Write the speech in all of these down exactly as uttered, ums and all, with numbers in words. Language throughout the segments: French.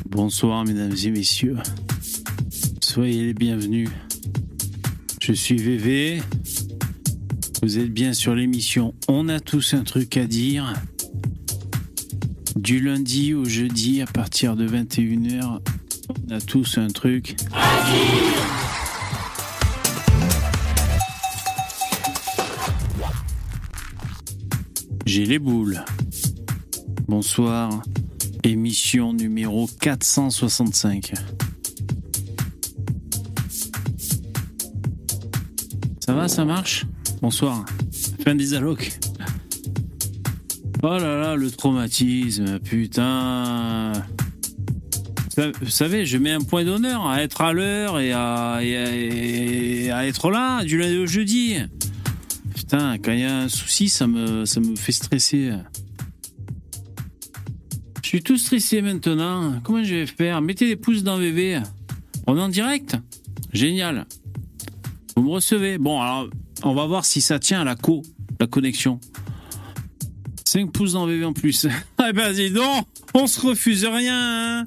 Bonsoir mesdames et messieurs, soyez les bienvenus. Je suis V V, vous êtes bien sur l'émission On a tous un truc à dire. Du lundi au jeudi à partir de vingt et une heures, on a tous un truc à dire. J'ai les boules. Bonsoir. Émission numéro quatre cent soixante-cinq. Ça va, ça marche ? Bonsoir. Fin des allocs. Oh là là, le traumatisme, putain. Vous savez, je mets un point d'honneur à être à l'heure et à, et à, et à être là du lundi au jeudi. Putain, quand il y a un souci, ça me, ça me fait stresser. Je suis tout stressé maintenant. Comment je vais faire ? Mettez des pouces dans V V. On est en direct ? Génial. Vous me recevez ? Bon, alors, on va voir si ça tient à la co, la connexion. cinq pouces dans V V en plus. Eh ben, dis donc, on se refuse rien, hein.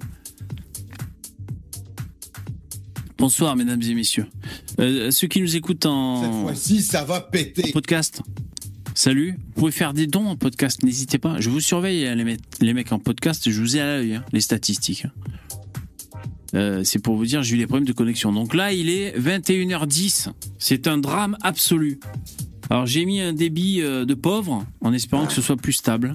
Bonsoir, mesdames et messieurs. Euh, ceux qui nous écoutent en... Cette fois-ci, ça va péter. En podcast. Salut, vous pouvez faire des dons en podcast, n'hésitez pas. Je vous surveille, les, me- les mecs en podcast, je vous ai à l'œil, hein, les statistiques. Euh, c'est pour vous dire, j'ai eu des problèmes de connexion. Donc là, il est vingt et une heures dix. C'est un drame absolu. Alors j'ai mis un débit euh, de pauvre, en espérant que ce soit plus stable.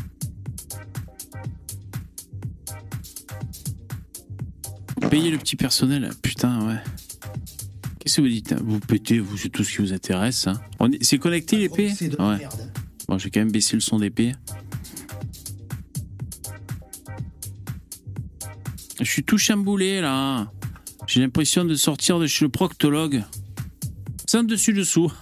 Payer le petit personnel, putain, ouais. Qu'est-ce que vous dites ? Vous pétez, vous, c'est tout ce qui vous intéresse. Hein. On est, c'est connecté l'épée ? Ouais. Bon, j'ai quand même baissé le son d'épée. Je suis tout chamboulé là. J'ai l'impression de sortir de chez le proctologue. Ça dessus dessous.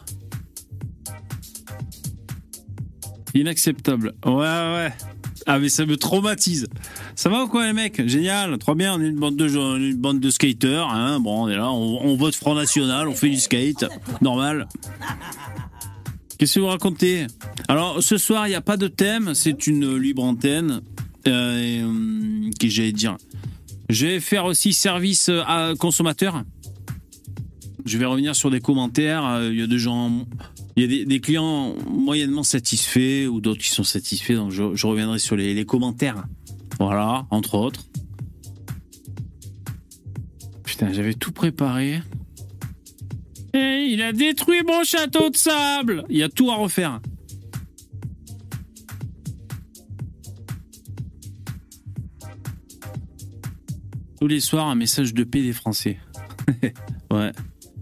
Inacceptable. Ouais, ouais. Ah, mais ça me traumatise. Ça va ou quoi, les mecs ? Génial, trop bien. On est une bande de, une bande de skateurs. Hein. Bon, on est là, on, on vote Front National, on fait du skate. Normal. Qu'est-ce que vous racontez ? Alors, ce soir, il n'y a pas de thème. C'est une libre antenne. Euh, et, euh, qu'est-ce que j'allais dire ? Je vais faire aussi service à consommateurs. Je vais revenir sur des commentaires. Il y a des gens... Il y a des, des clients moyennement satisfaits ou d'autres qui sont satisfaits, donc je, je reviendrai sur les, les commentaires. Voilà, entre autres. Putain, j'avais tout préparé. Et il a détruit mon château de sable. Il y a tout à refaire. Tous les soirs, un message de paix des Français. Ouais.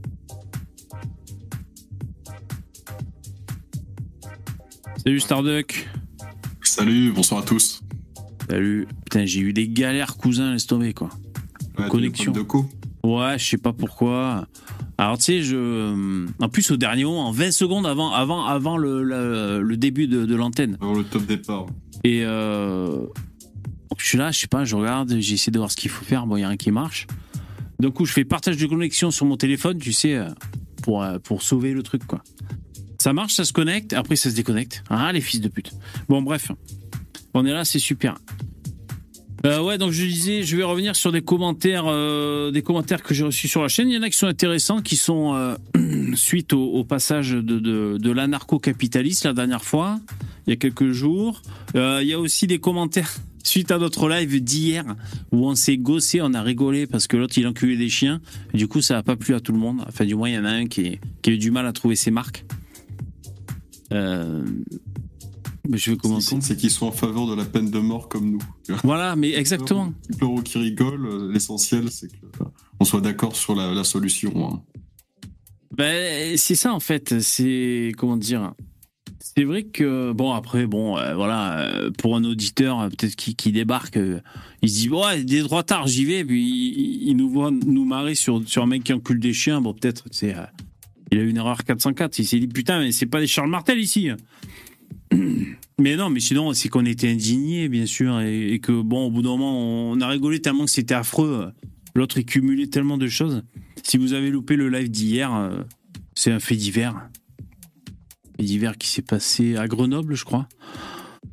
Salut Starduck. Salut, bonsoir à tous. Salut. Putain, j'ai eu des galères, cousin, laisse tomber, quoi. Ouais, Connexion. De co. Ouais, je sais pas pourquoi. Alors, tu sais, je... En plus, au dernier moment, en vingt secondes avant, avant, avant le, le, le début de, de l'antenne. Avant le top départ. Et euh... je suis là, je sais pas, je regarde, j'essaie de voir ce qu'il faut faire. Bon, il y a rien qui marche. D'un coup, je fais partage de connexion sur mon téléphone, tu sais, pour, pour sauver le truc, quoi. Ça marche, ça se connecte, après ça se déconnecte. Ah, les fils de pute. Bon, bref. On est là, c'est super. Euh, ouais, donc je disais, je vais revenir sur des commentaires, euh, des commentaires que j'ai reçus sur la chaîne. Il y en a qui sont intéressants, qui sont euh, suite au, au passage de, de, de l'anarcho-capitaliste la dernière fois, il y a quelques jours. Euh, il y a aussi des commentaires suite à notre live d'hier, où on s'est gossé, on a rigolé parce que l'autre il enculait des chiens. Du coup, ça n'a pas plu à tout le monde. Enfin, du moins, il y en a un qui, qui a eu du mal à trouver ses marques. Euh... Mais je vais commencer. Ce qui compte, c'est qu'ils sont en faveur de la peine de mort comme nous. Voilà, mais exactement. L'euro qui rigole, l'essentiel, c'est qu'on soit d'accord sur la, la solution. Hein. Ben, c'est ça, en fait. C'est... Comment dire ? C'est vrai que... Bon, après, bon, euh, voilà, euh, pour un auditeur, euh, peut-être qui, qui débarque, euh, il se dit, ouais, des droits tard, j'y vais, puis il, il nous voit nous marrer sur, sur un mec qui encule des chiens. Bon, peut-être, tu sais... Euh, il a eu une erreur quatre cent quatre. Il s'est dit, putain, mais c'est pas des Charles Martel ici. Mais non, mais sinon, c'est qu'on était indignés, bien sûr, et, et que, bon, au bout d'un moment, on a rigolé tellement que c'était affreux. L'autre, il cumulait tellement de choses. Si vous avez loupé le live d'hier, euh, c'est un fait divers. Fait divers qui s'est passé à Grenoble, je crois.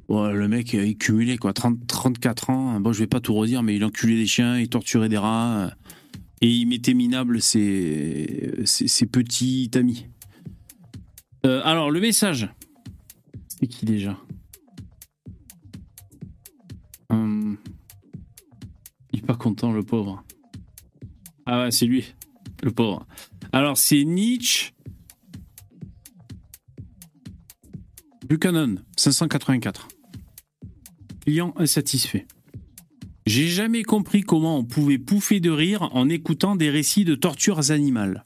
Ouais, le mec, il cumulait quoi, trente, trente-quatre ans. Bon, je vais pas tout redire, mais il enculait des chiens, il torturait des rats. Et il mettait minable ses, ses, ses petits amis. Euh, alors, le message. C'est qui déjà hum, Il est pas content, le pauvre. Ah ouais, c'est lui, le pauvre. Alors, c'est Nietzsche Buchanan, cinq cent quatre-vingt-quatre. Client insatisfait. J'ai jamais compris comment on pouvait pouffer de rire en écoutant des récits de tortures animales.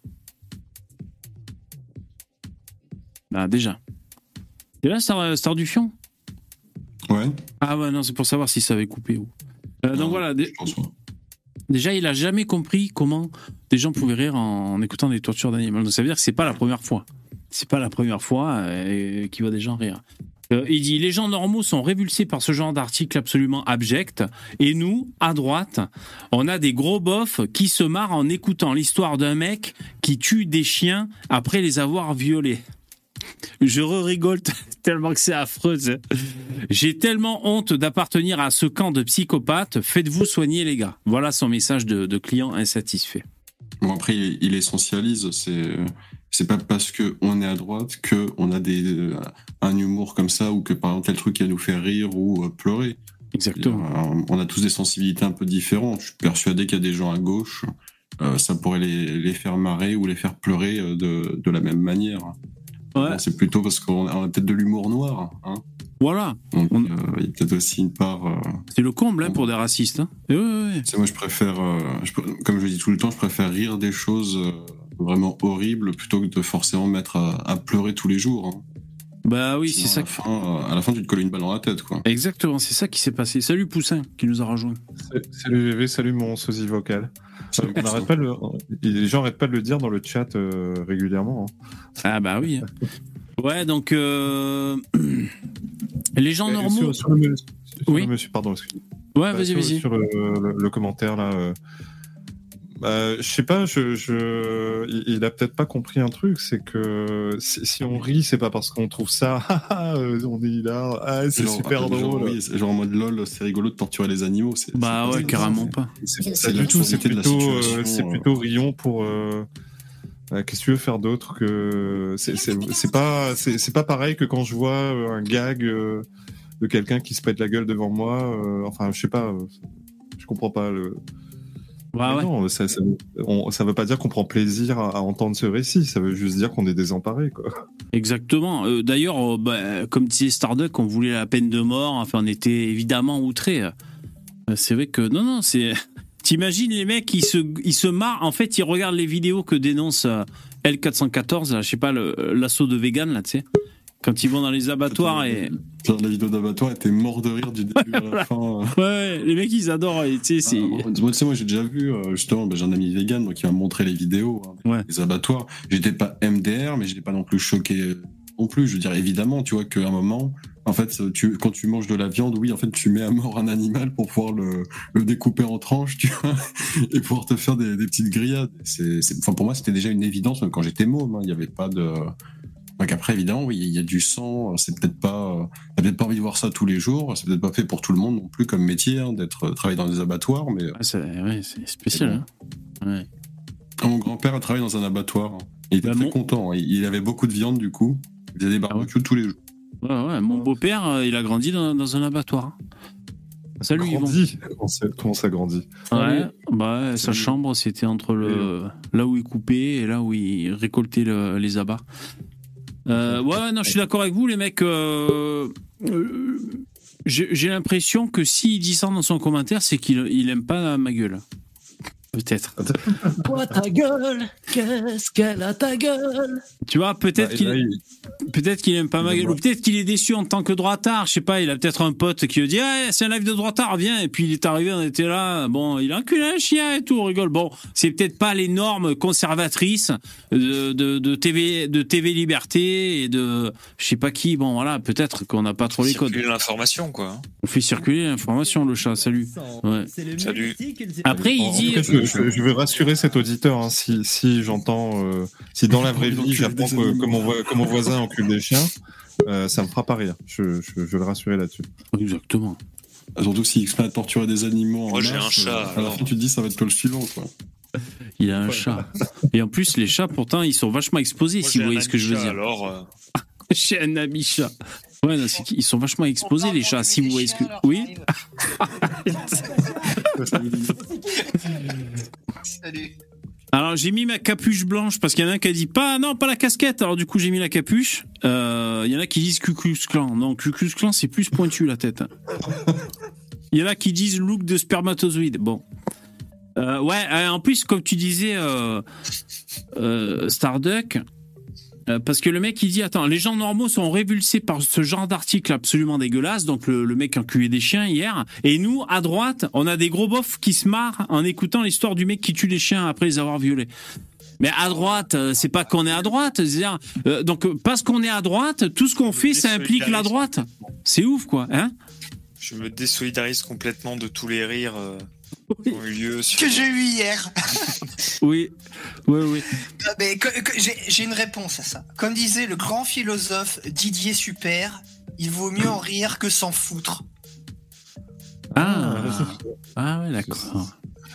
Bah déjà. T'es là, Star, Star du Fion ? Ouais. Ah ouais, non, c'est pour savoir si ça avait coupé. Ou... Euh, donc Non, voilà. je pense pas. Déjà, il a jamais compris comment des gens pouvaient rire en, en écoutant des tortures d'animaux. Donc ça veut dire que c'est pas la première fois. C'est pas la première fois euh, qu'il voit des gens rire. Euh, il dit « Les gens normaux sont révulsés par ce genre d'article absolument abject. Et nous, à droite, on a des gros bofs qui se marrent en écoutant l'histoire d'un mec qui tue des chiens après les avoir violés. » Je rigole tellement que c'est affreux. J'ai tellement honte d'appartenir à ce camp de psychopathes. Faites-vous soigner, les gars. Voilà son message de, de client insatisfait. Bon, après, il, il essentialise. C'est, c'est pas parce qu'on est à droite qu'on a des, un humour comme ça ou que, par exemple, tel truc qui va nous faire rire ou euh, pleurer. Exactement. Euh, on a tous des sensibilités un peu différentes. Je suis persuadé qu'il y a des gens à gauche, euh, ça pourrait les, les faire marrer ou les faire pleurer de, de la même manière. Ouais. Bon, c'est plutôt parce qu'on a, on a peut-être de l'humour noir. Hein. Voilà. Donc, on... euh, il y a peut-être aussi une part... Euh... C'est le comble hein, pour des racistes. Hein. Et ouais, ouais. C'est moi, je préfère, euh, je, comme je dis tout le temps, je préfère rire des choses euh, vraiment horribles plutôt que de forcément mettre à, à pleurer tous les jours. Hein. Bah oui, Sinon, c'est ça. À la, fin, euh, à la fin, tu te colles une balle dans la tête, quoi. Exactement, c'est ça qui s'est passé. Salut Poussin, qui nous a rejoint. Salut V V, salut mon sosie vocal. Salut, On n'arrête pas de le... Les gens n'arrêtent pas de le dire dans le chat euh, régulièrement. Hein. Ah bah oui. Ouais, donc euh... les gens Et normaux. Sur, sur le, sur oui. le monsieur, pardon, excusez. Ouais, bah, vas-y, sur, vas-y. Sur le, le, le commentaire là, euh... bah, je sais pas, je, je... il a peut-être pas compris un truc, c'est que si, si on rit, c'est pas parce qu'on trouve ça, on est là, ah, c'est genre, super genre, drôle. Oui, genre en mode lol, c'est rigolo de torturer les animaux. C'est, bah c'est ouais, pas carrément c'est, pas. C'est, C'est, c'est, c'est du tout, c'est plutôt, euh, c'est plutôt rion pour. Euh... Qu'est-ce que tu veux faire d'autre que c'est, c'est, c'est pas c'est, c'est pas pareil que quand je vois un gag euh, de quelqu'un qui se pète la gueule devant moi. Euh, enfin, je sais pas, euh, je comprends pas le. Bah ouais. Non, ça, ça, on, ça veut pas dire qu'on prend plaisir à, à entendre ce récit. Ça veut juste dire qu'on est désemparé, quoi. Exactement. Euh, d'ailleurs, euh, bah, comme disait Starduck, on voulait la peine de mort. Enfin, on était évidemment outrés. Euh, c'est vrai que non, non, c'est. T'imagines les mecs, ils se, ils se marrent. En fait, ils regardent les vidéos que dénonce euh, L quatre cent quatorze, là, je sais pas, le, l'assaut de vegan, là, tu sais. Quand ils vont dans les abattoirs et. Genre, la vidéo d'abattoir était mort de rire du début à la fin. Ouais, ouais, les mecs, ils adorent. Tu sais, c'est. Ah, moi, tu sais, moi, j'ai déjà vu, euh, justement, ben, j'ai un ami vegan donc, qui m'a montré les vidéos hein, ouais. des abattoirs. J'étais pas M D R, mais j'étais pas non plus choqué non plus. Je veux dire, évidemment, tu vois, qu'à un moment. En fait, tu, quand tu manges de la viande, oui, en fait, tu mets à mort un animal pour pouvoir le, le découper en tranches, tu vois, et pouvoir te faire des, des petites grillades. C'est, c'est, enfin, pour moi, c'était déjà une évidence, même quand j'étais môme, hein, il n'y avait pas de... Donc après, évidemment, oui, il y a du sang, c'est peut-être pas... T'as peut-être pas envie de voir ça tous les jours, c'est peut-être pas fait pour tout le monde non plus comme métier, hein, d'être travailler dans des abattoirs, mais... Ah, c'est, ouais, c'est spécial, hein. Ouais. Mon grand-père a travaillé dans un abattoir, il était bah, très mon... content, il, il avait beaucoup de viande, du coup, il faisait des barbecues ah ouais. tous les jours. Ouais, ouais, mon beau-père, euh, il a grandi dans, dans un abattoir. Salut grandi. Yvon. Comment ça grandit? Ouais, bah, sa chambre, c'était entre le là où il coupait et là où il récoltait le, les abats. Euh, ouais, non, je suis d'accord avec vous, les mecs. Euh, euh, j'ai, j'ai l'impression que s'il dit ça dans son commentaire, c'est qu'il il aime pas ma gueule. Peut-être. Toi, ta gueule, qu'est-ce qu'elle a ta gueule? Tu vois, peut-être bah, qu'il, il... peut-être qu'il aime pas ma gueule, ou peut-être qu'il est déçu en tant que droitard. Je sais pas, il a peut-être un pote qui lui dit ah, c'est un live de droitard, viens. Et puis il est arrivé, on était là. Bon, il a enculé un chien et tout, on rigole. Bon, c'est peut-être pas les normes conservatrices de, de, de T V, de T V Liberté et de je sais pas qui. Bon, voilà, peut-être qu'on n'a pas trop les codes. Circuler l'information, quoi. On fait circuler l'information, le chat. Salut. Ouais. Salut. Après, il dit. Je, je, je veux rassurer cet auditeur, hein, si, si j'entends, euh, si dans la vraie vie j'apprends que, que, mon, que mon voisin encule des chiens, euh, ça me fera pas rire. Je, je, je vais le rassurer là-dessus. Exactement. Surtout s'il exprime à torturer des animaux en Moi, j'ai masse, un chat, euh, à la alors. fin, tu te dis ça va être que le suivant, quoi. Il a un Ouais, chat. Et en plus, les chats, pourtant, ils sont vachement exposés, Moi, si j'ai vous un voyez ce que je veux ami dire. chat, Alors, euh, J'ai un ami chat. Ouais, non, c'est qu'ils sont vachement exposés, On les parle chats, de si vous des voyez ce que. chiens, alors, Oui. j'arrive. Salut. Alors, j'ai mis ma capuche blanche parce qu'il y en a un qui a dit pas, non, pas la casquette. Alors, du coup, j'ai mis la capuche. Euh, Il y en a qui disent Ku Klux Klan. Non, Ku Klux Klan, c'est plus pointu la tête. Il y en a qui disent look de spermatozoïde. Bon. Euh, ouais, euh, en plus, comme tu disais, euh, euh, Starduck, euh, parce que le mec, il dit, attends, les gens normaux sont révulsés par ce genre d'article absolument dégueulasse, donc le, le mec enculé des chiens hier, et nous, à droite, on a des gros bofs qui se marrent en écoutant l'histoire du mec qui tue les chiens après les avoir violés. Mais à droite, euh, c'est pas qu'on est à droite, c'est-à-dire, euh, donc euh, parce qu'on est à droite, tout ce qu'on fait, ça implique la droite. C'est ouf, quoi, hein? je me désolidarise complètement de tous les rires euh, qui ont eu lieu sur... Que j'ai eu hier. Oui, oui, oui. Ah, mais que- que- j'ai j'ai une réponse à ça. Comme disait le grand philosophe Didier Super, il vaut mieux en rire que s'en foutre. Ah, ah ouais, d'accord.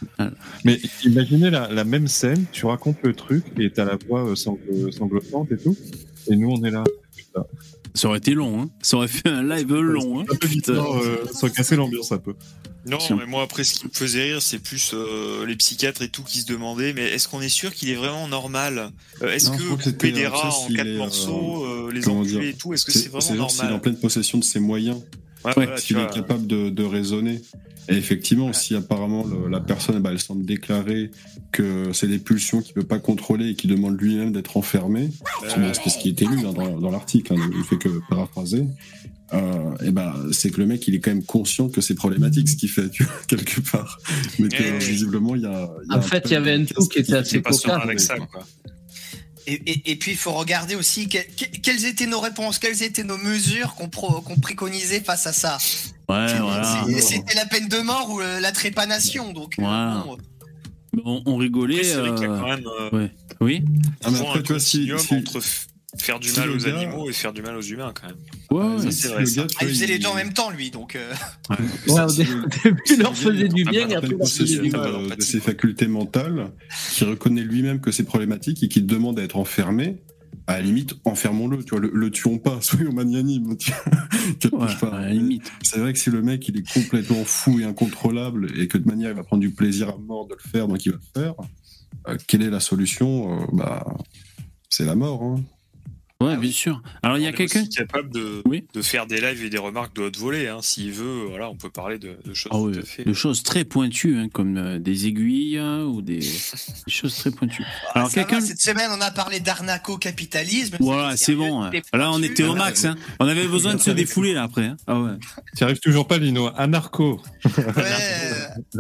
Mais imaginez la, la même scène, tu racontes le truc et t'as la voix euh, sangl- sanglotante et tout, et nous on est là. Putain. Ça aurait été long, hein. Ça aurait fait un live long, hein. Un peu vite, euh, sans casser l'ambiance un peu. Non, Si on- mais moi après ce qui me faisait rire, c'est plus euh, les psychiatres et tout qui se demandaient, mais est-ce qu'on est sûr qu'il est vraiment normal Euh, Est-ce Non, je que crois que couper c'était, des euh, rats ça, en s'il quatre est, morceaux, euh, les comment enculer dire, et tout, est-ce que C'est c'est vraiment c'est genre s'il est en normal pleine possession de ses moyens, Ouais, Ouais, voilà, tu s'il est vois. capable de, de raisonner. Et effectivement, si apparemment le- la personne, bah, elle semble déclarer que c'est des pulsions qu'il peut pas contrôler et qu'il demande lui-même d'être enfermé, c'est bien, c'est ce qui était lu hein, dans, dans l'article, hein, il fait que paraphraser. Euh, et ben, c'est que le mec, il est quand même conscient que c'est problématique ce qu'il fait, tu vois, quelque part. Mais que Ouais. visiblement, il y a. il y a En fait, il y avait un truc qui était assez C'est pas serein cocasse. avec ça, quoi. Et, et, et puis il faut regarder aussi que- que- quelles étaient nos réponses, quelles étaient nos mesures qu'on pro- qu'on préconisait face à ça. Ouais, C'est- voilà. c'est- C'était la peine de mort ou euh, la trépanation. Donc, euh, Voilà. bon, On, on rigolait. Après, c'est vrai qu'il y a euh, quand même euh, ouais. Oui. Ah, mais souvent après, un tu vois, si- continuum si- entre f- faire du si mal le aux gars- animaux et faire du mal aux humains, quand même. Ouais, Ça, ouais. c'est si vrai, le ça. gars, tu ah, il vois, faisait les il- deux en même temps, lui. Donc, euh, Ouais, si- au si dé- le- au début, il leur si le faisait gars du est bien en et après, pleine il leur faisait possession du pas mal. de, de d'empathie, ses quoi. facultés mentales, qui reconnaît lui-même que c'est problématique et qui demande à être enfermé, à la limite, enfermons-le, tu vois, le, le tuons pas, soyons magnanimes. Tu vois. Ouais, Enfin, à la limite. c'est vrai que si le mec il est complètement fou et incontrôlable et que de manière il va prendre du plaisir à mort de le faire, donc il va le faire, euh, quelle est la solution Euh, Bah, c'est la mort. Hein. Ouais, bien sûr. Alors, il y a On est quelqu'un. aussi capable de, Oui. de faire des lives et des remarques de haute volée. Hein. S'il veut, voilà, on peut parler de, de choses Ah tout ouais, à fait. de choses très pointues, hein, comme euh, des aiguilles hein, ou des... des choses très pointues. Alors, ça va, quelqu'un. cette semaine, on a parlé d'arnaco-capitalisme. Voilà, c'est bon. hein. Là, on était au max. Hein. On avait besoin de se défouler là après. Hein. Ah ouais. Tu arrives toujours pas, Lino. Anarcho. Ouais, euh,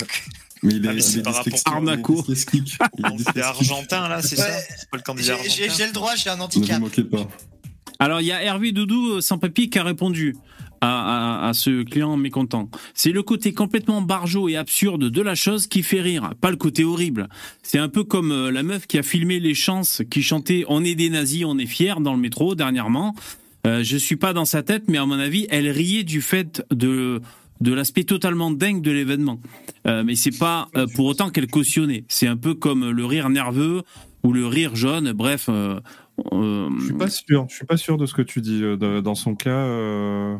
Mais il est, Ah, mais c'est il est par rapport- dyslexique, Arnaco. il est dyslexique. Il est C'est dyslexique. argentin, là, c'est ça Ouais. C'est pas le candidat j'ai- j'ai argentin j'ai le droit, j'ai un Ne vous handicap. moquez pas. Alors, il y a Hervé Doudou euh, sans papier qui a répondu à, à, à ce client mécontent. C'est le côté complètement barjot et absurde de la chose qui fait rire, pas le côté horrible. C'est un peu comme euh, la meuf qui a filmé les chances qui chantait « On est des nazis, on est fiers » dans le métro dernièrement. Euh, je suis pas dans sa tête, mais à mon avis, elle riait du fait de... de l'aspect totalement dingue de l'événement. Euh, mais c'est pas euh, pour autant qu'elle cautionnait. C'est un peu comme le rire nerveux ou le rire jaune, bref... Euh, euh, Je suis pas sûr. Je suis pas sûr de ce que tu dis. euh, de- dans son cas, euh...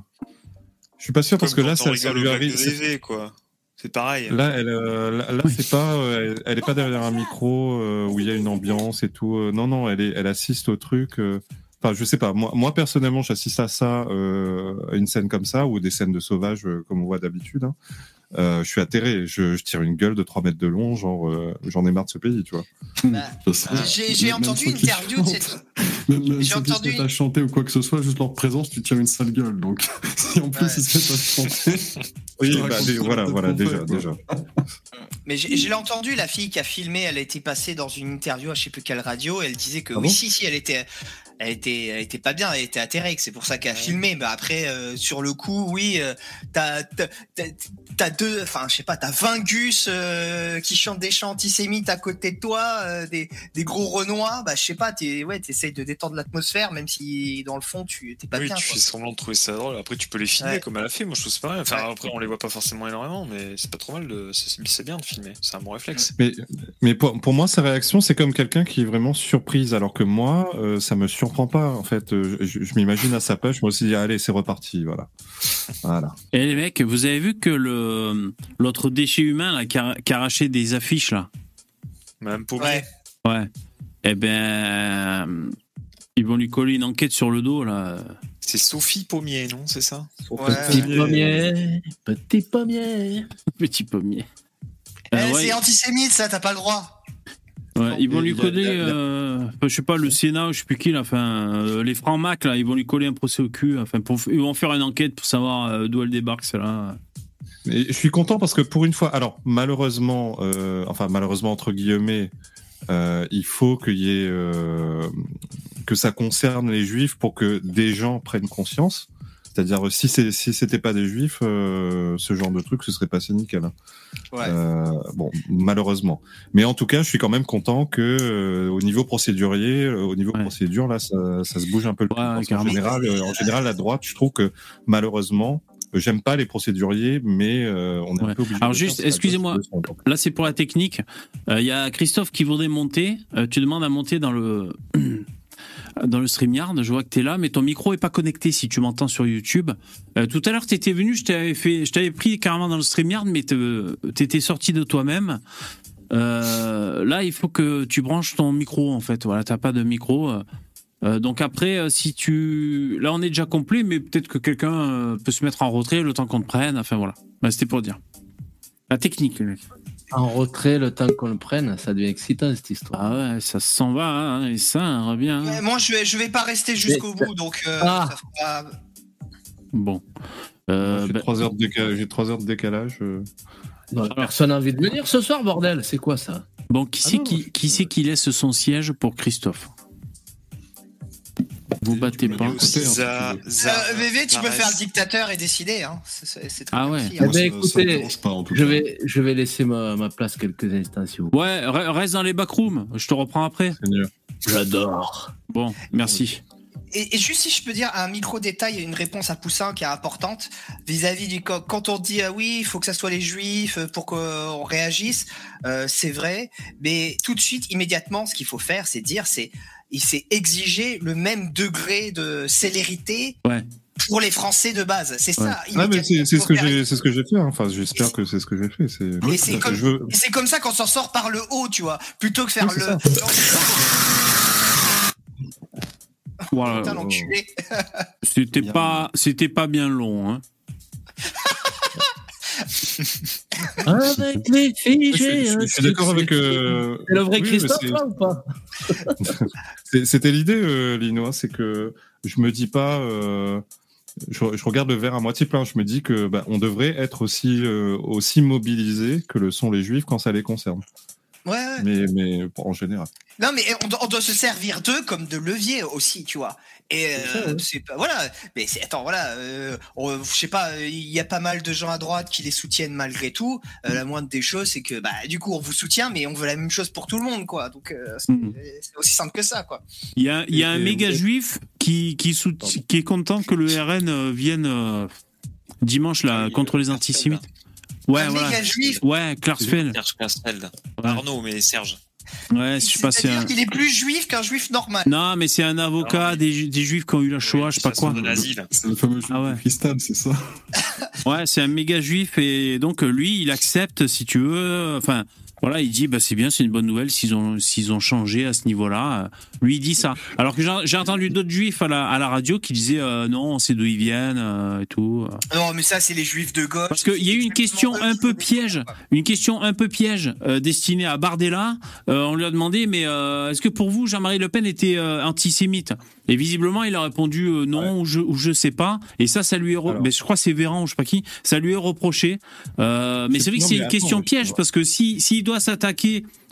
je suis pas sûr parce que Comme là, quand on ça, ça rigole lui aux blagues arrive. de c'est- V V, quoi. C'est pareil. Là, elle, euh, là, là, c'est pas, euh, elle, elle est pas derrière un micro euh, où il y a une ambiance et tout. euh, non, non, elle est, elle assiste au truc. euh, Enfin, je sais pas. Moi, moi personnellement, j'assiste à ça, euh, à une scène comme ça ou des scènes de sauvages euh, comme on voit d'habitude. Hein. Euh, je suis atterré. Je, je tire une gueule de trois mètres de long. Genre, euh, j'en ai marre de ce pays, tu vois. Bah, Ça, c'est- J'ai j'ai Même entendu ceux une qui interview de chantent. cette. Même, même J'ai ceux qui se entendu- mettent à chanter ou quoi que ce soit, juste leur présence, tu tires une sale gueule. Donc, si en plus Ouais. ils se mettent à chanter. Oui, je te bah, raconte dé- pas voilà, peut-être voilà, qu'on déjà, fait, quoi. déjà. Mais j'ai j'ai entendu la fille qui a filmé, elle a été passée dans une interview à je sais plus quelle radio, et elle disait que Ah oui, bon si, si, elle était, elle était, elle était pas bien, elle était atterrée, c'est pour ça qu'elle a filmé. Mais après, euh, sur le coup, oui, euh, t'as, t'as, t'as, t'as deux, enfin, je sais pas, t'as vingt gus euh, qui chantent des chants antisémites à côté de toi, euh, des, des gros renois. Bah, je sais pas, t'es, ouais, t'essayes de détendre l'atmosphère, même si dans le fond, tu t'es pas oui, bien. tu Quoi. fais semblant de trouver ça drôle. Après, tu peux les filmer Ouais. comme elle a fait. Moi, je trouve c'est pas mal. Enfin, Ouais. après, on les voit pas forcément énormément, mais c'est pas trop mal. De... C'est, c'est bien de filmer. C'est un bon réflexe. Mais, mais pour, pour moi, sa réaction, c'est comme quelqu'un qui est vraiment surprise, alors que moi, euh, ça me surprend pas. En fait, euh, je, je m'imagine à sa place, je me suis dit, allez, c'est reparti, voilà. Voilà. Et les mecs, vous avez vu que le l'autre déchet humain là, qui, a, qui a arraché des affiches là. Même pour Ouais. Ouais. Eh ben, ils vont lui coller une enquête sur le dos là. C'est Sophie Pommier, non? C'est ça? Ouais. Petit pommier, petit pommier. Petit pommier. Eh, Euh, ouais. C'est antisémite, ça, t'as pas le droit. Ouais, ils vont lui Il a- coller, il a- il a- euh, enfin, je sais pas, le Sénat, je sais plus qui, là, enfin, euh, les francs-macs, là, ils vont lui coller un procès au cul, enfin, pour, ils vont faire une enquête pour savoir euh, d'où elle débarque, celle-là. Mais je suis content parce que pour une fois, alors malheureusement, euh, enfin malheureusement entre guillemets, euh, il faut qu'il y ait euh, que ça concerne les juifs pour que des gens prennent conscience. C'est-à-dire si c'est si c'était pas des juifs, euh, ce genre de truc, ce serait passé nickel. Hein. Ouais. Euh, bon, malheureusement. Mais en tout cas, je suis quand même content que euh, au niveau procédurier, euh, au niveau Ouais. procédure, là, ça, ça se bouge un peu le Ouais, cul. Parce qu'en carrément. général, euh, en général, à droite, je trouve que malheureusement, euh, j'aime pas les procéduriers, mais euh, on est Ouais. un peu obligé. Alors de juste, faire, excusez-moi, c'est la gauche qui le sent, là, c'est pour la technique. Il y a Christophe qui voudrait monter. Euh, tu demandes à monter dans le. Dans le StreamYard, je vois que tu es là, mais ton micro est pas connecté si tu m'entends sur YouTube. Euh, tout à l'heure, tu étais venu, je t'avais fait, je t'avais pris carrément dans le StreamYard, mais tu étais sorti de toi-même. Euh, là, il faut que tu branches ton micro, en fait. Voilà, t'as pas de micro. Euh, donc après, euh, si tu, là, on est déjà complet, mais peut-être que quelqu'un euh, peut se mettre en retrait le temps qu'on te prenne. Enfin voilà, bah, c'était pour dire. La technique, le mec. En retrait, le temps qu'on le prenne, ça devient excitant cette histoire. Ah ouais, ça s'en va, hein, et ça revient. Ouais, moi, je vais, je vais pas rester jusqu'au bout, donc euh, Ah. ça fera- Bon. Moi, Euh, J'ai bah, trois heures de décalage. J'ai trois heures de décalage. euh. Non, personne n'a envie de venir ce soir, bordel. C'est quoi ça? bon, qui Ah c'est non, qui, je- qui, c'est qui laisse son siège pour Christophe? Vous battez me pas. dis aussi. Za, Za, Euh, V V, tu peux Zarès. faire le dictateur et décider. Hein. C'est, c'est, c'est très Ah bien ouais. aussi, Eh hein. ben, Ça- ça écoutez, me dérange pas, en tout Je cas. vais, je vais laisser ma, ma place quelques instants, si vous voulez. Ouais, re- reste dans les backrooms. Je te reprends après. C'est mieux. J'adore. Bon, merci. Et, et juste si je peux dire un micro détail, une réponse à Poussin qui est importante vis-à-vis du quand, quand on dit ah oui, il faut que ça soit les juifs euh, pour qu'on réagisse, euh, c'est vrai, mais tout de suite, immédiatement, ce qu'il faut faire, c'est dire, c'est il s'est exigé le même degré de célérité Ouais. pour les Français de base. C'est Ouais. ça. Ah mais c'est c'est ce que immédiatement, j'ai c'est ce que j'ai fait. Hein. Enfin, j'espère que c'est ce que j'ai fait. C'est. Et c'est comme, Je veux- et c'est comme ça qu'on s'en sort par le haut, tu vois, plutôt que faire Oui, c'est le. Voilà. Putain, l'enculé. C'était pas, c'était pas bien long. Hein. Avec les filles, Je, j'ai je- un je suis d'accord avec. succès. Euh... C'est le vrai oui, mais Christophe, c'est- là, ou pas? c'est- C'était l'idée, euh, Lino, c'est que je me dis pas. Euh... Je, je regarde le verre à moitié plein. Je me dis que bah, on devrait être aussi euh, aussi mobilisés que le sont les Juifs quand ça les concerne. Ouais, ouais. Mais mais en général. Non, mais on doit, on doit se servir d'eux comme de levier aussi, tu vois. Et euh, C'est ça, ouais. c'est pas voilà. Mais c'est attends, voilà. Euh, on- je sais pas. Il y a pas mal de gens à droite qui les soutiennent malgré tout. Euh, la moindre des choses, c'est que bah du coup on vous soutient, mais on veut la même chose pour tout le monde, quoi. Donc euh, c'est Mhm. c'est aussi simple que ça, quoi. Il y a, il y a Et- un et- méga et- juif qui, qui, sout- Pardon. qui est content que le R N euh, vienne euh, dimanche là, Oui, contre les euh, antisémites. Ouais, un voilà. méga juif. Ouais, Klarsfeld. Serge Klarsfeld. Ouais. Arnaud, mais Serge. Ouais, je sais pas si. C'est-à-dire un- qu'il est plus juif qu'un juif normal. Non, mais c'est un avocat Ah oui. des, ju- des juifs qui ont eu la Shoah, Oui, je sais pas façon quoi. de l'asile. C'est le fameux jeu Ah ouais. de cristal, c'est ça? Ouais, c'est un méga juif et donc euh, lui, il accepte si tu veux. Enfin, voilà, il dit bah c'est bien, c'est une bonne nouvelle s'ils ont s'ils ont changé à ce niveau-là. Euh, Lui, il dit ça. Alors que j'ai j'ai entendu d'autres juifs à la à la radio qui disaient euh, non, on sait d'où ils viennent euh, et tout. Non, mais ça c'est les juifs de gauche. Parce qu'il y a eu une question un peu piège, une question un peu piège euh, destinée à Bardella. Euh, on lui a demandé, mais euh, est-ce que pour vous, Jean-Marie Le Pen était euh, antisémite? Et visiblement, il a répondu euh, non, ou je ou je sais pas. Et ça, ça lui est, re- Alors. mais je crois que c'est Véran ou je sais pas qui, ça lui est reproché. Euh, mais c'est vrai que Non, c'est mais une attends, question mais- piège parce que si s'il doit s'attaquer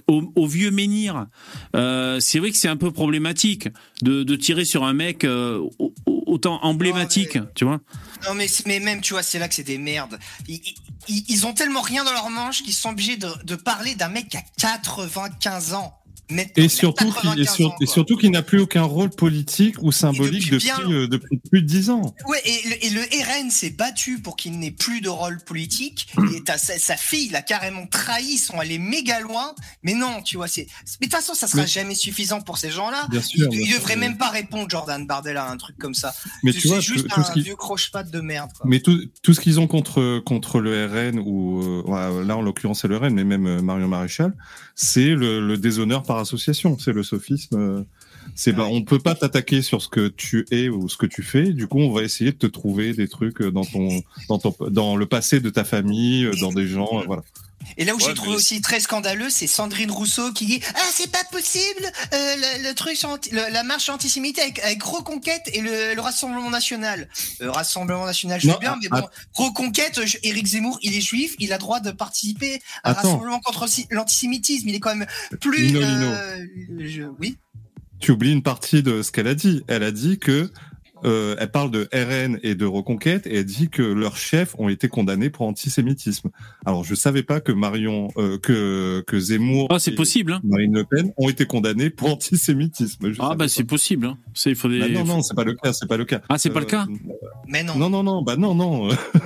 au, au vieux menhir, euh, c'est vrai que c'est un peu problématique de, de tirer sur un mec euh, autant emblématique, non, mais... tu vois. Non mais, mais même, tu vois, c'est là que c'est des merdes. Ils, ils, ils ont tellement rien dans leur manche qu'ils sont obligés de, de parler d'un mec qui a quatre-vingt-quinze ans. Et surtout, qui, et, sur, ans, et surtout qu'il n'a plus aucun rôle politique ou symbolique depuis, depuis, bien... euh, depuis plus de dix ans. Ouais, et le, et le R N s'est battu pour qu'il n'ait plus de rôle politique. Et t'as, sa, sa fille l'a carrément trahi, ils sont allés méga loin. Mais non, tu vois, c'est. Mais de toute façon, ça sera mais... jamais suffisant pour ces gens-là. Bien sûr, ils ne devraient sûr. même pas répondre, Jordan Bardella, à un truc comme ça. Mais c'est, tu vois, c'est juste tout, un tout vieux croche-patte de merde. Quoi. Mais tout, tout ce qu'ils ont contre contre le R N ou euh, là en l'occurrence c'est le R N, mais même Marion Maréchal, c'est le, le déshonneur par association. C'est le sophisme, c'est bah on peut pas t'attaquer sur ce que tu es ou ce que tu fais. Du coup, on va essayer de te trouver des trucs dans ton dans ton dans le passé de ta famille, dans des gens, euh, voilà. Et là où ouais, j'ai trouvé mais... aussi très scandaleux, c'est Sandrine Rousseau qui dit ah c'est pas possible euh, le, le truc anti, le, la marche antisémite avec, avec Reconquête et le, le Rassemblement National. Le Rassemblement National, je sais bien, mais bon, Reconquête, Éric Zemmour, il est juif, il a droit de participer à un Rassemblement contre l'antisémitisme. Il est quand même plus. Lino, euh, Lino. Je, oui. Tu oublies une partie de ce qu'elle a dit. Elle a dit que Euh, elle parle de R N et de Reconquête et elle dit que leurs chefs ont été condamnés pour antisémitisme. Alors je savais pas que Marion, euh, que que Zemmour, ah c'est possible, hein. Marine Le Pen ont été condamnés pour antisémitisme. Je ah bah pas. c'est possible. Hein. C'est il faut des. Bah non non c'est pas le cas, c'est pas le cas. Ah c'est euh, pas le cas. Mais non. Non non non bah non non.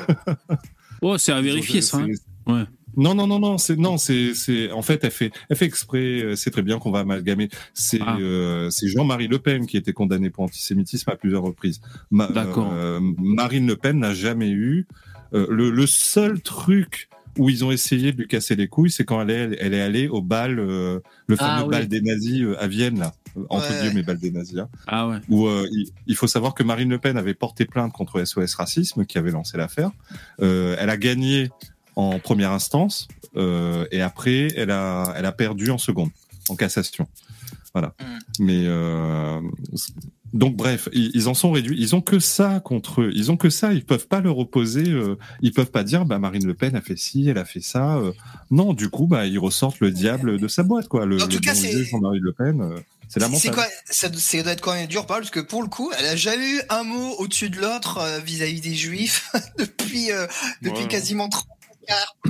Oh c'est à vérifier ça. Hein. Ouais. Non non non non c'est non c'est c'est en fait elle fait elle fait exprès, c'est très bien qu'on va amalgamer, c'est ah. euh, c'est Jean-Marie Le Pen qui a été condamné pour antisémitisme à plusieurs reprises. Ma, D'accord. Euh, Marine Le Pen n'a jamais eu euh, le le seul truc où ils ont essayé de lui casser les couilles, c'est quand elle est elle est allée au bal euh, le fameux ah, oui. bal des nazis euh, à Vienne là, entre ouais. guillemets bal des nazis hein, ah ouais. où euh, il, il faut savoir que Marine Le Pen avait porté plainte contre S O S Racisme qui avait lancé l'affaire. Euh, elle a gagné en première instance, euh, et après, elle a, elle a perdu en seconde, en cassation. Voilà. Mm. Mais euh, donc bref, ils, ils en sont réduits. Ils ont que ça contre eux. Ils ont que ça. Ils peuvent pas leur opposer. Euh, ils peuvent pas dire, bah Marine Le Pen a fait ci, elle a fait ça. Euh, non, du coup, bah ils ressortent le diable de sa boîte, quoi. Le, en tout le cas, bon c'est Jean-Marie Le Pen. Euh, C'est lamentable. C'est quoi, ça, ça doit être quand même dur, parce que pour le coup, elle a jamais eu un mot au-dessus de l'autre euh, vis-à-vis des Juifs depuis euh, depuis ouais. quasiment trente ans.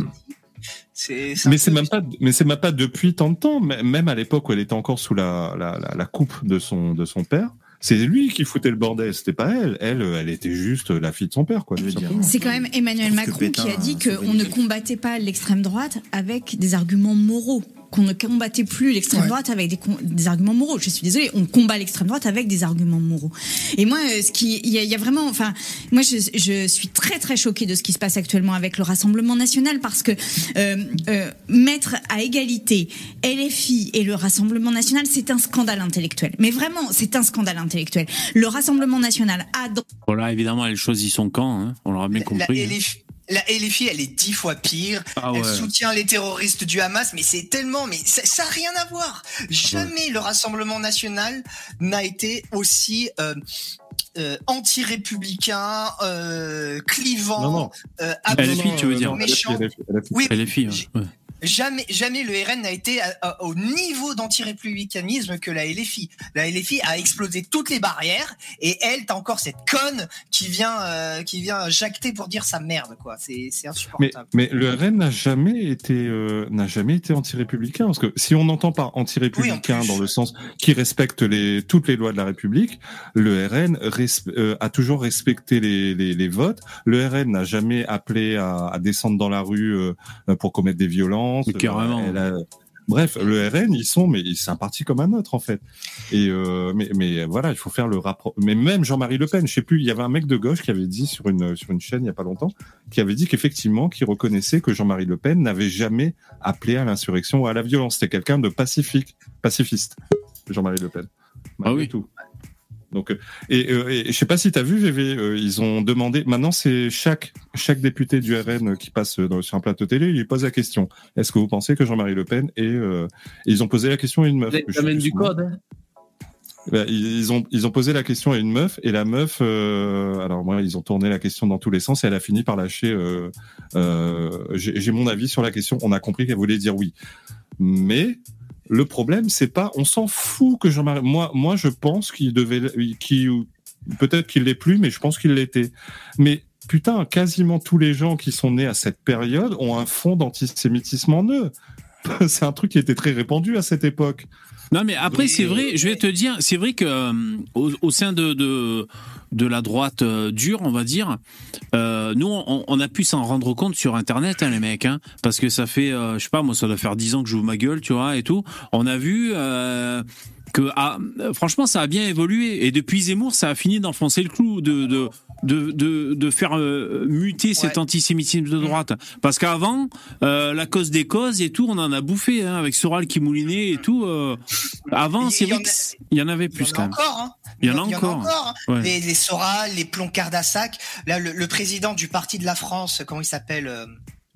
C'est, c'est mais c'est même pas, mais c'est même pas depuis tant de temps. Même à l'époque où elle était encore sous la la, la, la coupe de son de son père. C'est lui qui foutait le bordel, c'était pas elle. Elle, elle était juste la fille de son père, quoi. C'est quand même Emmanuel Macron Pétain, qui a dit qu'on ne combattait pas l'extrême droite avec des arguments moraux. Qu'on ne combattait plus l'extrême ouais. droite avec des, des arguments moraux. Je suis désolée, on combat l'extrême droite avec des arguments moraux. Et moi, ce qui, il y, y a vraiment, enfin, moi, je, je suis très très choquée de ce qui se passe actuellement avec le Rassemblement national parce que euh, euh, mettre à égalité L F I et le Rassemblement national, c'est un scandale intellectuel. Mais vraiment, c'est un scandale intellectuel. Le Rassemblement national a. Voilà, évidemment, elle choisit son camp. Hein, on l'aura bien compris. La L F I... La L F I, elle est dix fois pire. Ah ouais. Elle soutient les terroristes du Hamas, mais c'est tellement, mais ça, ça a rien à voir. Jamais ouais. le Rassemblement national n'a été aussi euh, euh, anti-républicain, euh, clivant, non, non. Euh, L F I, tu veux dire méchant. L F I, oui. L F I, ouais. Jamais, jamais le R N n'a été à, à, au niveau d'anti-républicanisme que la L F I. La L F I a explosé toutes les barrières et elle, t'as encore cette conne qui vient, euh, qui vient jacter pour dire sa merde, quoi. C'est, c'est insupportable. Mais, mais le R N n'a jamais été, euh, n'a jamais été anti-républicain, parce que si on entend par anti-républicain oui, dans le sens qui respecte les toutes les lois de la République, le R N resp- euh, a toujours respecté les, les, les votes. Le R N n'a jamais appelé à, à descendre dans la rue euh, pour commettre des violences. Mais carrément. Elle a... Bref, le R N, ils sont, mais c'est un parti comme un autre en fait. Et euh, mais, mais voilà, il faut faire le rapport. Mais même Jean-Marie Le Pen, je sais plus, il y avait un mec de gauche qui avait dit sur une sur une chaîne il y a pas longtemps, qui avait dit qu'effectivement, qu'il reconnaissait que Jean-Marie Le Pen n'avait jamais appelé à l'insurrection ou à la violence. C'était quelqu'un de pacifique, pacifiste. Jean-Marie Le Pen. Ah oui. Tout. Donc, et, et, et je sais pas si t'as vu, V V, euh, ils ont demandé. Maintenant, c'est chaque chaque député du R N qui passe dans, sur un plateau télé, il lui pose la question. Est-ce que vous pensez que Jean-Marie Le Pen est euh, et ils ont posé la question à une meuf. Ça mène du code. Hein. Ben, ils, ils ont ils ont posé la question à une meuf et la meuf. Euh, alors moi, ils ont tourné la question dans tous les sens et elle a fini par lâcher. Euh, euh, j'ai, j'ai mon avis sur la question. On a compris qu'elle voulait dire oui, mais Le problème, c'est pas, on s'en fout que Jean-Marie. Moi, moi, je pense qu'il devait, qu'il, peut-être qu'il l'est plus, mais je pense qu'il l'était. Mais putain, quasiment tous les gens qui sont nés à cette période ont un fond d'antisémitisme en eux. C'est un truc qui était très répandu à cette époque. Non, mais après, Oui, c'est vrai, je vais te dire, c'est vrai que euh, au, au sein de, de, de la droite euh, dure, on va dire, euh, nous, on, on a pu s'en rendre compte sur Internet, hein, les mecs, hein, parce que ça fait, euh, je sais pas, moi, ça doit faire dix ans que j'ouvre ma gueule, tu vois, et tout. On a vu euh, que, ah, franchement, ça a bien évolué. Et depuis Zemmour, ça a fini d'enfoncer le clou, de... de De, de, de faire euh, muter cet Ouais. antisémitisme de droite. Parce qu'avant, euh, la cause des causes et tout, on en a bouffé, hein, avec Soral qui moulinait et tout. Euh, avant, Il- c'est il y vrai en a- qu'il y en avait Il y plus en a quand même. encore, hein. Il y en a encore. hein. Ouais. Les, les Soral, les plombs Cardassac. Là, le, le président du Parti de la France, comment il s'appelle euh,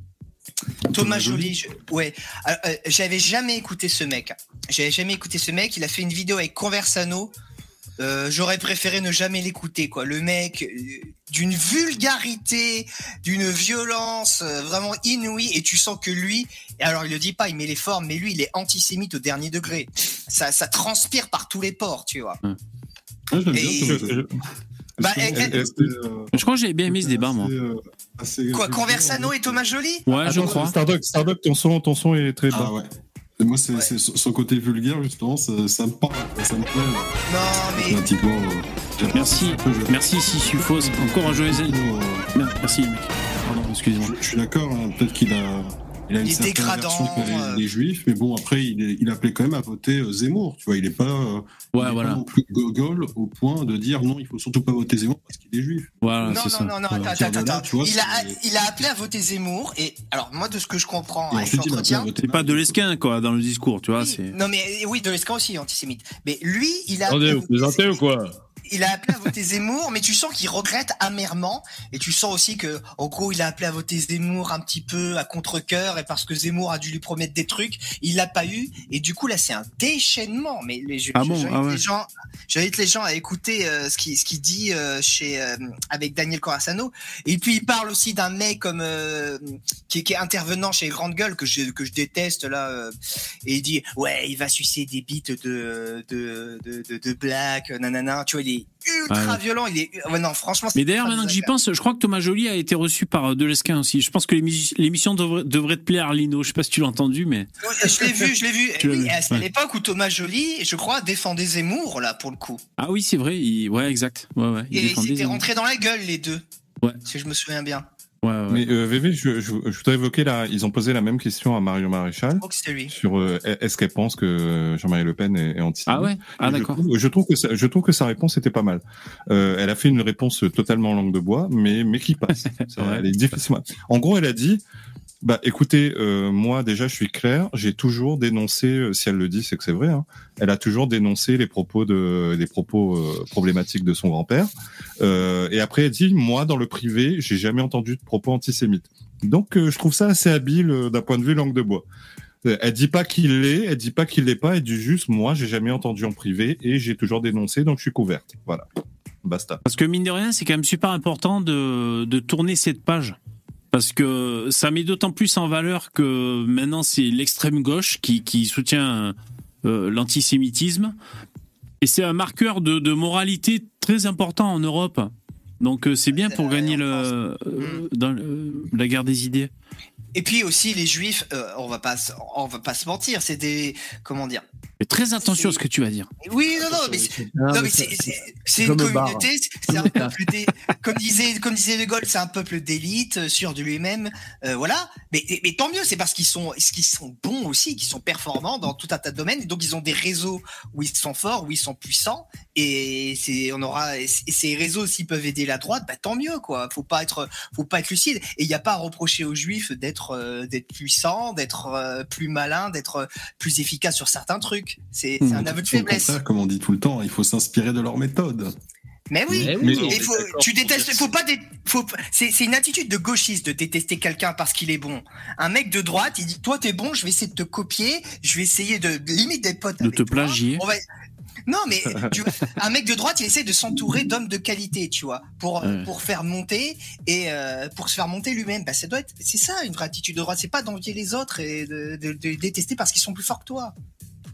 Thomas Joly. je- Ouais. Euh, euh, J'avais jamais écouté ce mec. J'avais jamais écouté ce mec. Il a fait une vidéo avec Conversano. Euh, J'aurais préféré ne jamais l'écouter, quoi. Le mec, euh, d'une vulgarité, d'une violence euh, vraiment inouïe, et tu sens que lui, et alors il le dit pas, il met les formes, mais lui, il est antisémite au dernier degré. Ça, ça transpire par tous les pores, tu vois. Ah, j'aime bien Et- Thomas Je- Joly. je- Bah, Parce eh, que eh, c'était, euh, Je crois que j'ai bien aimé ce débat, moi. assez, euh, assez Quoi, vulgaire, Conversano en et fait. Thomas Joly? Ouais, je Attends, crois. Stardock, Stardock, ton son, ton son est très bas. Ah ouais. Et moi, c'est Ouais. c'est son côté vulgaire, justement, ça, ça me parle, ça me plaît. Non, mais Automatiquement, euh, Merci, merci Sisyphos. Encore un joyeux anniversaire. Euh, Merci, mec. Pardon, excusez-moi. Je, je suis d'accord, hein, peut-être qu'il a, il a une Il est certaine dégradant, aversion pour les, euh. les juifs, mais bon, après, il, est, il appelait quand même à voter euh, Zemmour, tu vois, il n'est pas, euh, il Ouais, est voilà. pas non plus gogol au point de dire non, il faut surtout pas voter Zemmour parce qu'il est juif. Voilà, non, c'est non, ça. non, non, Voilà. attends, attends, Là, attends. tu vois, Il a, c'est- il a appelé à voter Zemmour, et alors moi, de ce que je comprends Et avec ensuite, il a appelé à l'entretien, voter C'est pas de Macron. l'esquin, quoi, dans le discours, tu vois. oui, c'est... non mais oui, de l'Escan aussi antisémite. Mais lui, il a Attendez, appelé à vous voter plaisantez ou Zemmour. quoi? Il a appelé à voter Zemmour, mais tu sens qu'il regrette amèrement, et tu sens aussi que, en gros, il a appelé à voter Zemmour un petit peu à contre-cœur, et parce que Zemmour a dû lui promettre des trucs, il l'a pas eu, et du coup là c'est un déchaînement. Mais les, je, Ah je- bon, j'invite ah ouais. les gens, j'invite les gens à écouter euh, ce qu'il ce qu'il dit euh, chez euh, avec Daniel Corassano, et puis il parle aussi d'un mec comme euh, qui, qui est intervenant chez Grande Gueule que je que je déteste là, euh, et il dit ouais il va sucer des bites de de de de, de black, nanana, tu vois, il est ultra Ah ouais. violent, il est ouais, non franchement. c'est Mais d'ailleurs, ultra maintenant que j'y désagréable. pense, je crois que Thomas Joly a été reçu par euh, Delesquin aussi. Je pense que l'émi- l'émission devrait, devrait te plaire, Lino. Je sais pas si tu l'as entendu, mais. Ouais, je l'ai vu, je l'ai vu. Tu l'as Oui, vu, c'est à ouais. l'époque où Thomas Joly, je crois, défendait Zemmour là pour le coup. Ah oui, c'est vrai. Il... Ouais, exact. Ouais, ouais. Il Et ils défendait s'étaient Zemmour. rentrés dans la gueule les deux. Ouais. Si je me souviens bien. Ouais, ouais. Mais euh, V V, je, je, je voudrais évoquer la, ils ont posé la même question à Marion Maréchal Je crois que c'était lui. sur euh, est-ce qu'elle pense que Jean-Marie Le Pen est, est antisémite. Ah ouais. Ah je d'accord. trouve- Je trouve que sa, je trouve que sa réponse était pas mal. Euh, elle a fait une réponse totalement langue de bois, mais mais qui passe. Ça, Ouais. Elle est difficilement. En gros, elle a dit. Bah, écoutez, euh, moi déjà, je suis clair. J'ai toujours dénoncé, euh, si elle le dit, c'est que c'est vrai. Hein, elle a toujours dénoncé les propos de, les propos euh, problématiques de son grand-père. Euh, et après, elle dit, moi, dans le privé, j'ai jamais entendu de propos antisémites. Donc, euh, je trouve ça assez habile euh, d'un point de vue langue de bois. Euh, Elle dit pas qu'il l'est, elle dit pas qu'il l'est pas, elle dit juste, moi, j'ai jamais entendu en privé et j'ai toujours dénoncé, donc je suis couverte. Voilà. Basta. Parce que mine de rien, c'est quand même super important de, de tourner cette page. Parce que ça met d'autant plus en valeur que maintenant c'est l'extrême gauche qui, qui soutient euh, l'antisémitisme. Et c'est un marqueur de, de moralité très important en Europe. Donc euh, c'est bien pour Euh, gagner en le, euh, dans le- la guerre des idées. Et puis aussi les Juifs, euh, on va pas, se- on va pas se mentir, c'est des, comment dire. Fais très attention à ce que tu vas dire. Oui, non, non, mais c'est, Ah, non, mais mais ça- c'est, c'est, c'est je une me barre. communauté, c'est un peuple d'é- comme disait, comme disait De Gaulle, c'est un peuple d'élite, euh, sûr de lui-même, euh, voilà. Mais, mais tant mieux, c'est parce qu'ils sont, qu'ils sont bons aussi, qu'ils sont performants dans tout un tas de domaines. Et donc ils ont des réseaux où ils sont forts, où ils sont puissants. Et c'est, on aura, et ces réseaux s'ils peuvent aider la droite, bah tant mieux, quoi. Faut pas être, faut pas être lucide. Et il n'y a pas à reprocher aux Juifs d'être, euh, d'être puissants, d'être euh, plus malins, d'être euh, plus efficaces sur certains trucs. C'est, c'est un aveu de Au faiblesse. contraire, comme on dit tout le temps, il faut s'inspirer de leur méthode. Mais oui, Mais oui, Mais- on il est faut, d'accord tu pour détestes, dire faut ça. pas dé- faut, pas- c'est, c'est une attitude de gauchiste de détester quelqu'un parce qu'il est bon. Un mec de droite, il dit, toi t'es bon, je vais essayer de te copier, je vais essayer de, de limite des potes De avec te toi. plagier. On va- Non, mais tu vois, un mec de droite, il essaie de s'entourer d'hommes de qualité, tu vois, pour Ouais. pour faire monter et euh, pour se faire monter lui-même. Bah, ça doit être, c'est ça une vraie attitude de droite. C'est pas d'envier les autres et de, de, de les détester parce qu'ils sont plus forts que toi.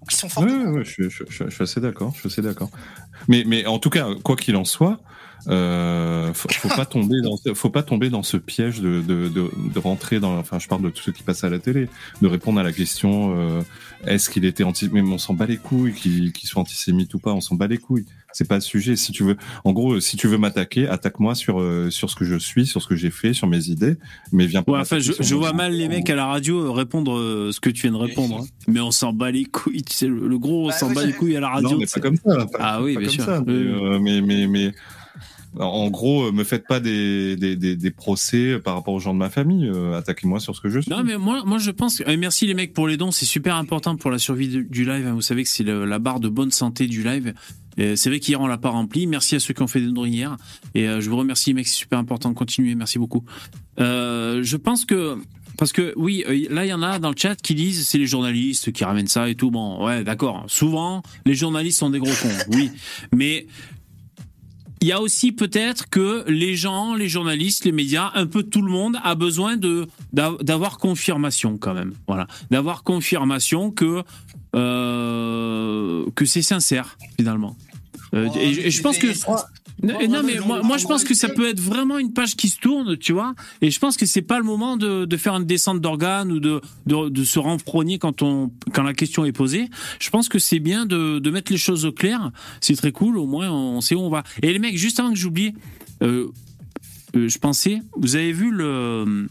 qui sont forts. Ouais, ouais, je, je, je, je suis assez d'accord. Je suis assez d'accord. Mais, mais en tout cas, quoi qu'il en soit, euh, faut, faut pas tomber dans, faut pas tomber dans ce piège de, de, de, de rentrer dans. Enfin, je parle de tout ce qui passe à la télé, de répondre à la question euh, est-ce qu'il était anti. Mais on s'en bat les couilles, qu'il, qu'il soit antisémite ou pas, on s'en bat les couilles. C'est pas le sujet. Si tu veux, en gros, si tu veux m'attaquer, attaque-moi sur euh, sur ce que je suis, sur ce que j'ai fait, sur mes idées, mais viens pas. Ouais, enfin, je, je vois mal les mecs à la radio répondre euh, ce que tu viens de répondre. Hein. Mais on s'en bat les couilles. Tu sais, le, le gros, on Bah, s'en oui, bat je- les couilles à la radio. Non, mais tu sais. pas comme ça. Pas, Ah oui, pas bien comme sûr. ça, mais, Oui, oui. euh, mais, mais, mais, en gros, me faites pas des, des, des, des procès par rapport aux gens de ma famille. Euh, attaquez-moi sur ce que je suis. Non, mais moi, moi, je pense. Et merci les mecs pour les dons, c'est super important pour la survie du, du live. Vous savez que c'est le, la barre de bonne santé du live. Et c'est vrai qu'hier on l'a pas rempli. Merci à ceux qui ont fait des dons hier. Et euh, je vous remercie, les mecs, c'est super important. Continuez, merci beaucoup. Euh, je pense que. Parce que oui, euh, là il y en a dans le chat qui disent c'est les journalistes qui ramènent ça et tout. Bon, ouais, d'accord. Souvent, les journalistes sont des gros cons. Oui, mais il y a aussi peut-être que les gens, les journalistes, les médias, un peu tout le monde a besoin de d'avoir confirmation quand même. Voilà, d'avoir confirmation que euh, que c'est sincère finalement. Euh, Oh, et, et je pense que non, non, mais moi, moi je pense que ça peut être vraiment une page qui se tourne, tu vois. Et je pense que c'est pas le moment de, de faire une descente d'organes ou de, de, de se renfrogner quand on quand la question est posée. Je pense que c'est bien de, de mettre les choses au clair. C'est très cool. Au moins on sait où on va. Et les mecs, juste avant que j'oublie, euh, euh, je pensais, vous avez vu le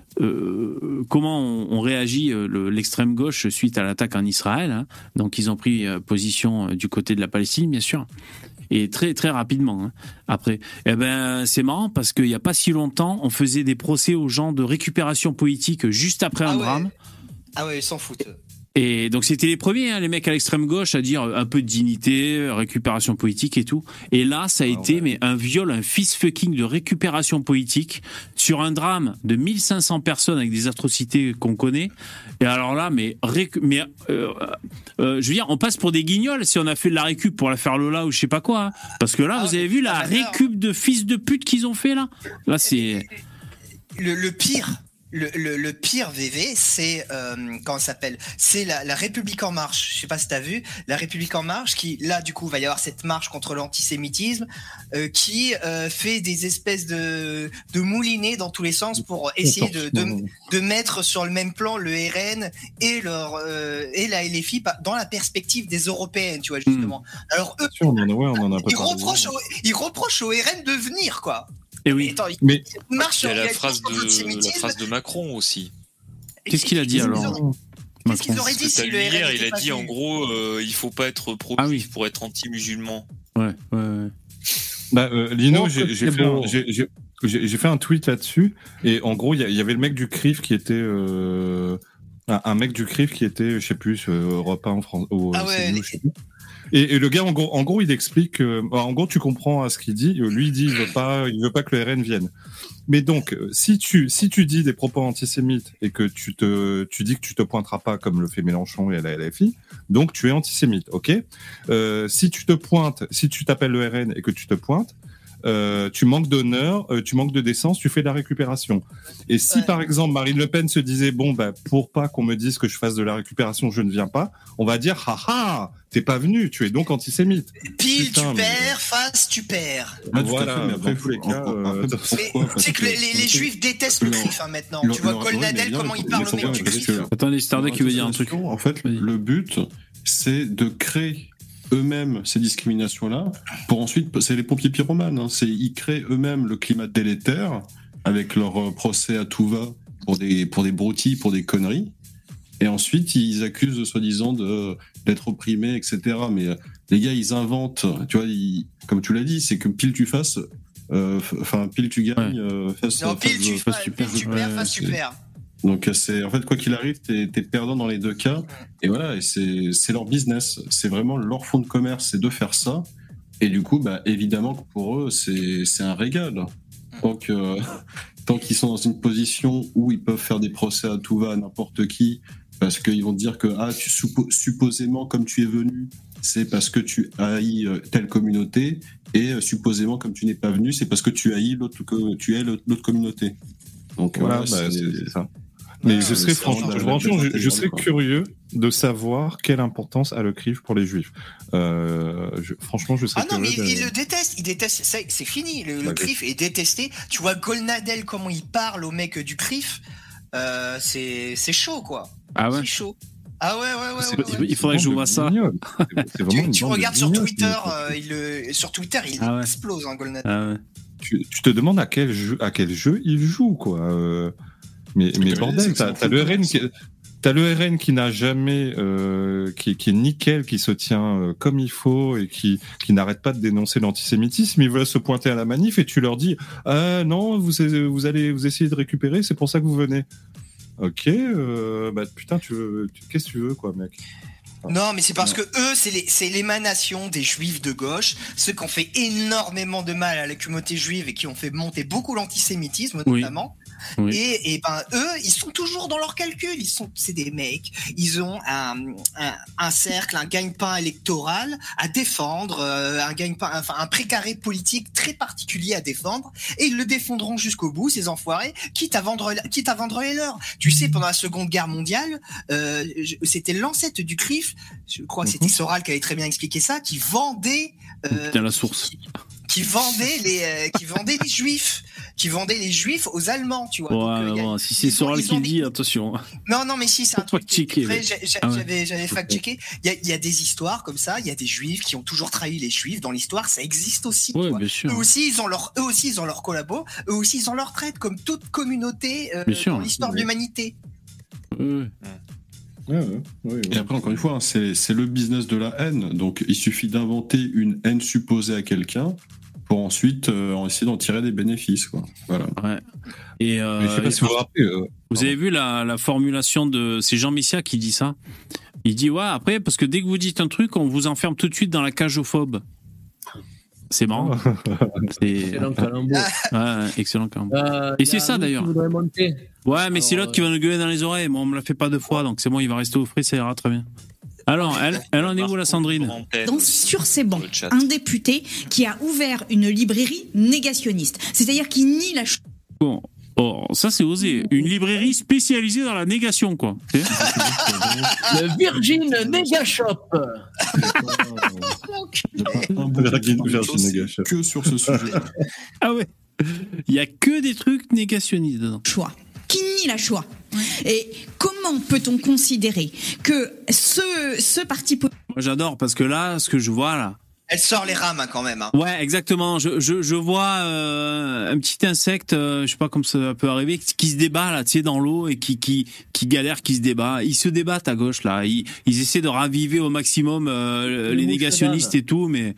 Euh, comment on, on réagit euh, le, l'extrême gauche suite à l'attaque en Israël, hein. Donc ils ont pris euh, position euh, du côté de la Palestine, bien sûr, et très très rapidement. Hein. Après, eh ben c'est marrant parce qu'il n'y a pas si longtemps, on faisait des procès aux gens de récupération politique juste après Ah un ouais. drame. Ah ouais, ils s'en foutent. Et donc c'était les premiers, hein, les mecs à l'extrême gauche, à dire un peu de dignité, récupération politique et tout. Et là, ça a Ah été ouais. mais un viol, un fist fucking de récupération politique sur un drame de mille cinq cents personnes avec des atrocités qu'on connaît. Et alors là, mais, récu- mais euh, euh, je veux dire, on passe pour des guignols si on a fait de la récup pour la faire Lola ou je sais pas quoi. Hein. Parce que là, Ah, vous avez vu la ah, d'accord. récup de fils de pute qu'ils ont fait là. Là, c'est Le, le pire, le, le, le pire V V, c'est euh, comment ça s'appelle? C'est la, la République en marche. Je sais pas si t'as vu la République en marche, qui là du coup va y avoir cette marche contre l'antisémitisme, euh, qui euh, fait des espèces de de moulinets dans tous les sens pour essayer de de, de mettre sur le même plan le R N et leur euh, et la L F I pa- dans la perspective des européennes, tu vois justement. Alors eux, Bien sûr, on en a, ouais, on en a pas ils parlé. reprochent au, ils reprochent au R N de venir quoi. et oui. Attends, ils Mais marchent Il y sur a la il y a phrase une de, la antisémitisme. phrase de Macron aussi. Qu'est-ce qu'il a dit Qu'est-ce qu'ils alors auraient- Qu'est-ce qu'ils Macron. auraient dit Parce que si t'as le lu R N hier, il était a pas dit en venu gros, euh, il faut pas être pro Ah oui. pour être anti-musulman. Ouais, ouais, ouais. Bah, euh, Lino, Oh, j'ai, que j'ai, c'est fait beau. un, j'ai, j'ai, j'ai- j'ai fait un tweet là-dessus, et en gros, il y, a- il y avait le mec du C R I F qui était... Euh, un, un mec du C R I F qui était, je sais plus, euh, Europe un en France, au Ah ouais, C N U, les- je sais plus. Et, et le gars, en gros, en gros, il explique... euh, en gros, tu comprends à ce qu'il dit. Lui, il dit il veut pas, il veut pas que le R N vienne. Mais donc, euh, si tu, si tu dis des propos antisémites et que tu te, tu dis que tu te pointeras pas comme le fait Mélenchon et la L F I, donc tu es antisémite, ok? Euh, si tu te pointes, si tu t'appelles le R N et que tu te pointes, euh, tu manques d'honneur, euh, tu manques de décence, tu fais de la récupération. Et si Ouais. par exemple Marine Le Pen se disait bon bah pour pas qu'on me dise que je fasse de la récupération, je ne viens pas, on va dire haha, t'es pas venu, tu es donc antisémite. Pile, Putain, tu mais- perds, face, tu perds. Ah, tout à Voilà, fait, mais après, dans tous les en- cas, en- en euh, fait, dans- Mais pourquoi tu sais Parce que les, les- les juifs détestent le leur- C R I F hein, maintenant. leur- Tu vois leur- ouais, Colnadel, mais bien, comment il mais parle au faut mec bien, du parce C R I F. que- Attendez, Stardeck qui veut dire un truc. En fait, Vas-y. le but, c'est de créer eux-mêmes ces discriminations-là, pour ensuite, c'est les pompiers pyromanes, hein, c'est ils créent eux-mêmes le climat délétère avec leur euh, procès à tout va pour des pour des broutilles, pour des conneries, et ensuite ils accusent soi-disant de d'être opprimés, et cetera. Mais euh, les gars, ils inventent, tu vois, ils- comme tu l'as dit, c'est que pile tu fasses, euh, f- enfin pile tu gagnes, euh, face, Non, pile, face- tu, face, fais- tu pile, perds. tu perds, Ouais, face, tu c'est- perds. Donc euh, c'est en fait quoi qu'il arrive, t'es es perdant dans les deux cas. Et voilà, et c'est c'est leur business, c'est vraiment leur fonds de commerce, c'est de faire ça. Et du coup, bah évidemment que pour eux, c'est c'est un régal. Donc euh, tant qu'ils sont dans une position où ils peuvent faire des procès à tout va à n'importe qui, parce qu'ils vont te dire que ah tu suppo- supposément comme tu es venu, c'est parce que tu haïs euh, telle communauté, et euh, supposément comme tu n'es pas venu, c'est parce que tu haïs l'autre que tu es l'autre l'autre communauté. Donc Voilà, voilà, bah, c'est- c'est, c'est ça. Mais Ah, je mais serais c'est franchement, vraiment franchement, de la- je, je serais quoi. curieux de savoir quelle importance a le C R I F pour les Juifs. Euh, je, franchement, je serais Ah non, mais curieux. il, de- il le déteste, il déteste, c'est c'est fini, le, le Bah, C R I F est détesté. Tu vois Golnadel, comment il parle au mec du C R I F, euh, c'est c'est chaud, quoi. Ah ouais. C'est chaud. Ah ouais, ouais, ouais. C'est- ouais, c'est- ouais. Il faudrait que je c'est vois vraiment ça. de guignols. C'est- c'est vraiment Tu, une tu bande de regardes sur guignols, Twitter, ce- euh, il, le- sur Twitter, il Ah ouais. explose, hein, Golnadel. Ah ouais. tu, tu te demandes à quel jeu, à quel jeu il joue, quoi. Euh, mais, mais que bordel, c'est t'as, que t'as c'est le un R N qui, t'as le R N qui n'a jamais, euh, qui, qui est nickel, qui se tient euh, comme il faut et qui, qui n'arrête pas de dénoncer l'antisémitisme. Ils veulent se pointer à la manif et tu leur dis, ah non, vous, vous allez, vous essayez de récupérer, c'est pour ça que vous venez. Ok, euh, bah putain, tu veux, tu- qu'est-ce que tu veux, quoi, mec? Non, mais c'est parce Non. que eux, c'est les- c'est l'émanation des juifs de gauche, ceux qui ont fait énormément de mal à la communauté juive et qui ont fait monter beaucoup l'antisémitisme, Oui. notamment. Oui. Et, et ben eux, ils sont toujours dans leur calcul. Ils sont, c'est des mecs. Ils ont un, un, un cercle, un gagne-pain électoral à défendre, euh, un gagne-pain, enfin un précaré politique très particulier à défendre, et ils le défendront jusqu'au bout, ces enfoirés, quitte à vendre, quitte à vendre les leurs. Tu sais, pendant la Seconde Guerre mondiale, euh, je- c'était l'ancêtre du C R I F. Je crois que c'était Soral qui avait très bien expliqué ça, qui vendait. euh, Putain, la source. Qui, qui vendait les, euh, qui vendait les juifs, qui vendait les juifs aux Allemands, tu vois. Ouais, Donc, euh, mais y a- bon, si c'est ils ont- Soral ils qui ont le des- dit, attention. Non, non, mais si, c'est un Faut truc. checker, Après, ouais. j'ai- j'ai- Ah ouais. J'avais, j'avais fact-checké. Il y a, il y a des histoires comme ça. Il y a des juifs qui ont toujours trahi les juifs. Dans l'histoire, ça existe aussi. tu Ouais, vois. bien sûr. Eux aussi, ils ont leur, eux aussi, ils ont leur collabo. Eux aussi, ils ont leur traite, comme toute communauté euh, Bien sûr. dans l'histoire de Ouais. l'humanité. Ouais. Ouais, ouais, ouais, ouais. Et après, encore une fois, hein, c'est c'est le business de la haine. Donc, il suffit d'inventer une haine supposée à quelqu'un pour ensuite euh, essayer d'en tirer des bénéfices. Quoi. Voilà. Ouais. Et euh, Mais je sais pas si vous vous rappelez. euh, vous avez vu la, la formulation de. C'est Jean Messia qui dit ça. Il dit ouais, après, parce que dès que vous dites un truc, on vous enferme tout de suite dans la cagophobe. C'est marrant. C'est Excellent calembour. ouais, ouais, excellent quand même. Euh, Et y c'est a ça, Louis d'ailleurs. qui voudrait monter. Ouais, mais c'est Alors, l'autre qui va nous gueuler dans les oreilles. Moi, on me l'a fait pas deux fois, donc c'est bon, il va rester au frais, ça ira très bien. Alors, elle, elle en est où, la Sandrine? Dans, sur ces bancs, Sur le chat. un député qui a ouvert une librairie négationniste. C'est-à-dire qui nie la chose. Bon, oh, ça c'est osé. Une librairie spécialisée dans la négation, quoi. Tu sais. Le Virgin Nega Shop. Il y a pas un bon Virgin- truc Virgin c'est Mega Shop. que sur ce sujet. Ah ouais. Il y a que des trucs négationnistes dedans. choix, qui nie la choix. Et comment peut-on considérer que ce, ce parti politique Moi, j'adore parce que là, ce que je vois là. Elle sort les rames, hein, quand même. Hein. Ouais, exactement. Je, je, je vois euh, un petit insecte, euh, je sais pas comment ça peut arriver, qui, qui se débat là, tu sais, dans l'eau et qui, qui, qui galère, qui se débat. Ils se débattent à gauche là. Ils, ils essaient de raviver au maximum euh, les mouches négationnistes dames. et tout, mais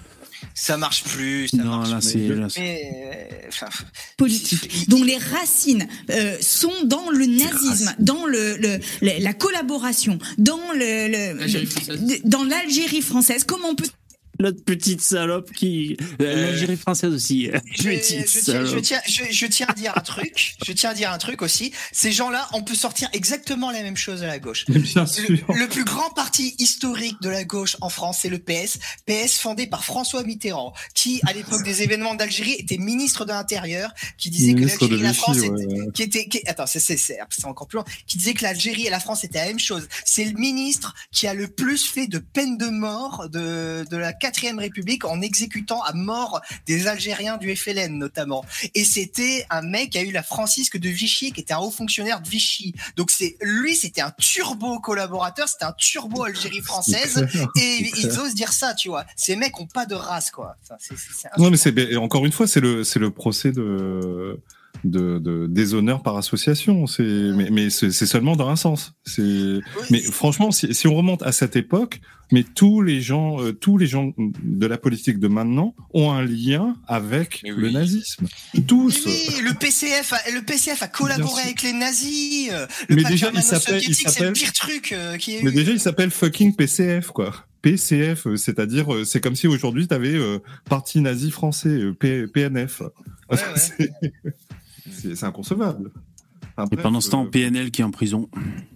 Ça marche plus. Ça non, marche là plus. c'est. là, c'est- Mais, euh, enfin, politique, dont les racines euh, sont dans le nazisme, dans le, le, le- la collaboration, dans le, le- L'Algérie le- française. dans l'Algérie française. Comment peut L'autre petite salope qui. Euh, L'Algérie française aussi. Je, Petite je tiens, je, salope. tiens, je, je tiens à dire un truc. Je tiens à dire un truc aussi. Ces gens-là, on peut sortir exactement la même chose à la gauche. Bien Le, sûr. le plus grand parti historique de la gauche en France, c'est le P S. P S fondé par François Mitterrand, qui, à l'époque des événements d'Algérie, était ministre de l'Intérieur, qui disait Ministre que de l'Algérie et la Vichy, France ouais, étaient, ouais. qui était, qui, attends, c'est, c'est, c'est, c'est encore plus loin, qui disait que l'Algérie et la France étaient la même chose. C'est le ministre qui a le plus fait de peine de mort de, de la quatrième République en exécutant à mort des Algériens du F L N, notamment. Et c'était un mec qui a eu la Francisque de Vichy, qui était un haut fonctionnaire de Vichy. Donc c'est, lui, c'était un turbo collaborateur, c'était un turbo Algérie française, et ils osent dire ça, tu vois. Ces mecs ont pas de race, quoi. Enfin, c'est, c'est, c'est Non, mais c'est et encore une fois, c'est le c'est le procès de de, de déshonneur par association. C'est mais mais c'est, c'est seulement dans un sens. C'est mais franchement, si, si on remonte à cette époque, mais tous les gens euh, tous les gens de la politique de maintenant ont un lien avec Mais le oui. nazisme. Tous. Oui, le P C F, a, le P C F a collaboré Bien sûr. avec les nazis. euh, Le Mais pacte déjà, il s'appelle- il germano-soviétique, c'est le s'appelle- pire truc euh, qui est Mais eu. déjà, il s'appelle fucking P C F, quoi. P C F, euh, c'est-à-dire, euh, c'est comme si aujourd'hui, tu avais euh, Parti nazi français, euh, P- PNF. Ouais, ouais. c'est, c'est, c'est inconcevable. Enfin, Et bref, pendant ce temps, euh, P N L qui est en prison.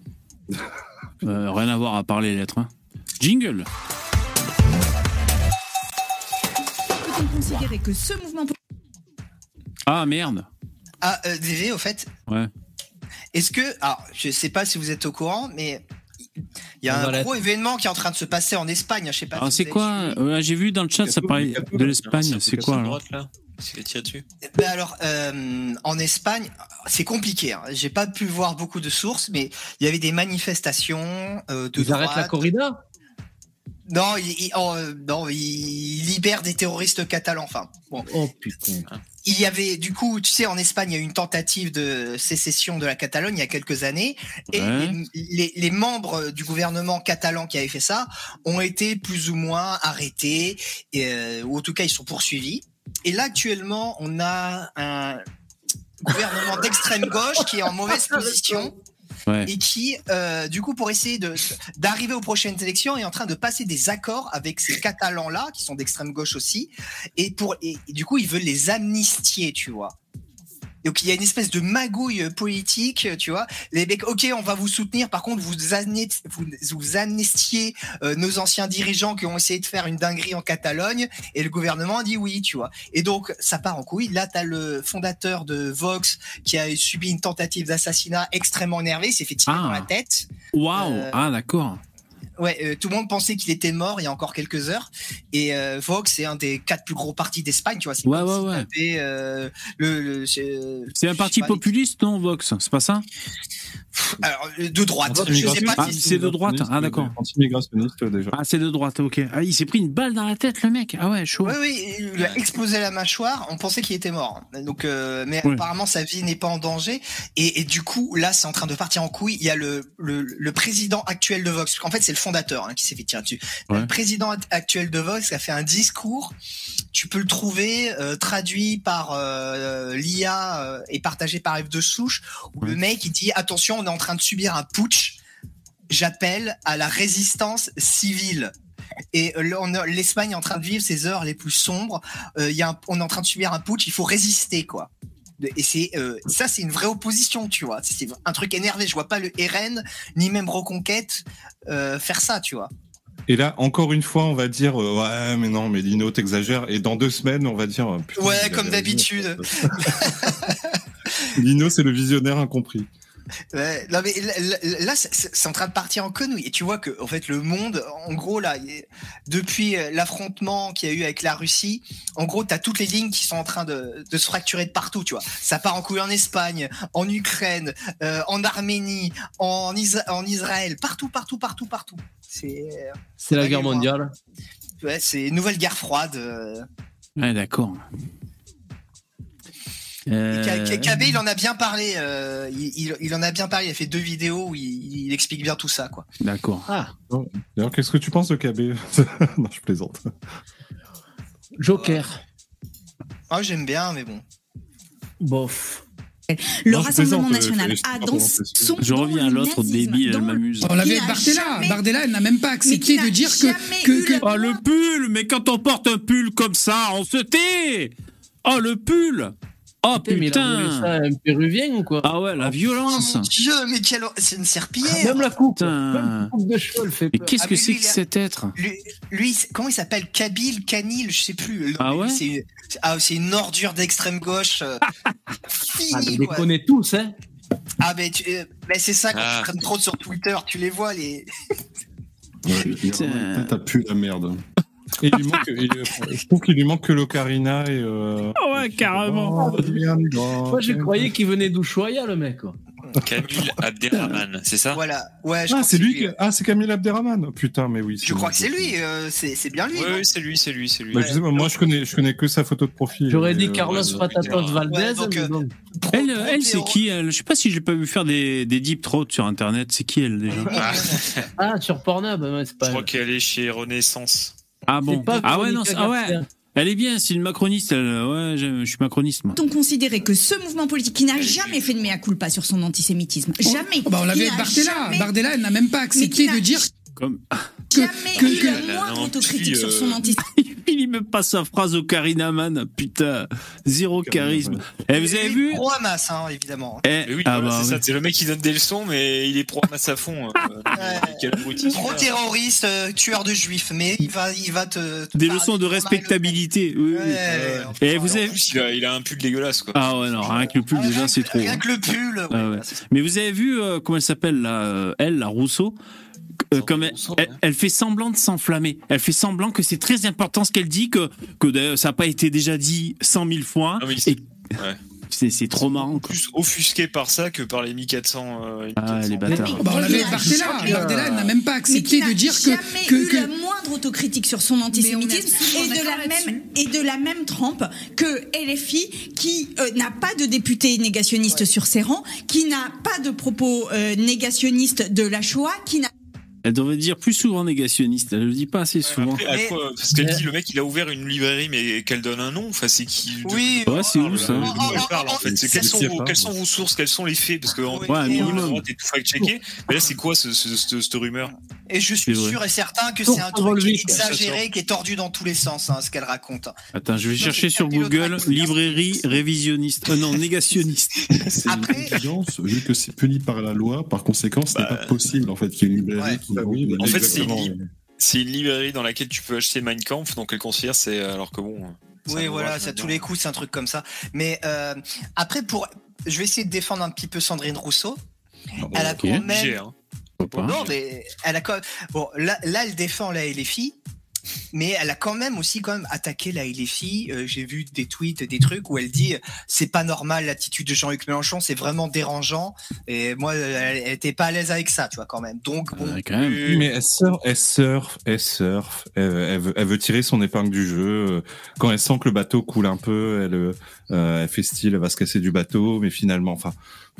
Euh, rien à voir à part les lettres. Hein. Jingle. peut-on considérer que ce mouvement politique Ah merde. Ah, euh, D V, au fait. Ouais. est-ce que, alors, je sais pas si vous êtes au courant, mais il y a On va un gros l'être. événement qui est en train de se passer en Espagne. Je sais pas. Alors, si c'est vous quoi avez suivi. euh, J'ai vu dans le chat, ça parlait de l'Espagne. C'est quoi, alors? là C'est tiré dessus. Ben alors, euh, en Espagne, c'est compliqué. Hein. J'ai pas pu voir beaucoup de sources, mais il y avait des manifestations euh, de Ils arrêtent la droite. corrida. Non, il, il- oh, euh, non, il libère des terroristes catalans. Enfin, bon. Oh putain. Il y avait, du coup, tu sais, en Espagne, il y a eu une tentative de sécession de la Catalogne il y a quelques années, et Ouais. les, les- les membres du gouvernement catalan qui avaient fait ça ont été plus ou moins arrêtés, et, euh, ou en tout cas, ils sont poursuivis. Et là, actuellement, on a un gouvernement d'extrême gauche qui est en mauvaise position. Ouais. Et qui, euh, du coup, pour essayer de d'arriver aux prochaines élections, est en train de passer des accords avec ces Catalans-là, qui sont d'extrême gauche aussi, et pour et, et du coup, ils veulent les amnistier, tu vois. Donc il y a une espèce de magouille politique, tu vois. Les mecs, ok, on va vous soutenir. Par contre, vous amnestiez, vous, vous amnestiez euh, nos anciens dirigeants qui ont essayé de faire une dinguerie en Catalogne, et le gouvernement a dit oui, tu vois. Et donc ça part en couille. Là, t'as le fondateur de Vox qui a subi une tentative d'assassinat extrêmement énervé, il s'est fait tirer Ah. dans la tête. Waouh. Euh, Ah, d'accord. Ouais, euh, tout le monde pensait qu'il était mort il y a encore quelques heures. Et euh, Vox, c'est un des quatre plus gros partis d'Espagne, tu vois. C'est Ouais, comme ouais, si ouais. t'avais, euh, le, le, c'est, C'est un je parti sais pas, populiste, non, Vox? C'est pas ça? alors, de droite. Vox, Je sais pas Ah, si c'est de droite. Ah, d'accord. Anti-migrationniste déjà. Ah, c'est de droite, ok. Ah, il s'est pris une balle dans la tête, le mec. Ah ouais, chaud. Oui, oui, il lui a explosé la mâchoire. On pensait qu'il était mort. Donc, euh, mais Ouais. apparemment, sa vie n'est pas en danger. Et, et du coup, là, c'est en train de partir en couille. Il y a le, le, le président actuel de Vox. En fait, c'est le fondateur hein, qui s'est fait tirer dessus. Ouais. Le président actuel de Vox a fait un discours. Tu peux le trouver euh, traduit par euh, l'I A euh, et partagé par F deux Souche. Où Ouais. le mec, il dit attention, on est en train de subir un putsch. J'appelle à la résistance civile. Et euh, là, on a- l'Espagne est en train de vivre ses heures les plus sombres. Euh, il y a un- on est en train de subir un putsch. Il faut résister, quoi. De- Et c'est euh, ça, c'est une vraie opposition, tu vois. C'est un truc énervé. Je vois pas le R N ni même Reconquête euh, faire ça, tu vois. Et là, encore une fois, on va dire euh, ouais, mais non, mais Lino, t'exagères. Et dans deux semaines, on va dire euh, putain, Ouais, il avait comme raison. d'habitude. Lino, c'est le visionnaire incompris. Ouais, non mais là, là, là, c'est c'est en train de partir en conouille. Et tu vois que en fait le monde, en gros là, il est- depuis euh, l'affrontement qu'il y a eu avec la Russie, en gros t'as toutes les lignes qui sont en train de, de se fracturer de partout. Tu vois, ça part en couille en Espagne, en Ukraine, euh, en Arménie, en, Is- en Israël, partout, partout, partout, partout. C'est C'est la Allez guerre voir. mondiale. ouais, c'est une nouvelle guerre froide. euh. Ouais, d'accord. Et Euh, K- K- K B, il en a bien parlé. euh, il, il, il en a bien parlé. Il a fait deux vidéos où il, il explique bien tout ça, quoi. D'accord. Ah, D'ailleurs, qu'est-ce que tu penses de K B? Non, je plaisante. Joker. Ah, j'aime bien, mais bon. Bof. Le Non, je Rassemblement plaisante, national euh, je- a je- dans je- son Je dans reviens à le l'autre nazisme, débile, elle dans le- m'amuse. On l'avait Qui avec n'a Bardella. jamais- Bardella, elle n'a même pas Mais accepté qui de n'a dire que. jamais que, eu que- le Oh, le pull! Mais quand on porte un pull comme ça, on se tait! Oh, le pull! Oh, Putain, mais il a voulu putain! ça un péruvien ou quoi? Ah ouais, la violence! Oh mon Dieu, mais quelle... c'est une serpillière. Même la coupe. Putain. Même la coupe de cheveux, elle fait Mais peur. qu'est-ce Ah, que mais c'est lui, que il a- cet être? Lui, lui, c'est- comment il s'appelle? Kabil, Canil, je sais plus. Ah Mais ouais c'est une... ah, c'est une ordure d'extrême gauche. euh, Ah, Fini, mais quoi. les connaît tous, hein. Ah, mais, tu... euh, mais c'est ça quand Ah. tu traînes trop sur Twitter, tu les vois, les. Putain. T'as pu la merde. Et il lui manque, et, euh, je trouve qu'il lui manque que l'Ocarina et. Euh... Ah ouais, carrément. Oh, bien, grand. Moi, je croyais qu'il venait d'Ushuaïa, le mec, quoi. Kamil Abderrahman, c'est ça? Voilà. Ouais, je Ah, crois c'est que lui. Qui... Ah, c'est Camille Abderrahman. Putain, mais oui. Je crois que c'est lui. euh, c'est c'est bien lui. Oui, non oui, c'est lui, c'est lui, c'est lui. Bah, je sais pas, moi, je connais, je connais que sa photo de profil. J'aurais Et, dit euh, Carlos ouais, Patatos ouais, Valdez, donc, mais euh, bon. Pro- Elle, pro- elle c'est héros. qui elle? Je sais pas si j'ai pas vu faire des, des deep throats sur internet. C'est qui elle déjà? Ah, Ah, sur Pornhub, ouais, c'est je pas crois elle. qu'elle est chez Renaissance. Ah bon? C'est pas Ah ouais, non, Véronica c'est- ah ouais. Garcia. Elle est bien, c'est une macroniste. Elle. Ouais, je, je suis macroniste, moi. On considérait que ce mouvement politique qui n'a jamais fait de mea culpa sur son antisémitisme, jamais. Oh, bah, on l'avait Qui avec n'a Bardella. jamais- Bardella, elle n'a même pas Mais accepté qui n'a- de dire. Comme. Jamais que- eu que- la que- moindre non, autocritique puis, sur euh, son antisémitisme. Il met pas sa phrase au Karinaman, putain, zéro charisme. Eh, vous avez Lui, vu Pro Hamas, hein, évidemment. Eh, Mais oui, ah voilà, bah, c'est ouais. ça. C'est le mec qui donne des leçons, mais il est pro Hamas à fond. euh, Ouais. Quel abruti. Trop terroriste, euh, tueur de juifs, mais il va, il va te. te Des parler leçons de Marine Le Pen. respectabilité. Oui, oui. Ouais. Et Enfin, vous En avez plus, il a, il a un pull dégueulasse, quoi. Ah ouais, non, rien que le pull Ah, déjà rien c'est que- trop. Rien hein. que le pull. ouais, Ah ouais. voilà, c'est ça. Mais vous avez vu euh, comment elle s'appelle là, euh, elle, la Rousseau. Euh, comme elle, Rousseau, elle, ouais. elle fait semblant de s'enflammer. Elle fait semblant que c'est très important ce qu'elle dit, que, que d'ailleurs, ça n'a pas été déjà dit cent mille fois. Non, mais et ouais. c'est, c'est trop marrant. Quoi. Plus offusqué par ça que par les mille quatre cents. Euh, Ah, les Mais bâtards. Bah, on l'avait qui avec n'a Bardella. jamais- Bardella, elle n'a même pas mais accepté qui n'a de dire que. jamais que, eu que- la moindre autocritique sur son antisémitisme Mais on est et de absolument la d'accord même et de la même trempe que L F I qui euh, n'a pas de député négationniste sur ses rangs, qui n'a pas de propos euh, négationnistes de la Shoah, qui n'a Elle devrait dire plus souvent négationniste. Elle le dit pas assez souvent. Après, à quoi Parce qu'elle dit, le mec, il a ouvert une librairie, mais qu'elle donne un nom. Enfin, c'est qui de- Oui. Ouais, c'est Ah, où là, ça là, Oh, de quoi elle oh, parle, en oh, fait. C'est c'est- quelles sont, c'est vos, pas, quelles ouais. sont vos sources, quels sont les faits? Parce que en Ouais, vrai, un la minimum. droite est tout fact-checké. Mais là, c'est quoi ce, ce, ce- cette rumeur? Et je suis C'est vrai. sûr et certain que Tout c'est un avant truc le qui est huit, exagéré, qui est tordu dans tous les sens, hein, ce qu'elle raconte. Attends, je vais Non, chercher c'est sur Capillo Google Trax. librairie révisionniste. Euh, non, négationniste. C'est une Après- exigence, vu que c'est puni par la loi, par conséquent, ce n'est Bah, pas possible en fait qu'il y ait une librairie ouais. qui. Bah oui, En fait, c'est exactement. une, c'est une librairie dans laquelle tu peux acheter Mein Kampf, donc elle considère c'est alors que bon. c'est Oui, un voilà, ouvrage, c'est à tous maintenant. les coups, c'est un truc comme ça. Mais euh, après, pour, je vais essayer de défendre un petit peu Sandrine Rousseau. Elle a ok. quand Obligé, même. hein. Pourquoi pas. Non, mais elle a quand même. Bon, là, là, elle défend la L F I. Mais elle a quand même aussi quand même attaqué la L F I. Euh, j'ai vu des tweets, des trucs où elle dit euh, c'est pas normal l'attitude de Jean-Luc Mélenchon, c'est vraiment dérangeant. Et moi, elle, elle était pas à l'aise avec ça, tu vois quand même. Donc bon, Ouais, quand même. Oui, mais elle surfe, elle surfe, elle surfe, elle, elle veut, elle veut tirer son épingle du jeu. Quand elle sent que le bateau coule un peu, elle, euh, elle fait style, elle va se casser du bateau, mais finalement, enfin.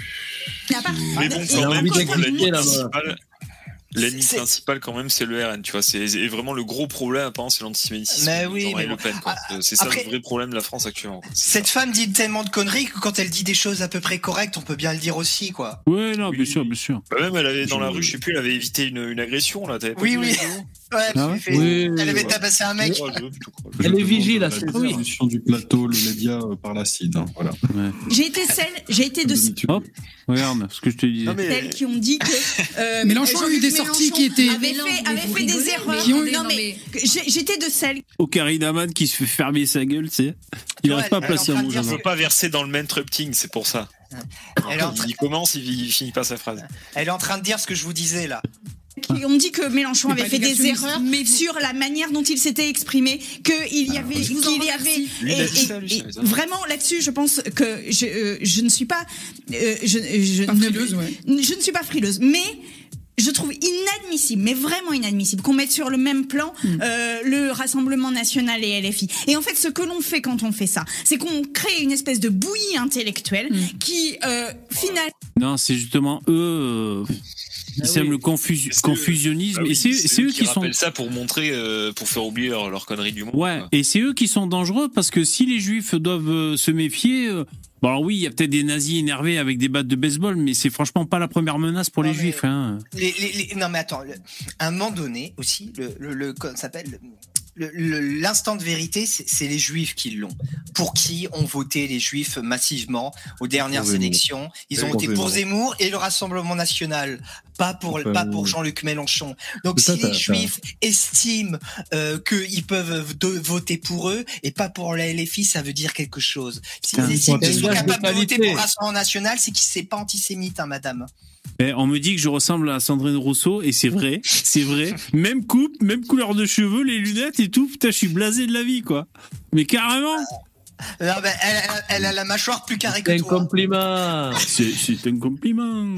il n'a pas- Mais bon, Et- quand a même, envie quand d'expliquer, l'ennemi là-bas. principal, l'ennemi C'est- principal, quand même, c'est le R N, tu vois. C'est c'est vraiment le gros problème, apparemment, c'est l'antisémitisme. Mais de oui, Jean-Marie mais Le Pen, quoi. bon. C'est ça Après- le vrai problème de la France actuellement. quoi. C'est cette ça. femme dit tellement de conneries que quand elle dit des choses à peu près correctes, on peut bien le dire aussi, quoi. Ouais, non, bien Oui. sûr, bien sûr. Bah, même, elle avait, dans la Je- rue, je sais plus, elle avait évité une, une agression, là. T'avais pas Oui, vu oui. la vidéo Ouais, Ah elle, ouais fait- Oui, elle avait ouais. tabassé un mec. Ouais, je veux plutôt, quoi. Je Elle est demande vigile à la seize heures. dissolution du plateau, le média euh, par l'acide. Hein, voilà. J'ai été celle, j'ai été de D'habitude. Hop. Regarde ce que je te disais. Non, mais- celles qui ont dit que euh, Mélenchon a eu Jean-Luc des sorties qui Mélenchon étaient- avait Mais non, fait, mais avait vous fait des rigolez, erreurs. mais Qui ont eu- Non non, mais mais- que j'ai- j'étais de celles. Au Karinaman qui se fait fermer sa gueule, tu sais. Il Ouais, n'arrive pas à elle est en placer un train de mot. dire On jamais. veut pas verser dans le maintrupting, c'est pour ça. Elle est, en train, Il commence, il, il finit pas sa phrase. elle est en train de dire ce que je vous disais là. Qui ont dit que Mélenchon Mais avait pas fait des négationniste. erreurs Mais vous- sur la manière dont il s'était exprimé, qu'il y avait, je vous en qu'il y avait, remercie. Lui, il a dit et- ça, lui, et- ça les a. vraiment là-dessus, je pense que je, euh, je ne suis pas, euh, je, je Pas ne, frileuse, ouais. je ne suis pas frileuse, mais je trouve inadmissible, mais vraiment inadmissible, qu'on mette sur le même plan euh, le Rassemblement National et L F I. Et en fait, ce que l'on fait quand on fait ça, c'est qu'on crée une espèce de bouillie intellectuelle qui, euh, finalement, Non, c'est justement eux. euh, Ils Ah sèment oui. le confusi- C'est eux. confusionnisme. Ah oui, et c'est c'est eux qui sont. rappellent ça pour montrer, euh, pour faire oublier leur, leur connerie du monde. Ouais, quoi. et c'est eux qui sont dangereux parce que si les juifs doivent euh, se méfier. euh, Bon, alors oui, il y a peut-être des nazis énervés avec des battes de baseball, mais c'est franchement pas la première menace pour Non, les mais- juifs. Hein. Les, les, les- non mais attends, le- à un moment donné aussi, le, le, le comment ça s'appelle, le- le- le- l'instant de vérité, c'est c'est les juifs qui l'ont. Pour qui ont voté les juifs massivement aux dernières Pour Zemmour. élections? Ils ont Pour voté pour Zemmour. Zemmour et le Rassemblement National, pas pour Enfin, pas pour Jean-Luc Mélenchon. Donc c'est si ça, les t'as- juifs estiment euh, qu'ils peuvent de- voter pour eux et pas pour la L F I, ça veut dire quelque chose. S'ils Putain, estiment c'est qu'ils un sont gage de capables de voter qualité. pour le Rassemblement National, c'est qu'ils c'est pas antisémite, hein, madame. Eh, on me dit que je ressemble à Sandrine Rousseau, et c'est vrai, c'est vrai. Même coupe, même couleur de cheveux, les lunettes et tout. Putain, je suis blasé de la vie, quoi. Mais carrément. Non, ben, elle, elle- elle a la mâchoire plus carrée C'est que un toi. compliment. C'est c'est un compliment.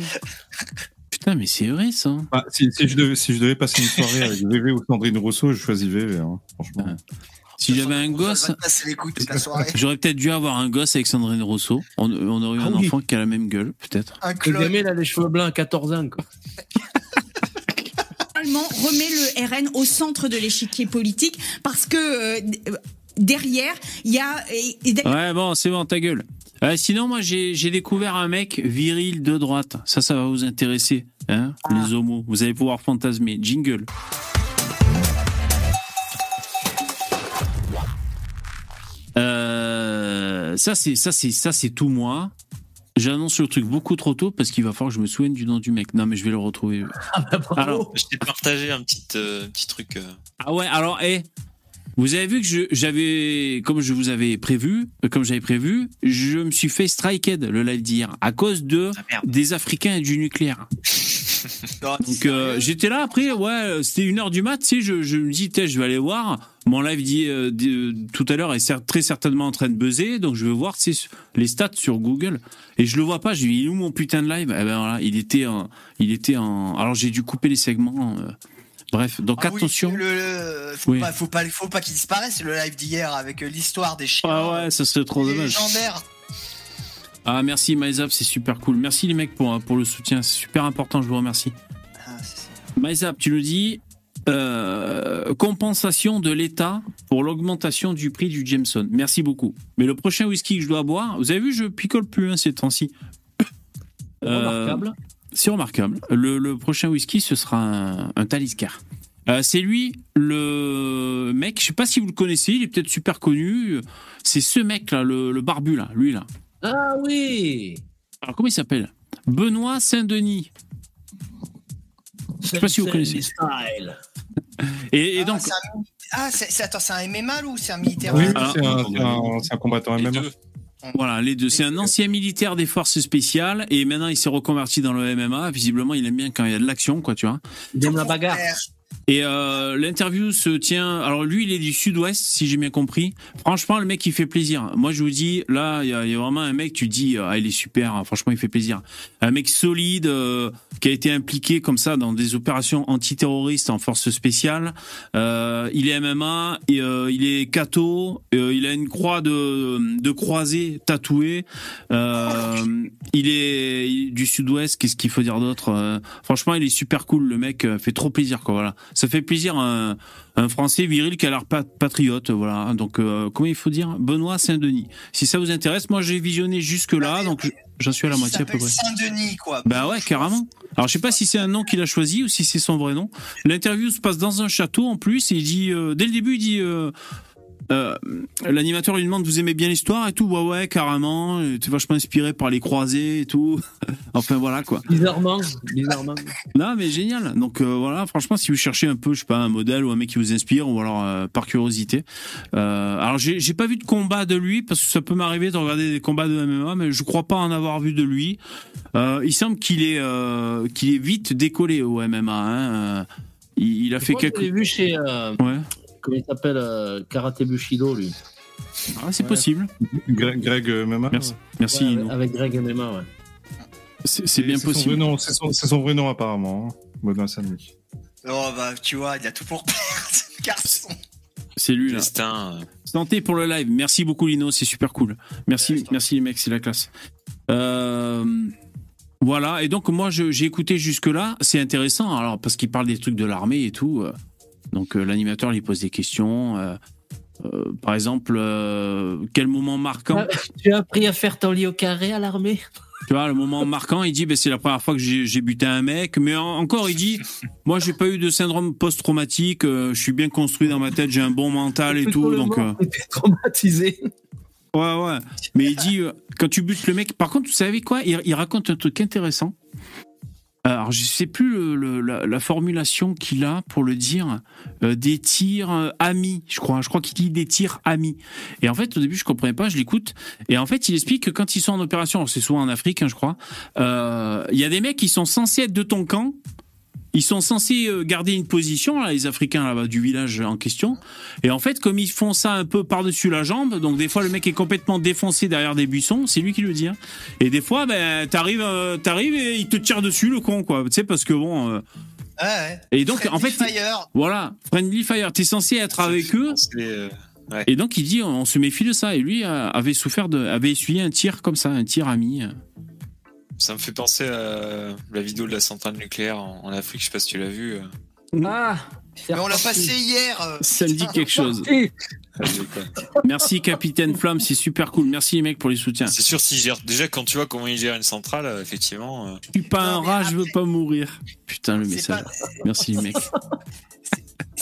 Putain, mais c'est vrai, ça. Ah, si, si, je devais, si je devais passer une soirée avec V V ou Sandrine Rousseau, je choisis V V, hein, franchement. Si j'avais un Elle gosse, va te passer les couilles toute la soirée. j'aurais peut-être dû avoir un gosse avec Sandrine Rousseau. On, on aurait eu Ah un oui. enfant qui a la même gueule, peut-être. Un Le clone. gamin, il a les cheveux blancs à quatorze ans, quoi. remet le R N au centre de l'échiquier politique parce que euh, derrière, il y a... et- et d'ailleurs, Ouais, bon, c'est bon, ta gueule. Euh, sinon, moi, j'ai j'ai découvert un mec viril de droite. Ça, ça va vous intéresser, hein, les homos. Vous allez pouvoir fantasmer. Jingle. Euh, ça, c'est, ça, c'est, ça, c'est tout moi. J'annonce le truc beaucoup trop tôt parce qu'il va falloir que je me souvienne du nom du mec. Non, mais je vais le retrouver. Ah bah bravo. Alors, Je t'ai partagé un petit, euh, petit truc. euh. ah ouais, alors, hé, vous avez vu que je, j'avais, comme je vous avais prévu, euh, comme j'avais prévu, je me suis fait striked le live d'hier à cause de Ah, merde. des Africains et du nucléaire. Non, Donc euh, j'étais là après, ouais, c'était une heure du mat, tu sais, je, je me dis, je vais aller voir. Mon live dit, euh, dit, euh, tout à l'heure est cer- très certainement en train de buzzer, donc je vais voir tu sais, les stats sur Google et je le vois pas. Je dis, il est où mon putain de live? Eh ben voilà, il était, en, il était en. Alors j'ai dû couper les segments. euh, Bref, donc Ah oui, attention. le, le- faut, Oui. pas, faut pas, faut pas qu'il disparaisse le live d'hier avec euh, l'histoire des chiens. Ah ouais, ça serait trop dommage. Légendaire. Ah merci MyZap, c'est super cool. Merci les mecs pour, pour le soutien, c'est super important, je vous remercie. Ah, c'est- MyZap, tu le dis, euh, compensation de l'État pour l'augmentation du prix du Jameson. Merci beaucoup. Mais le prochain whisky que je dois boire, vous avez vu, je picole plus hein, ces temps-ci. Remarquable. Euh, c'est remarquable. Le, le prochain whisky, ce sera un, un Talisker. Euh, c'est lui, le mec, je sais pas si vous le connaissez, il est peut-être super connu. C'est ce mec-là, le, le barbu, là, lui, là. Ah oui. Alors, comment il s'appelle? Benoît Saint-Denis. Je sais pas si vous connaissez. Style. Et, et Ah, donc, c'est un- ah, c'est, c'est- attends, c'est un M M A ou c'est un militaire? Oui, alors- c'est un, c'est un- c'est un combattant Les M M A. deux. voilà, les deux. C'est un ancien militaire des forces spéciales et maintenant il s'est reconverti dans le M M A. Visiblement, il aime bien quand il y a de l'action, quoi, tu vois. Il aime la bagarre. Et euh, l'interview se tient. Alors lui, il est du Sud-Ouest, si j'ai bien compris. Franchement, le mec, il fait plaisir. Moi, je vous dis, là, il y, a il y a vraiment un mec. Tu dis, ah, il est super. Hein, franchement, il fait plaisir. Un mec solide euh, qui a été impliqué comme ça dans des opérations antiterroristes en force spéciale. Euh, il est M M A, et, euh, il est catho. Euh, il a une croix de, de croisée tatouée. Euh, il est il est du Sud-Ouest. Qu'est-ce qu'il faut dire d'autre? Euh, Franchement, il est super cool. Le mec euh, fait trop plaisir, quoi. Voilà. Ça fait plaisir à un, un Français viril qui a l'air pat- patriote, voilà. Donc, euh, comment il faut dire? Benoît Saint-Denis. Si ça vous intéresse, moi j'ai visionné jusque-là, donc je- j'en suis à la Il moitié à peu s'appelle près. Saint-Denis, quoi. Bah ouais, carrément. Alors je sais pas si c'est un nom qu'il a choisi ou si c'est son vrai nom. L'interview se passe dans un château en plus et il dit, euh, dès le début, il dit... Euh, euh, l'animateur lui demande, vous aimez bien l'histoire et tout? Ouais, ouais, carrément. T'es vachement inspiré par les croisés et tout. Enfin voilà quoi. Bizarrement. Bizarrement. Non, mais génial. Donc euh, voilà, franchement, si vous cherchez un peu, je sais pas, un modèle ou un mec qui vous inspire, ou alors euh, par curiosité. Euh, alors j'ai j'ai pas vu de combat de lui parce que ça peut m'arriver de regarder des combats de M M A, mais je crois pas en avoir vu de lui. Euh, il semble qu'il est euh, qu'il est vite décollé au M M A. Hein. Euh, il, il a Je fait crois que quelques. Je l'ai vu chez. euh, Ouais. Comment il s'appelle euh, Karate Bushido, lui. Ah, c'est Ouais. possible. Greg, Greg euh, M M A. Merci. Merci. Ouais, Ino. avec, avec Greg M M A, ouais. C'est c'est bien C'est son possible. vrai nom, c'est son, c'est son vrai nom apparemment. Hein. Benoît Saint-Denis. Oh, bah, tu vois, il a tout pour perdre, ce garçon. C'est lui là. Destin. euh, Santé pour le live. Merci beaucoup Lino, c'est super cool. Merci, merci les mecs, c'est la classe. Euh, voilà. Et donc moi je- j'ai écouté jusque là. C'est intéressant. Alors parce qu'il parle des trucs de l'armée et tout. euh, Donc euh, l'animateur lui pose des questions. euh, euh, par exemple, euh, quel moment marquant? Ah, tu as appris à faire ton lit au carré à l'armée? Tu vois, le moment marquant, il dit, ben, c'est la première fois que j'ai j'ai buté un mec. Mais en- encore, il dit, moi, j'ai pas eu de syndrome post-traumatique. euh, je suis bien construit dans ma tête, j'ai un bon mental et tout. Donc, euh, T'es traumatisé. ouais, ouais. Mais il dit, euh, quand tu butes le mec, par contre, vous savez quoi? Il, il raconte un truc intéressant. Alors, je sais plus le, le- la, la formulation qu'il a pour le dire. Euh, des tirs euh, amis, je crois. Je crois qu'il dit des tirs amis. Et en fait, au début, je comprenais pas, je l'écoute. Et en fait, il explique que quand ils sont en opération, alors c'est souvent en Afrique, hein, je crois, euh, il y a des mecs qui sont censés être de ton camp. Ils sont censés euh, garder une position, là, les Africains là-bas du village en question. Et en fait, comme ils font ça un peu par-dessus la jambe, donc des fois le mec est complètement défoncé derrière des buissons, c'est lui qui le dit. Hein. Et des fois, ben t'arrives, euh, t'arrives et il te tire dessus le con, quoi. Tu sais parce que bon. euh, Ouais, ouais. Et donc Friendly en fait, Fire. voilà, friendly fire. T'es censé être ça avec fait eux. penser, euh, ouais. Et donc il dit, on se méfie de ça. Et lui euh, avait souffert de, avait essuyé un tir comme ça, un tir ami. Ça me fait penser à la vidéo de la centrale nucléaire en, en Afrique, je sais pas si tu l'as vu. euh. Ah. Mais on l'a passé hier. euh, Ça me dit putain. quelque chose. Et Merci Capitaine Flamme, c'est super cool. Merci les mecs pour les soutiens. C'est sûr, s'il gère. Déjà, quand tu vois comment il gère une centrale, euh, effectivement. euh, Je suis pas Non, un mais rat, je veux après- pas mourir. Putain, le C'est message. pas- Merci les mecs. C'est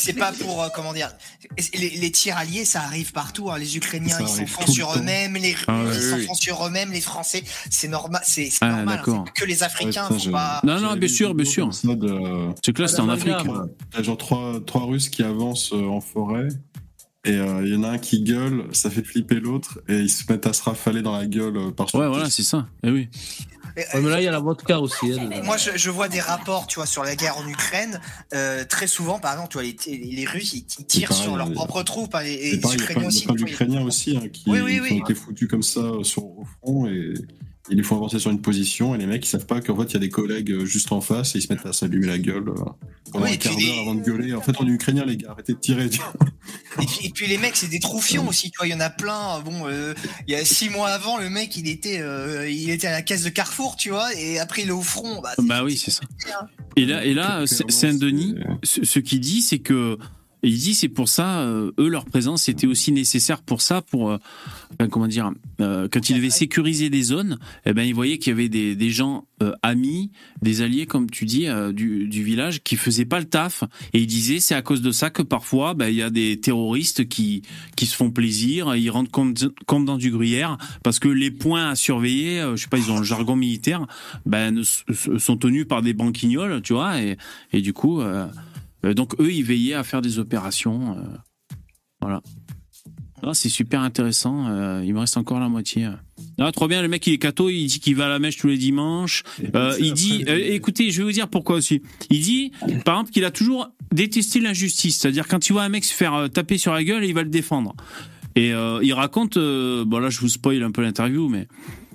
c'est pas pour euh, comment dire. Les, les tirs alliés, ça arrive partout. Hein. Les Ukrainiens, Ça ils arrive s'en font tout le sur temps. eux-mêmes. Les Russes, Ah ouais, ils s'en oui, font sur eux-mêmes. Les Français, c'est normal. C'est, c'est Ah, normal. Hein. d'accord. C'est que les Africains, Ouais, putain, faut je- pas. Non, non, J'avais bien vu sûr, une bien vidéo sûr. comme ça de- C'est que là, c'était en Ah, Afrique. regarde. T'as genre trois, trois Russes qui avancent euh, en forêt. Et il euh, y en a un qui gueule, ça fait flipper l'autre, et ils se mettent à se rafaler dans la gueule euh, par Ouais, voilà, c'est ça. Eh oui. Ouais, mais là, il y a la vodka aussi. hein, dedans. Moi, je, je vois des rapports, tu vois, sur la guerre en Ukraine. Euh, très souvent, par exemple, tu vois, les, les, les Russes, ils, ils tirent pareil, sur leurs hein, propres troupes. Hein, et et Et les pareil, il y a Ukrainiens plein, il y a aussi. plein des fois, d'Ukrainiens aussi hein, qui, Oui, oui, qui oui. ont été foutus comme ça euh, sur, au front et il les faut avancer sur une position et les mecs ils savent pas qu'en fait il y a des collègues euh, juste en face et ils se mettent à s'allumer la gueule euh, pendant Oui, un et quart puis d'heure les- avant de gueuler. En fait, on est ukrainien, les gars, arrêtez de tirer. tu vois. Et puis, et puis les mecs, c'est des troufions aussi, tu vois. Il y en a plein. Bon, euh, il y a six mois avant, le mec, il était, euh, il était à la caisse de Carrefour, tu vois, et après il est au front. Bah, Bah oui, c'est ça. Et là, et là, Clairement, c'est- Saint-Denis, c'est- ce, ce qu'il dit, c'est que il dit c'est pour ça, euh, eux, leur présence était aussi nécessaire pour ça, pour euh, enfin, comment dire, euh, quand ils devaient sécuriser des zones, eh ben ils voyaient qu'il y avait des, des gens euh, amis, des alliés, comme tu dis, euh, du, du village, qui faisaient pas le taf, et il disait c'est à cause de ça que parfois, ben, il y a des terroristes qui qui se font plaisir, ils rentrent comme, comme dans du gruyère, parce que les points à surveiller, euh, je sais pas, ils ont le jargon militaire, ben ne, s- sont tenus par des banquignoles, tu vois, et et du coup. Euh, Euh, donc eux, ils veillaient à faire des opérations. euh, voilà. Ah, c'est super intéressant. euh, il me reste encore la moitié. Ah, trop bien, le mec, il est cato, il dit qu'il va à la mèche tous les dimanches. Euh, il dit, euh, écoutez, je vais vous dire pourquoi aussi. Il dit, par exemple, qu'il a toujours détesté l'injustice. C'est-à-dire, quand il voit un mec se faire euh, taper sur la gueule, il va le défendre. Et euh, il raconte, euh, bon là, je vous spoil un peu l'interview, mais...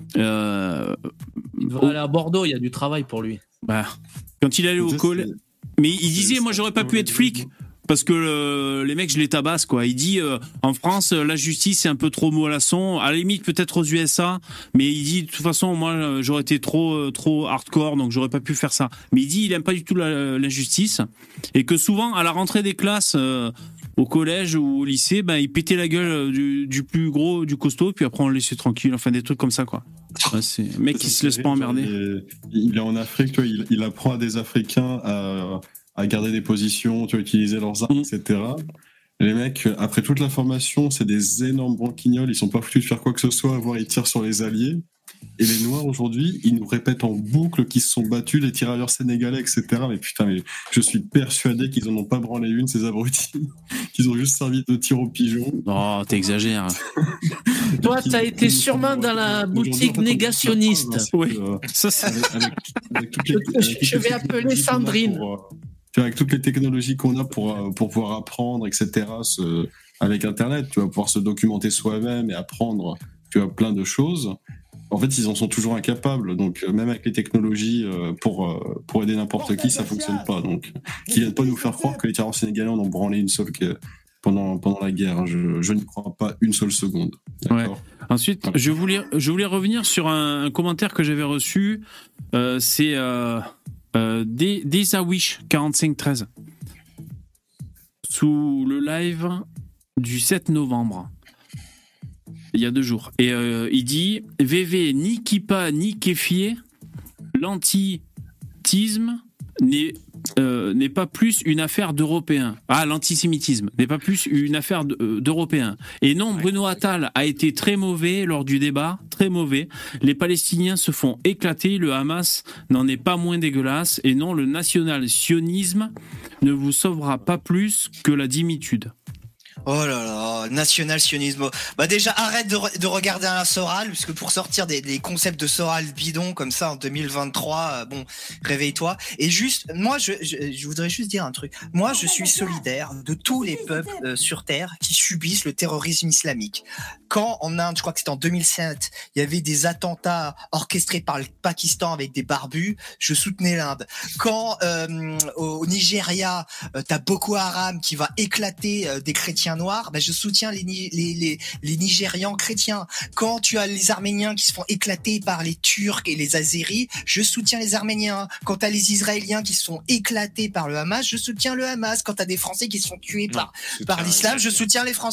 Euh, Il devrait aller à Bordeaux, il y a du travail pour lui. bah, quand il allait au Ça, collège... c'est- Mais il disait, moi, j'aurais pas pu être flic. Parce que euh, les mecs, je les tabasse, quoi. Il dit, euh, en France, euh, la justice, c'est un peu trop mollasson. À la limite, peut-être aux U S A. Mais il dit, de toute façon, moi, euh, j'aurais été trop euh, trop hardcore, donc j'aurais pas pu faire ça. Mais il dit, il aime pas du tout la, la justice. Et que souvent, à la rentrée des classes, euh, au collège ou au lycée, ben, il pétait la gueule euh, du, du plus gros, du costaud, puis après, on le laissait tranquille. Enfin, des trucs comme ça, quoi. Ouais, c'est un mec qui se laisse pas emmerder. Il est, il est en Afrique, tu vois, il, il apprend à des Africains à, à garder des positions, tu vois, utiliser leurs armes, Mm. et cetera. Les mecs, après toute la formation, c'est des énormes branquignoles, ils sont pas foutus de faire quoi que ce soit, voire ils tirent sur les alliés. Et les Noirs, aujourd'hui, ils nous répètent en boucle qu'ils se sont battus, les tirailleurs sénégalais, et cetera. Mais putain, mais je suis persuadé qu'ils en ont pas branlé une, ces abrutis. Qu'ils ont juste servi de tir au pigeon. Oh, t'exagères. Toi, Qu'ils- t'as été qu'ils sûrement sont- dans la aujourd'hui, boutique en fait, on- négationniste. Oui. Euh, Ça, c'est... avec, avec, avec toutes les, Je- avec toutes je les vais appeler technologies qu'on a Sandrine. pour, euh, tu vois, avec toutes les technologies qu'on a pour, euh, pour pouvoir apprendre, et cetera, ce- avec Internet, tu vas pouvoir se documenter soi-même et apprendre tu vois, plein de choses. En fait, ils en sont toujours incapables. Donc, euh, même avec les technologies, euh, pour, euh, pour aider n'importe qui, ça fonctionne pas. Donc, qu'ils viennent pas nous faire croire que les terroristes sénégalais en ont branlé une seule que, pendant, pendant la guerre. hein. Je, je n'y crois pas une seule seconde. D'accord. Ensuite, je voulais, je voulais revenir sur un, un commentaire que j'avais reçu. Euh, c'est euh, euh, Des- Desawish quarante-cinq treize sous le live du sept novembre. Il y a deux jours. Et euh, il dit V V ni Kippa ni Kéfier, l'antitisme n'est euh, n'est pas plus une affaire d'Européens. Ah, l'antisémitisme n'est pas plus une affaire de- euh, d'Européens. Et non, Bruno Attal a été très mauvais lors du débat, très mauvais. Les Palestiniens se font éclater, le Hamas n'en est pas moins dégueulasse. Et non, le national-sionisme ne vous sauvera pas plus que la dimitude. Oh là là, national-sionisme. Bah déjà, arrête de, re- de regarder un Soral, parce que pour sortir des, des concepts de Soral bidon comme ça en deux mille vingt-trois, euh, bon, réveille-toi. Et juste, moi, je, je, je voudrais juste dire un truc. Moi, je suis solidaire de tous les peuples euh, sur Terre qui subissent le terrorisme islamique. Quand en Inde, je crois que c'était en deux mille sept, il y avait des attentats orchestrés par le Pakistan avec des barbus, je soutenais l'Inde. Quand euh, au Nigeria, euh, t'as Boko Haram qui va éclater euh, des chrétiens noirs, ben je soutiens les, Ni- les, les, les Nigérians chrétiens. Quand tu as les Arméniens qui se font éclater par les Turcs et les Azéris, je soutiens les Arméniens. Quand tu as les Israéliens qui se font éclater par le Hamas, je soutiens le Hamas. Quand tu as des Français qui se font tuer par, par l'islam, je soutiens les Français.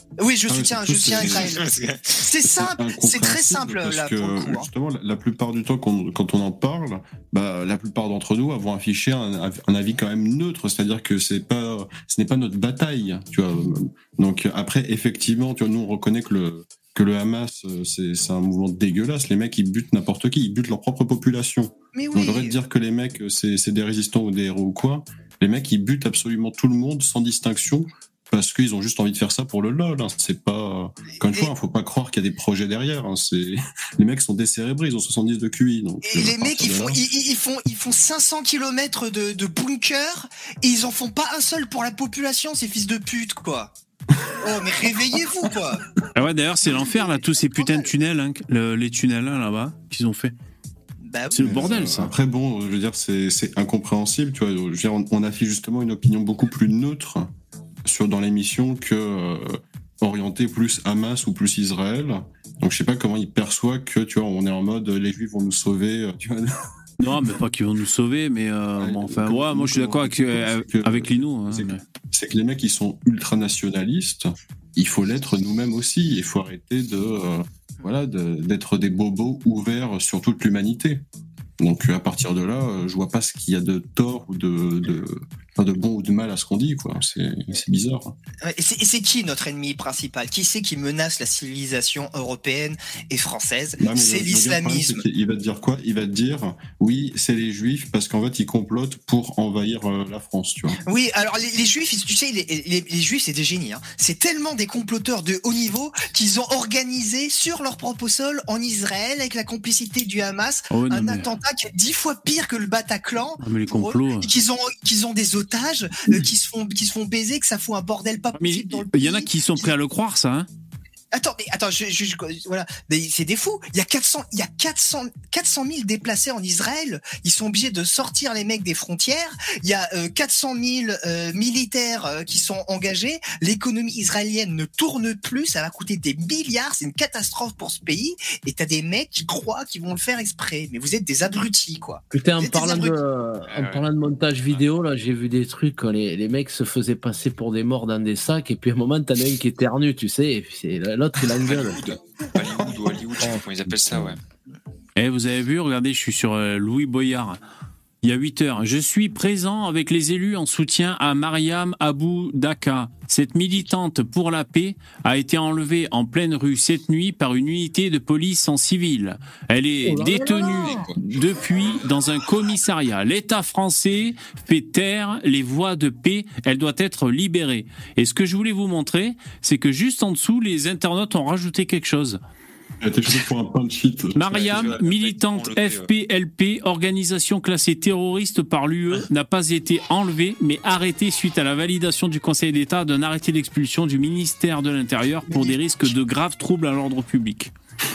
Oui, je Ah ouais, soutiens, surtout, je soutiens c'est- Israël. C'est simple, c'est très simple parce là que, pour le coup. hein. Justement, la, la plupart du temps, qu'on- quand on en parle, bah, la plupart d'entre nous avons affiché un, un avis quand même neutre, c'est-à-dire que c'est pas, ce n'est pas notre bataille, tu vois. Donc après, effectivement, tu vois, nous on reconnaît que le que le Hamas, c'est c'est un mouvement dégueulasse. Les mecs, ils butent n'importe qui, ils butent leur propre population. Mais Donc oui. arrête de dire que les mecs, c'est c'est des résistants ou des héros ou quoi. Les mecs, ils butent absolument tout le monde sans distinction. Parce qu'ils ont juste envie de faire ça pour le lol. Hein. C'est pas. Encore une fois, il faut pas croire qu'il y a des projets derrière. Hein. C'est les mecs sont décérébrés, ils ont soixante-dix de Q I. Donc, Et euh, les à mecs, partir ils de font, là- ils, ils font, ils font cinq cents kilomètres de, de bunker et ils en font pas un seul pour la population, ces fils de pute, quoi. Oh, mais réveillez-vous, quoi. Ah ouais, d'ailleurs, c'est l'enfer, là, tous ces putains de tunnels, hein, le- les tunnels là, là-bas, qu'ils ont fait. Bah oui. C'est le Euh, bordel, ça. Après, bon, je veux dire, c'est c'est incompréhensible. Tu vois, je veux dire, on, on affiche justement une opinion beaucoup plus neutre sur dans l'émission que euh, orientée plus Hamas ou plus Israël. Donc, je sais pas comment il perçoit que tu vois, on est en mode les Juifs vont nous sauver. euh, Tu vois. Non, mais pas qu'ils vont nous sauver, mais euh, Ouais, bon, enfin, comme- ouais, moi je suis comme- d'accord avec, comme- euh, c'est que- avec Lino. hein, c'est que- mais- c'est que les mecs, ils sont ultranationalistes. Il faut l'être nous-mêmes aussi. Il faut arrêter de, euh, voilà, de- d'être des bobos ouverts sur toute l'humanité. Donc à partir de là, euh, je vois pas ce qu'il y a de tort ou de, de, enfin, de bon ou de mal à ce qu'on dit, quoi. C'est, c'est bizarre. Ouais, Et c'est et c'est qui notre ennemi principal? Qui c'est qui menace la civilisation européenne et française? Non, mais C'est le- le gars, le problème, l'islamisme. c'est qu'il va te dire quoi? Il va te dire, oui, c'est les Juifs parce qu'en fait, ils complotent pour envahir euh, la France, tu vois. Oui, alors les, les juifs, ils- tu sais, les, les, les juifs, c'est des génies. Hein. C'est tellement des comploteurs de haut niveau qu'ils ont organisé sur leur propre sol en Israël, avec la complicité du Hamas, Ah ouais, non, un mais- attentat qui est dix fois pire que le Bataclan. Ah, mais les pour eux, complots. et qu'ils ont, qu'ils ont des otages, euh, qui se font, qui se font baiser, que ça fout un bordel pas Mais possible dans le il y en a pays. qui sont prêts à le croire, ça. Hein. Attends, mais attends, je, je, je- voilà, mais c'est des fous. Il y a quatre cents, il y a quatre cents, quatre cent mille déplacés en Israël. Ils sont obligés de sortir les mecs des frontières. Il y a euh, quatre cent mille euh, militaires euh, qui sont engagés. L'économie israélienne ne tourne plus. Ça va coûter des milliards. C'est une catastrophe pour ce pays. Et t'as des mecs qui croient qu'ils vont le faire exprès. Mais vous êtes des abrutis, quoi. Putain, en C'était parlant, de, abruti. en parlant de montage vidéo, là, j'ai vu des trucs quand les, les mecs se faisaient passer pour des morts dans des sacs, et puis à un moment, t'en as un qui éternue, tu sais, et puis c'est- l'autre, il engueule. Hollywood. Hollywood ou Hollywood, je sais pas comment ils appellent ça, ouais. Eh, vous avez vu, regardez, je suis sur euh, Louis Boyard. Il y a huit heures. Je suis présent avec les élus en soutien à Mariam Abou Daka. Cette militante pour la paix a été enlevée en pleine rue cette nuit par une unité de police en civil. Elle est Oh là détenue là. depuis dans un commissariat. L'État français fait taire les voix de paix. Elle doit être libérée. Et ce que je voulais vous montrer, c'est que juste en dessous, les internautes ont rajouté quelque chose. Elle était chauffée pour un punch hit. Mariam, Ouais, militante ouais, ouais. F P L P, organisation classée terroriste par l'U E, n'a pas été enlevée, mais arrêtée suite à la validation du Conseil d'État d'un arrêté d'expulsion du ministère de l'Intérieur pour des risques de graves troubles à l'ordre public.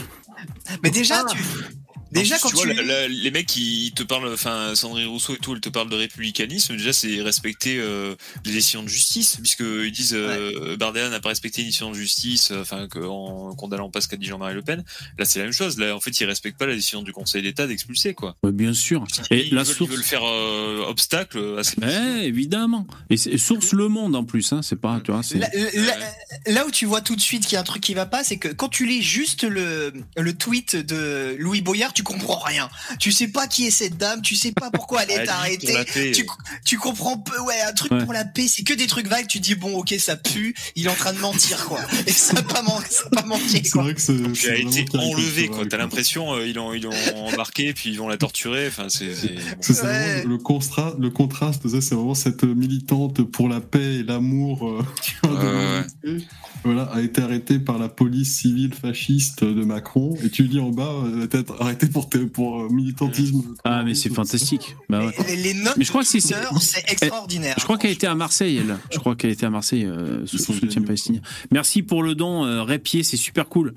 Mais déjà, tu, déjà En quand plus, tu tu, vois, la- la- les mecs qui te parlent, enfin Sandrine Rousseau et tout, ils te parlent de républicanisme. Déjà, c'est respecter euh, les décisions de justice, puisque ils disent euh, Bardella n'a pas respecté les décisions de justice, euh, enfin que en condamnant pas ce qu'a dit Jean-Marie Le Pen. Là, c'est la même chose. Là, en fait, ils respectent pas la décision du Conseil d'État d'expulser, quoi. Ouais, bien sûr. Et ils, la veulent, source. ils veulent faire euh, obstacle à cette Eh, évidemment. Et c'est source Le Monde en plus, hein. C'est pas, tu vois, c'est. Là, là- là où tu vois tout de suite qu'il y a un truc qui va pas, c'est que quand tu lis juste le, le tweet de Louis Boyard, tu comprends rien. Tu sais pas qui est cette dame, tu sais pas pourquoi elle est Elle dit pour arrêtée. la paix. Tu, tu comprends peu, ouais, un truc Ouais. pour la paix, c'est que des trucs vagues. Tu dis bon, ok, ça pue, il est en train de mentir, quoi. Et ça a pas, man- ça a pas manqué, C'est quoi. vrai que c'est. Elle c'est a vraiment été caricatural, enlevée, quoi. T'as quoi. l'impression euh, ils l'ont ils l'ont embarqué puis ils vont la torturer. Enfin, c'est. c'est- C'est c'est Ouais. vraiment le, constra- le contraste, ça, c'est vraiment cette militante pour la paix et l'amour euh, tu vois, de Ouais, l'humanité, voilà, a été arrêtée par la police civile fasciste de Macron. Et tu lis en bas, euh, t'es arrêtée pour, tes- pour euh, militantisme. Ah, mais c'est fantastique. Bah ouais. Les, les notes Mais je crois de que c'est- Twitter, c'est extraordinaire. Je crois qu'elle était à Marseille, elle. Je crois qu'elle était à Marseille, euh, sous Ils sont soutien géniaux. palestinien. Merci pour le don, euh, Répier, c'est super cool.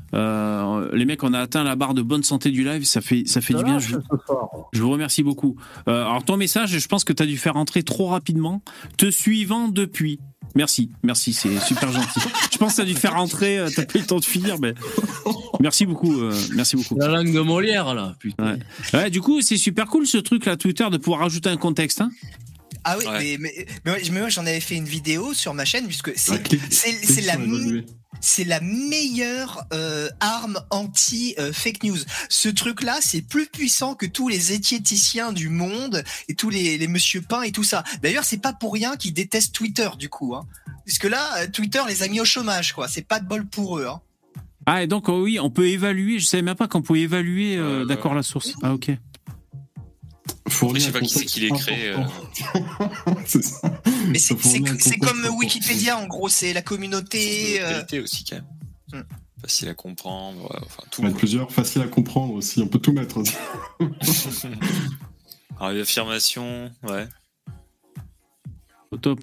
Euh, les mecs, on a atteint la barre de bonne santé du live, ça fait, ça fait du bien. Je, je vous remercie beaucoup. Euh, alors, ton message, je pense que tu as dû faire entrer trop rapidement. Te suivant depuis. Merci, merci, c'est super gentil. Je pense que tu as dû faire entrer, euh, t'as pas eu le temps de finir, mais merci beaucoup, euh, merci beaucoup. La langue de Molière, là, putain. Ouais. Ouais, du coup, c'est super cool ce truc là, Twitter, de pouvoir rajouter un contexte. Hein. Ah oui, Ouais. mais, mais, mais moi, mais moi, j'en avais fait une vidéo sur ma chaîne puisque Ah, c'est clique- c'est clique c'est la sur évaluer. c'est la meilleure euh, arme anti euh, fake news. Ce truc-là, c'est plus puissant que tous les étiéticiens du monde et tous les, les Monsieur Pain et tout ça. D'ailleurs, c'est pas pour rien qu'ils détestent Twitter du coup, hein. Parce que là, euh, Twitter les a mis au chômage, quoi. C'est pas de bol pour eux, hein. Ah, et donc, oh oui, on peut évaluer. Je savais même pas qu'on pouvait évaluer, euh, Euh, d'accord, la source. Ah, ok. Fournir Je sais un pas qui c'est contexte qui les crée, euh. important. C'est ça. Mais Ça c'est fournit c'est- un c'est contexte comme important. Wikipédia, en gros, c'est la communauté. euh, Qualité aussi, quand même. Hmm. Facile à comprendre, ouais, enfin tout. Mettre plusieurs, facile à comprendre aussi. On peut tout mettre aussi. Alors, les affirmations, ouais. Au top.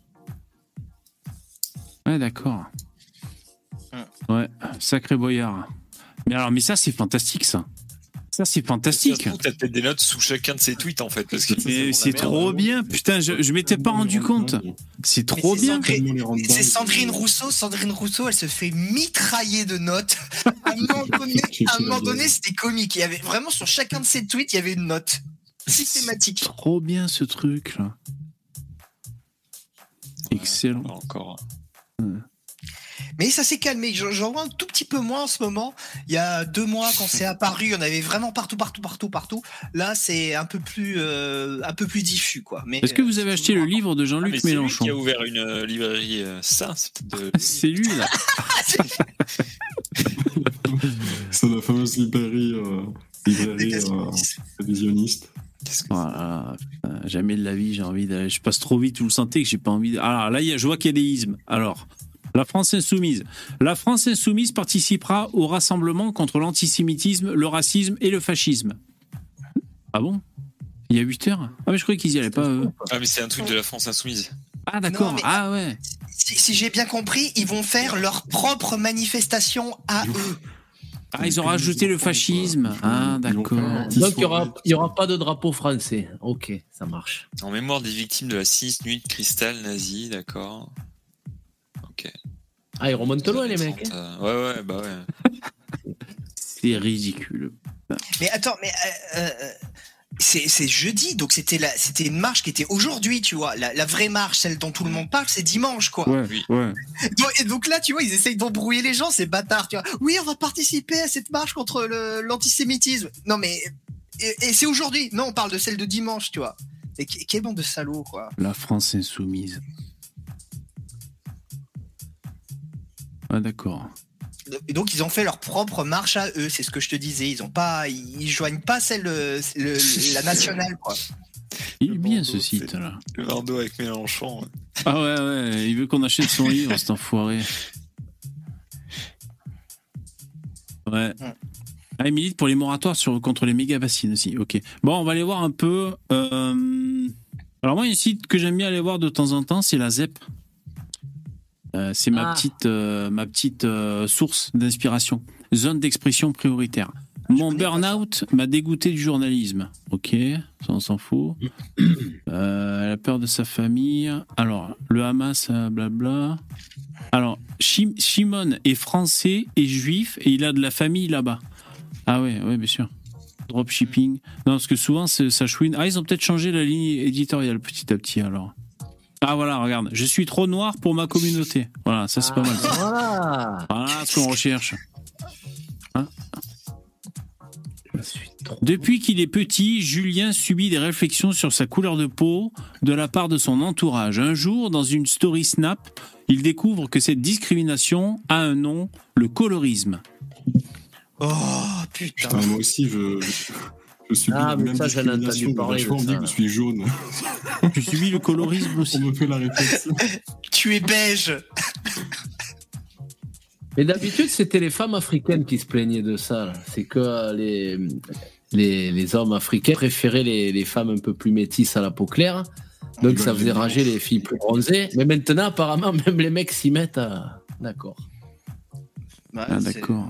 Ouais, d'accord. Hmm. Ouais, sacré boyard. Mais alors, mais ça, c'est fantastique, ça. Ça, c'est fantastique. Surtout, t'as peut-être des notes sous chacun de ces tweets, en fait. Parce que Mais c'est la merde. trop bien. Putain, je, je m'étais pas rendu compte. C'est trop Mais c'est bien. Sandrine- Tellement les rendre C'est dingues. Sandrine Rousseau. Sandrine Rousseau, elle se fait mitrailler de notes. À un moment donné, à un moment donné, c'était comique. Il y avait vraiment sur chacun de ses tweets, il y avait une note systématique. Trop bien, ce truc, là. Excellent. Ouais, encore. Mais ça s'est calmé. J'en j'en vois un tout petit peu moins en ce moment. Il y a deux mois, quand c'est apparu, il y en avait vraiment partout, partout, partout, partout. Là, c'est un peu plus, euh, un peu plus diffus, quoi. Mais Est-ce que vous avez acheté le livre de Ah, mais Jean-Luc c'est lui Mélenchon? qui a ouvert une euh, librairie. euh, ça, c'est peut-être de... C'est lui, là. C'est la fameuse librairie, euh, librairie euh, révisionniste. Qu'est-ce que Voilà. Putain, jamais de la vie, j'ai envie d'aller. Je passe trop vite, vous le sentez que j'ai pas envie. De... Alors là, il y a, je vois qu'il y a des ismes. Alors, la France insoumise. La France insoumise participera au rassemblement contre l'antisémitisme, le racisme et le fascisme. Ah bon? Il y a huit heures? Ah, mais je croyais qu'ils y allaient pas, eux. Ah, mais c'est un truc de la France insoumise. Ah, d'accord. Non, mais- Ah, ouais. si, si j'ai bien compris, ils vont faire leur propre manifestation à eux. Ah, ils ont rajouté le fascisme. Ah, d'accord. Donc, il n'y aura, il y aura pas de drapeau français. Ok, ça marche. En mémoire des victimes de la six nuits de cristal nazi, d'accord. Ok. Ah, ils remontent loin, les mecs. hein. Euh, ouais, ouais, bah ouais. C'est ridicule. Mais attends, mais euh, euh, c'est c'est jeudi, donc c'était la, c'était une marche qui était aujourd'hui, tu vois. La, la vraie marche, celle dont tout le monde parle, c'est dimanche, quoi. Ouais, Oui. ouais. Donc, et donc là, tu vois, ils essayent d'embrouiller les gens, ces bâtards, tu vois. Oui, on va participer à cette marche contre le- l'antisémitisme. Non, mais et, et c'est aujourd'hui. Non, on parle de celle de dimanche, tu vois. Et que- quelle bande de salauds, quoi. La France insoumise. Ah, d'accord. Et donc ils ont fait leur propre marche à eux, c'est ce que je te disais. Ils ont pas, ils joignent pas celle, euh, le- la nationale, quoi. Il est bien, Bordeaux, ce site, là. Le Bardo avec Mélenchon. ouais. Ah ouais, ouais, il veut qu'on achète son livre, cet enfoiré. Ouais. Ah, il milite pour les moratoires sur, contre les méga-bassines aussi, ok. Bon, on va aller voir un peu... euh, Alors moi, il y a un site que j'aime bien aller voir de temps en temps, c'est la Z E P. Euh, c'est ma Ah. petite, euh, ma petite euh, source d'inspiration. Zone d'expression prioritaire. Mon burn-out m'a dégoûté du journalisme. Ok, ça on s'en fout. Euh, la peur de sa famille. Alors, le Hamas, euh, blabla. Alors, Shim- Shimon est français et juif et il a de la famille là-bas. Ah ouais, ouais, bien sûr. Dropshipping. Non, parce que souvent, c'est- ça chouine. Ah, ils ont peut-être changé la ligne éditoriale petit à petit alors. Ah voilà, regarde. Je suis trop noir pour ma communauté. Voilà, ça c'est pas mal. ça. Voilà. Voilà ce qu'on recherche. Je suis trop- Depuis qu'il est petit, Julien subit des réflexions sur sa couleur de peau de la part de son entourage. Un jour, dans une story Snap, il découvre que cette discrimination a un nom, le colorisme. Oh putain. Putain, moi aussi, je, je, je subis Ah, la mais même ça, j'en ai entendu discrimination. parler Chaque fois, on de me dit ça. que je suis jaune. Tu subis le colorisme aussi. On me fait la réflexion. Tu es beige. Mais d'habitude, c'était les femmes africaines qui se plaignaient de ça. là. C'est que euh, les, les, les hommes africains préféraient les, les femmes un peu plus métisses à la peau claire. Donc ça faisait rager les filles plus bronzées. Mais maintenant, apparemment, même les mecs s'y mettent à... D'accord. Ouais, Ah c'est- d'accord.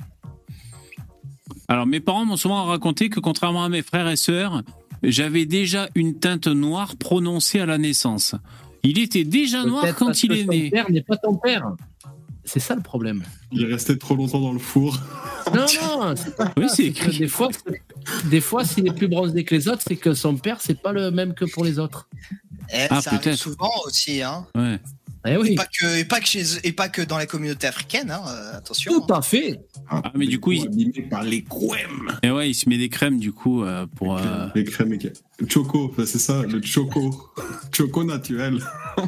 Alors mes parents m'ont souvent raconté que contrairement à mes frères et sœurs, j'avais déjà une teinte noire prononcée à la naissance. Il était déjà noir Peut-être quand parce il que est ton né. père n'est pas ton père. C'est ça le problème. Il est resté trop longtemps dans le four. Non, non, c'est pas Oui, ça, c'est c'est que écrit. des fois, c'est- des fois, s'il est plus bronzé que les autres, c'est que son père, c'est pas le même que pour les autres. Eh, Ah, ça arrive peut-être. souvent aussi, hein. Ouais. Eh Et oui, pas que, et pas que chez, et pas que dans la communauté africaine, hein. euh, attention. tout à fait. Ah, mais du coup, il- abîmé par les crèmes. Et ouais, il se met des crèmes du coup euh, pour. euh, Les crèmes et choco, bah, c'est ça, le choco, choco naturel.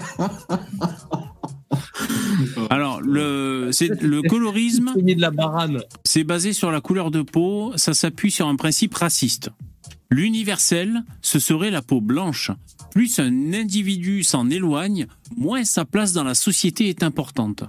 Alors le c'est le colorisme, C'est de la barane. c'est basé sur la couleur de peau. Ça s'appuie sur un principe raciste. L'universel, ce serait la peau blanche. Plus un individu s'en éloigne, moins sa place dans la société est importante.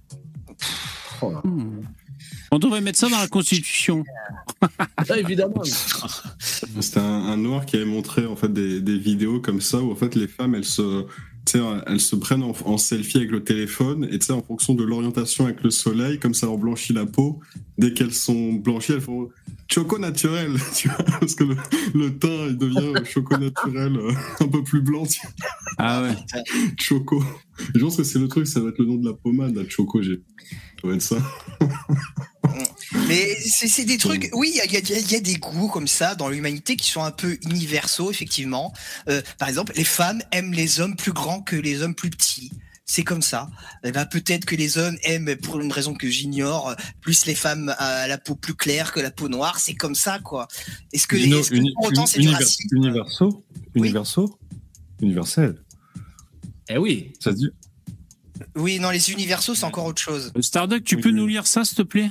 Hmm. On devrait mettre ça dans la Constitution. Ah, évidemment. C'était un, un noir qui avait montré en fait des, des vidéos comme ça où en fait les femmes elles se, tu sais, elles se prennent en, en selfie avec le téléphone et tu sais en fonction de l'orientation avec le soleil, comme ça leur blanchit la peau. Dès qu'elles sont blanchies, elles font choco naturel, tu vois, parce que le, le teint il devient choco naturel, euh, un peu plus blanc. Tu vois. Ah ouais. Choco. Je pense que c'est le truc, ça va être le nom de la pommade, la choco. J'ai... Ça va être ça. Mais c'est, c'est des trucs, oui, il y a, y a- y a des goûts comme ça dans l'humanité qui sont un peu universaux, effectivement. Euh, par exemple, les femmes aiment les hommes plus grands que les hommes plus petits. C'est comme ça. Eh ben, peut-être que les hommes aiment, pour une raison que j'ignore, plus les femmes à la peau plus claire que la peau noire. C'est comme ça, quoi. Est-ce que, Uni- est-ce que uni- pour autant c'est du univers- racisme? Universaux Oui. Universaux Universel. Eh oui. Ça se dit Oui, non, les universaux, c'est encore autre chose. Euh, Starduck, tu Oui, peux oui. nous lire ça, s'il te plaît?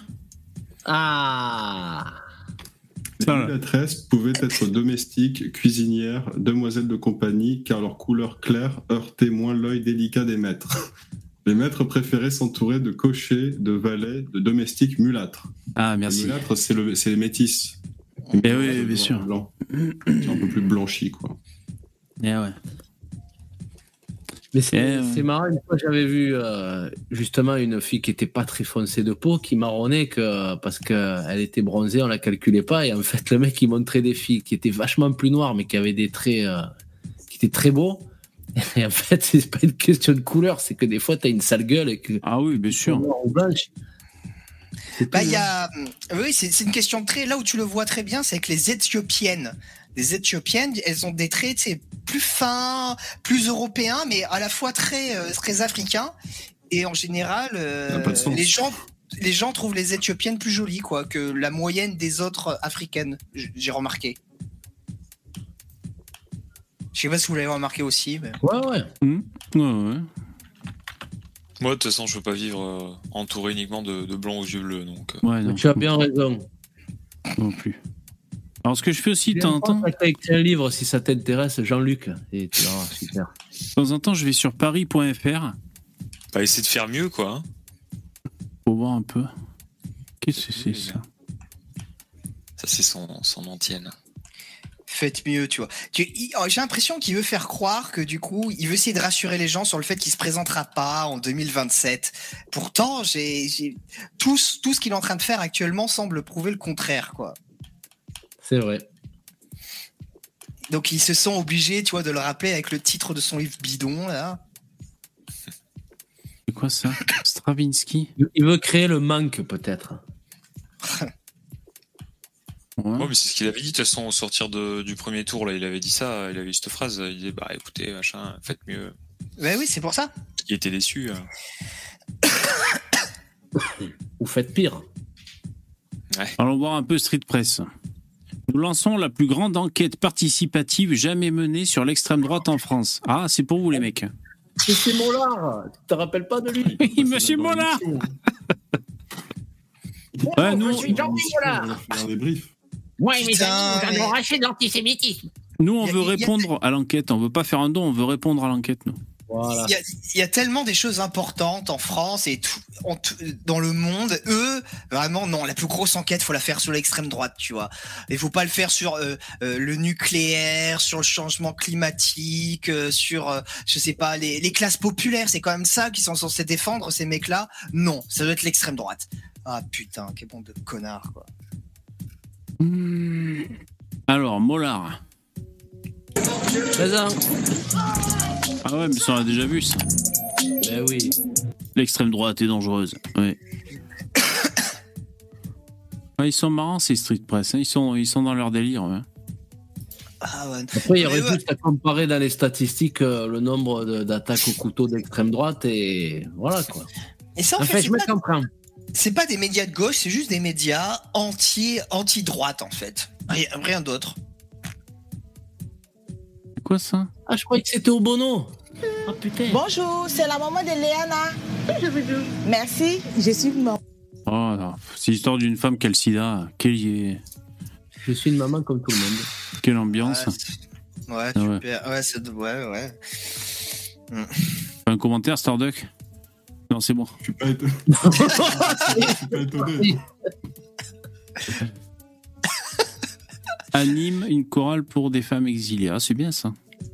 Ah. Les Ça, là. mulâtresses pouvaient être domestiques, cuisinières, demoiselles de compagnie, car leur couleur claire heurtait moins l'œil délicat des maîtres. Les maîtres préféraient s'entourer de cochers, de valets, de domestiques mulâtres. Ah, Les merci. mulâtres, c'est, le, c'est les métis. Eh oui, bien sûr. Blanc. C'est un peu plus blanchi, quoi. Eh ouais. Mais c'est, Eh, ouais. c'est marrant, une fois j'avais vu euh, justement une fille qui était pas très foncée de peau, qui marronnait que, parce qu'elle était bronzée, on la calculait pas, et en fait le mec il montrait des filles qui étaient vachement plus noires, mais qui avaient des traits euh, qui étaient très beaux. Et en fait, c'est pas une question de couleur, c'est que des fois t'as une sale gueule et que Ah oui, bien sûr. noir ou blanche. C'est Bah, tout, il y hein. a, oui, c'est, c'est une question de traits. Là où tu le vois très bien, c'est avec les Éthiopiennes. Les Éthiopiennes, elles ont des traits, c'est plus fins, plus européens, mais à la fois très, euh, très africains. Et en général, euh, Ça a pas de sens. les gens, les gens trouvent les Éthiopiennes plus jolies, quoi, que la moyenne des autres africaines. J- J'ai remarqué. Je sais pas si vous l'avez remarqué aussi, mais... Ouais, ouais. Mmh. Ouais, ouais. Moi, de toute façon, je veux pas vivre euh, entouré uniquement de, de blancs aux yeux bleus. Donc, euh. Ouais, non, Tu as bien raison. non plus. Alors, ce que je fais aussi de Viens temps en temps, prendre avec un livre si ça t'intéresse, Jean-Luc. Et tu verras, super. de temps en temps, je vais sur paris point f r Bah, essayer de faire mieux, quoi. hein. pour voir un peu. Qu'est-ce que c'est ça? Ça, c'est son, son antienne. Faites mieux, tu vois. Tu- il- oh, j'ai l'impression qu'il veut faire croire que du coup, il veut essayer de rassurer les gens sur le fait qu'il se présentera pas en deux mille vingt-sept. Pourtant, j'ai, j'ai... Tout, ce- tout ce qu'il est en train de faire actuellement semble prouver le contraire, quoi. C'est vrai. Donc ils se sont obligés, tu vois, de le rappeler avec le titre de son livre bidon, là. C'est quoi ça? Stravinsky? Il veut créer le manque, peut-être. Ouais. Ouais, mais c'est ce qu'il avait dit, de toute façon, au sortir de, du premier tour, là, il avait dit ça, il avait eu cette phrase, il disait, bah, écoutez, machin, faites mieux. Ben oui, c'est pour ça. Il était déçu. hein. Ou faites pire. Allons voir un peu Street Press. Nous lançons la plus grande enquête participative jamais menée sur l'extrême droite en France. Ah, c'est pour vous les mecs. C'est c'est Mollard. Tu te rappelles pas de lui? Oui, monsieur Mollard. Ouais, nous, On va faire un débrief. Ouais, mes Putain, amis, nous mais- allons arracher de l'antisémitisme. nous, on Y a- veut y a- répondre à l'enquête. On veut pas faire un don, on veut répondre à l'enquête, nous. Voilà. Il y, a, il y a tellement des choses importantes en France et tout, en tout- dans le monde. Eux, vraiment, non, la plus grosse enquête, faut la faire sur l'extrême droite, tu vois. Il faut pas le faire sur euh, euh, le nucléaire, sur le changement climatique, euh, sur, euh, je sais pas, les, les classes populaires. C'est quand même ça qu'ils sont censés défendre, ces mecs-là. Non, ça doit être l'extrême droite. Ah putain, quel bande de connards, quoi. Hmm. Alors, Mollard. Présent. Ah ouais, mais ça, on a déjà vu, ça. Ben oui. L'extrême droite est dangereuse. Ouais. Ouais, ils sont marrants, ces Street Press. hein. Ils, sont, ils sont dans leur délire. Ouais. Ah ouais. Après, il y aurait Mais ouais. juste à comparer dans les statistiques euh, le nombre de- d'attaques au couteau d'extrême droite et voilà quoi. Et ça, en En fait, fait, c'est je me pas, comprends. c'est pas des médias de gauche, c'est juste des médias anti, anti-droite, en fait. Rien, rien d'autre. C'est quoi ça? Ah, je croyais que c'était au Bono. Ah putain. Bonjour, c'est la maman de Léana. Merci, je suis maman. Oh non, c'est l'histoire d'une femme qui a le sida. Quelle, Je suis une maman comme tout le monde. quelle ambiance. Ouais, c'est- ouais, Ah ouais. super. Ouais, c'est... Ouais, ouais. Un commentaire, Starduck? Non, c'est bon. Je suis pas étonné. Je suis pas étonné. Anime une chorale pour des femmes exilées. Ah, c'est bien ça.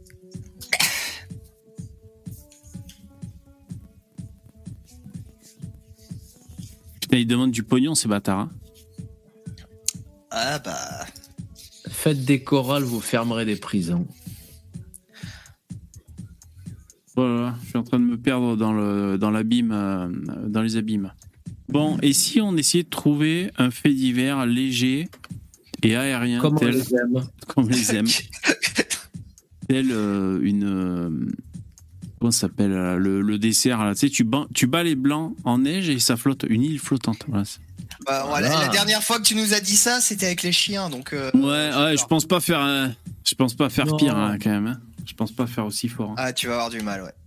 Putain, ils demandent du pognon, ces bâtards. Hein. Ah bah... Faites des chorales, vous fermerez des prisons. Voilà, je suis en train de me perdre dans le dans l'abîme, euh, dans les abîmes. Bon, et si on essayait de trouver un fait divers léger et aérien, Comme on tel, les aime. comme on les aime, tel euh, une euh, comment ça s'appelle euh, le, le dessert là, tu sais, tu bats, tu bats les blancs en neige et ça flotte, une île flottante. Voilà. Bah, voilà, Voilà. la dernière fois que tu nous as dit ça, c'était avec les chiens, donc... euh, Ouais, ouais, je pense pas faire, euh, je pense pas faire Non. pire hein, quand même. Hein. Je pense pas faire aussi fort. Hein. Ah, tu vas avoir du mal, ouais.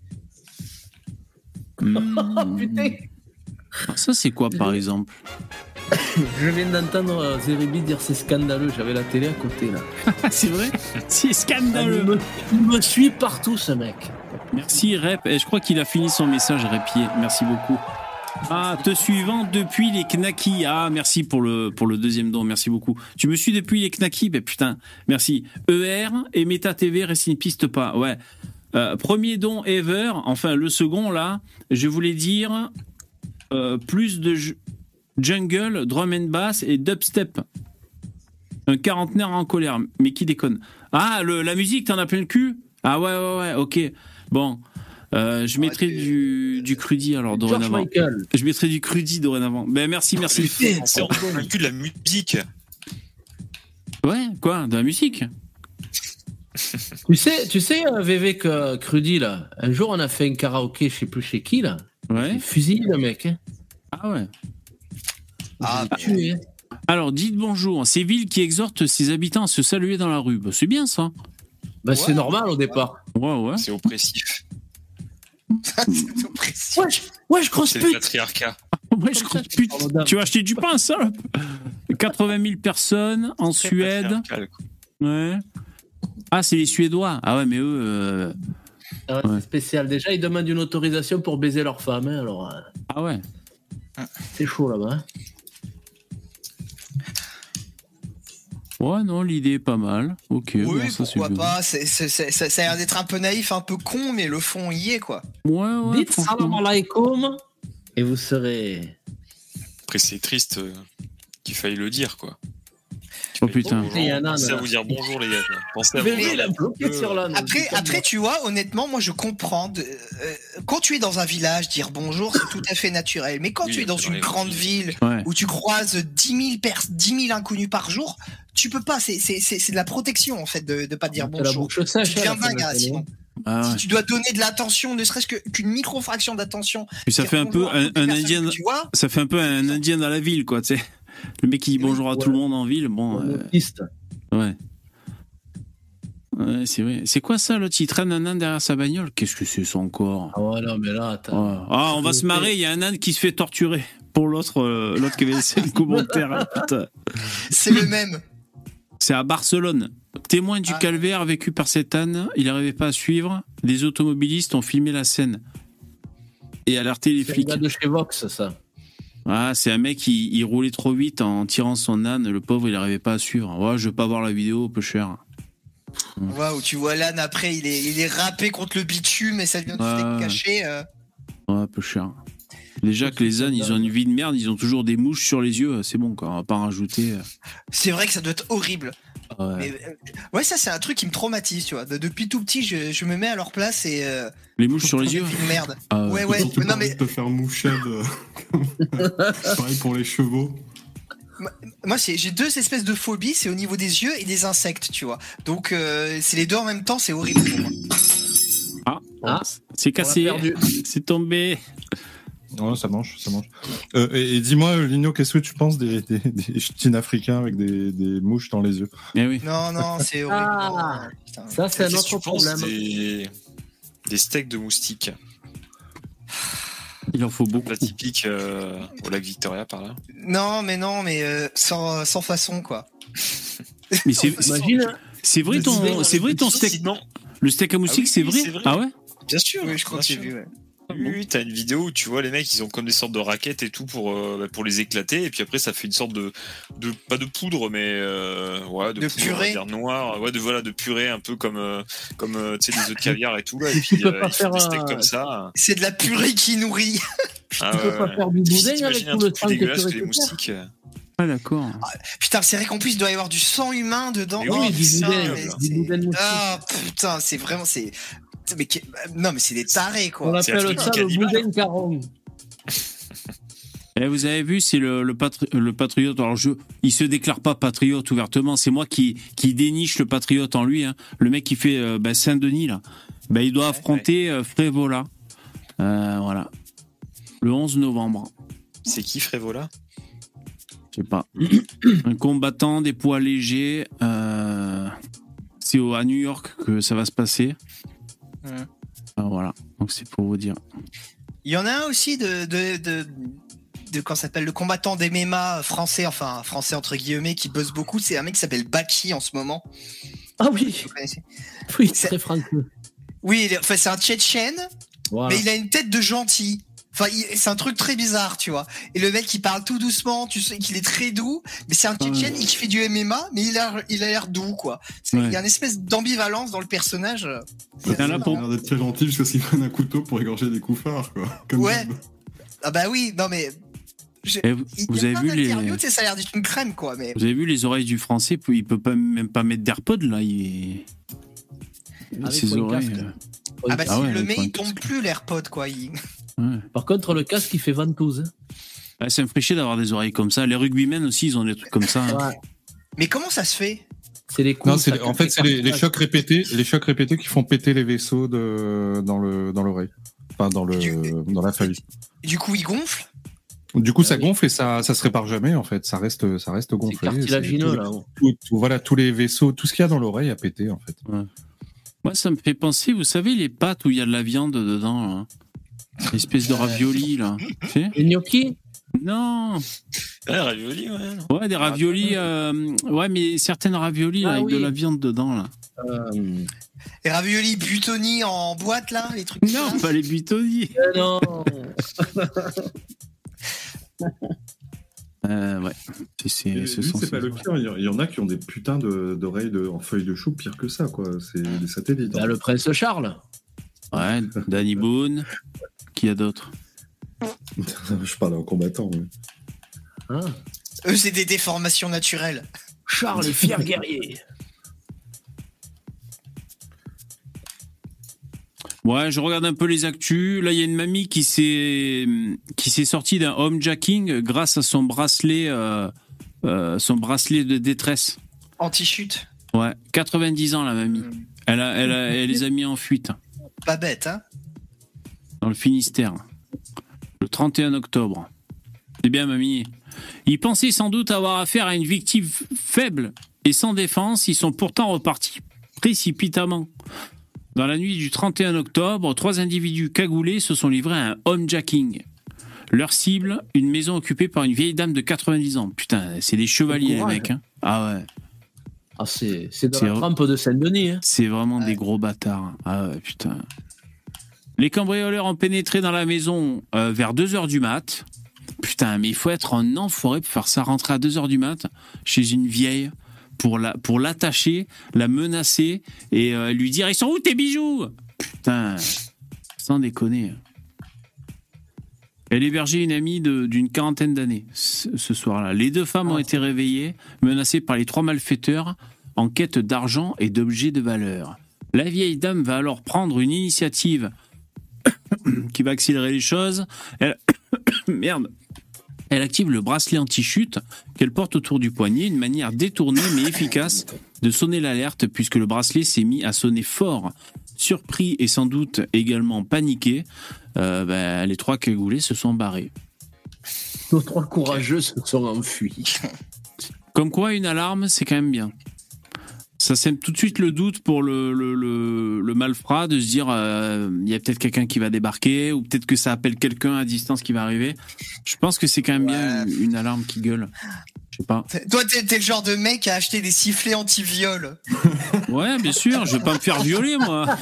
Mmh. Putain. Ça c'est quoi par exemple? Je viens d'entendre euh, Zeribi dire c'est scandaleux. J'avais la télé à côté là. C'est vrai? C'est scandaleux. Il me, il me suit partout ce mec. Merci Rep. Et je crois qu'il a fini son message Repier. Merci beaucoup. Ah, te suivant depuis les Knackis. Ah, merci pour le, pour le deuxième don. Merci beaucoup. Tu me suis depuis les Knackis? Ben putain, merci. E R et Meta T V, reste une piste pas. Ouais. Euh, premier don ever. Enfin, le second là, je voulais dire euh, plus de j- jungle, drum and bass et dubstep. Un quarantenaire en colère. Mais qui déconne? Ah, le, la musique, t'en as plein le cul? Ah ouais, ouais, ouais, ok. Bon. Euh, je mettrai du, du crudi alors George dorénavant. Michael. Je mettrai du crudi dorénavant. Ben merci, merci. C'est en plein cul de la musique. Ouais, quoi? De la musique? Tu sais, tu sais, euh, V V que Crudi là. Un jour, on a fait un karaoké, je sais plus chez qui là. Ouais. Fusille le mec. Hein. Ah ouais. Ah, Je l'ai tué, hein. Alors, dites bonjour. Ces villes qui exhortent ses habitants à se saluer dans la rue. Bah, c'est bien ça. Bah, c'est Ouais. normal au départ. Ouais, ouais. C'est oppressif. c'est tout précis. Wesh, wesh, grosse C'est le pute. patriarcat. Ouais, je crois. Putain, tu vas acheter du pain, salope. quatre-vingt mille personnes en C'est Suède. patriarcal, quoi. Ouais. Ah, c'est les Suédois. Ah ouais, mais eux. euh, Ah ouais, Ouais. c'est spécial. Déjà, ils demandent une autorisation pour baiser leur femme. Hein, alors, euh, Ah ouais. c'est chaud là-bas. Hein. Ouais, non, l'idée est pas mal. Ok. Oui, bon, ça, pourquoi c'est pas. C'est, c'est, c'est- ça, ça a l'air d'être un peu naïf, un peu con, mais le fond y est, quoi. Ouais, ouais. Dites salam franchement. alaikum et vous serez. Après, c'est triste euh, qu'il faille le dire, quoi. Oh putain. Bonjour, Et Yann, pensez à là. vous dire bonjour, les gars. quoi. Pensez à vous V V, dire il a bloqué sur l'âne. Après, après, tu vois, honnêtement, moi, je comprends. de- euh, quand tu es dans un village, dire bonjour, c'est tout à fait naturel. Mais quand Oui, tu es dans c'est une vrai, grande oui. ville Ouais. où tu croises dix mille, pers- dix mille inconnus par jour, tu peux pas. C'est, c'est, c'est, c'est de la protection, en fait, de, de pas dire T'as la bonjour. bouche sèche. Tu hein, deviens la fin dingue, de la hein, télé. sinon. Ah ouais. Si tu dois donner de l'attention, ne serait-ce que, qu'une micro-fraction d'attention. Puis ça dire fait un peu bonjour à un, toutes les un personnes indien. que Tu vois, Ça fait un peu un indien dans la ville, quoi, tu sais. Le mec qui dit bonjour à Ouais. tout le monde en ville, bon. On est euh, autiste. ouais. Ouais, c'est vrai. C'est quoi ça, l'autre? Il traîne un âne derrière sa bagnole? Qu'est-ce que c'est ça encore? Ah ouais, non, mais là, Ouais. attends. Ah, on va se marrer, il y a un âne qui se fait torturer. Pour l'autre, euh, l'autre qui avait laissé le commentaire. hein, putain. c'est le même. C'est à Barcelone. Témoin du Ah. calvaire vécu par cet âne, il n'arrivait pas à suivre. Des automobilistes ont filmé la scène et alerté les C'est le flics. gars de chez Vox, ça. Ah, c'est un mec qui il roulait trop vite en tirant son âne. Le pauvre, il n'arrivait pas à suivre. Ouais, je veux pas voir la vidéo, peu cher. Waouh, tu vois l'âne après, il est, il est râpé contre le bitume et ça vient de Ouais. se cacher. euh. Ouais, peu cher. Déjà que les ânes, ils ont une vie de merde, ils ont toujours des mouches sur les yeux. C'est bon, quoi. On va pas en rajouter. C'est vrai que ça doit être horrible. Ouais. Mais, euh, ouais, ça c'est un truc qui me traumatise, tu vois. De- depuis tout petit, je, je me mets à leur place et. Euh, Les mouches sur les yeux. une merde. Ah Ouais, ouais. Surtout mais pas non, mais envie de te faire mouchade. euh, Pareil pour les chevaux. Moi, c'est, j'ai deux espèces de phobies, c'est au niveau des yeux et des insectes, tu vois. Donc, euh, c'est les deux en même temps, c'est horrible pour moi. Ah, Ah, c'est cassé, c'est tombé. Non, ça mange, ça mange. Euh, et, et dis-moi, Lino, qu'est-ce que tu penses des, des, des ch'tis africains avec des, des mouches dans les yeux? Eh oui. Non, non, c'est horrible. Ah, Putain. ça, c'est un Qu'est-ce que autre tu penses problème. des... des steaks de moustiques. Il en faut beaucoup. La typique euh, au lac Victoria par là. Non, mais non, mais euh, sans, sans façon, quoi. Mais c'est, Imagine, c'est vrai ton, c'est vrai ton steak. Sinon, Le steak à moustique, Ah oui, c'est, oui, vrai c'est vrai. Ah ouais bien sûr. Oui, je crois bien que j'ai sûr. vu, ouais. Oui, t'as une vidéo où tu vois les mecs, ils ont comme des sortes de raquettes et tout pour euh, pour les éclater, et puis après ça fait une sorte de de pas de poudre, mais euh, ouais, de, De poudre, purée. on va dire noire, ouais, de voilà, de purée un peu comme euh, comme euh, tu sais des œufs de caviar et tout là, et puis peux euh, pas ils font faire des steaks un- comme ça. C'est de la purée qui nourrit. Ah, tu peux ouais, pas ouais. faire du Difficile boudin avec d'imaginer tout un le truc sang plus que tu dégueulasse que les récupères. moustiques. Ah d'accord. Putain, c'est vrai qu'en plus, il doit y avoir du sang humain dedans. Mais Oh, oui, du putain, boudin, mais du c'est- boudin de moustique. Ah, putain, c'est vraiment, c'est, mais que- non, mais c'est des tarés, On quoi. C'est un appelle truc ça le cannibale. boudin caron. Eh, vous avez vu, c'est le, le, patri- le patriote. Alors, je, il se déclare pas patriote ouvertement. C'est moi qui, qui déniche le patriote en lui. Hein. Le mec qui fait euh, bah, Saint-Denis, là. Bah, il doit Ouais, affronter euh, Frévola. Euh, voilà. Le onze novembre. C'est qui Frévola? Je sais pas. Un combattant des poids légers. Euh, c'est au- à New York que ça va se passer. Ouais. Ah, voilà. Donc, c'est pour vous dire. Il y en a un aussi de, de, de, de quand ça s'appelle le combattant d'M M A français, enfin, français entre guillemets, qui bosse beaucoup. C'est un mec qui s'appelle Baki en ce moment. Ah oui, Vous connaissez? oui, C'est- très franco. Oui, il est- enfin, c'est un Tchétchène, Voilà. mais il a une tête de gentil. Enfin, il- c'est un truc très bizarre, tu vois. Et le mec, il parle tout doucement, tu sais qu'il est très doux, mais c'est un Tchétchène Ouais. qui fait du M M A, mais il a, il a l'air doux, quoi. C'est- Il Ouais. y a une espèce d'ambivalence dans le personnage. Il y en a Il pour- a l'air d'être très gentil jusqu'à ce qu'il prenne un couteau pour égorger des couffards, quoi. Comme Ouais. d'hab. Ah bah oui, non mais. je- Eh, vous, il vous y a avez plein vu les, d'interviews, tu sais, ça a l'air d'être une crème, quoi. Mais vous avez vu les oreilles du français? Il peut pas, même pas mettre d'AirPods, là. Il... Avec Ses un oreilles. casque. euh, ah bah Ah s'il ouais, le avec met, un il tombe casque. plus l'AirPod, quoi. Il... ouais. Par contre, le casque, il fait ventouse. hein. Ah, ça me ferait chier d'avoir des oreilles comme ça. Les rugbymen aussi, ils ont des trucs comme ça. hein. Ouais. Mais comment ça se fait? C'est les coups. Non, c'est, ça en fait, capte c'est les, les casque. chocs répétés, les chocs répétés qui font péter les vaisseaux de, dans le, dans l'oreille. Enfin, dans le, Du- dans la faille. Et du coup, il gonfle? Du coup, Ah ça oui. gonfle et ça, ça se répare jamais, en fait. Ça reste, ça reste C'est gonflé. cartilagineux, C'est- là. tout- tout- voilà, tous les vaisseaux, tout ce qu'il y a dans l'oreille a pété, en fait. Moi, ça me fait penser, vous savez, les pâtes où il y a de la viande dedans, là. L'espèce de ravioli, là. Tu sais Les gnocchis. Non. Ouais, ravioli, ouais. non. Ouais, des raviolis. euh, Ouais, mais certaines raviolis là, Ah avec de oui. la viande dedans, là. Euh... Les raviolis Butoni en boîte, là? Les trucs Non, là pas les butonniers. euh, non. Euh, ouais. C'est, c'est, Et ce lui, sont c'est ces- pas le pire. Il y en- il y en a qui ont des putains de, d'oreilles de, en feuilles de chou pire que ça, quoi. C'est des satellites. Bah, hein. le prince Charles. Ouais, Danny Boone. Qui y a d'autres? Je parle en combattant. ouais. Hein. Eux, c'est des déformations naturelles. Charles est fier guerrier. Ouais, je regarde un peu les actus. Là, il y a une mamie qui s'est qui s'est sortie d'un homejacking grâce à son bracelet, euh, euh, son bracelet de détresse. Anti-chute. Ouais, quatre-vingt-dix ans la mamie. Elle a, elle a, elle les a mis en fuite Pas bête, hein? dans le Finistère le trente et un octobre. C'est bien, mamie. Ils pensaient sans doute avoir affaire à une victime faible et sans défense. Ils sont pourtant repartis précipitamment. Dans la nuit du trente et un octobre, trois individus cagoulés se sont livrés à un homejacking. Leur cible, une maison occupée par une vieille dame de quatre-vingt-dix ans. Putain, c'est des chevaliers, les Courage. mecs. Hein. Ah ouais, Ah, c'est, c'est dans C'est la vrai. trempe de Saint-Denis. Hein. c'est vraiment Ouais. des gros bâtards. Ah ouais, putain. Les cambrioleurs ont pénétré dans la maison euh, vers deux heures du mat. Putain, mais il faut être un enfoiré pour faire ça, rentrer à deux heures du mat chez une vieille pour, la, pour l'attacher, la menacer et euh, lui dire « Ils sont où tes bijoux ?» Putain, sans déconner. Elle hébergeait une amie de- d'une quarantaine d'années ce, ce soir-là. Les deux femmes ont été réveillées, menacées par les trois malfaiteurs en quête d'argent et d'objets de valeur. La vieille dame va alors prendre une initiative qui va accélérer les choses. Elle... Merde. Elle active le bracelet anti-chute qu'elle porte autour du poignet, une manière détournée mais efficace de sonner l'alerte puisque le bracelet s'est mis à sonner fort. Surpris et sans doute également paniqué, euh, bah, les trois cagoulés se sont barrés. Nos trois courageux se sont enfuis. Comme quoi, une alarme, c'est quand même bien. Ça sème tout de suite le doute pour le, le, le, le malfrat de se dire euh, il y a peut-être quelqu'un qui va débarquer ou peut-être que ça appelle quelqu'un à distance qui va arriver. Je pense que c'est quand même ouais. bien une, une alarme qui gueule. Je sais pas. Toi, t'es, t'es le genre de mec à acheter des sifflets anti-viol. Ouais, bien sûr, je vais pas me faire violer, moi.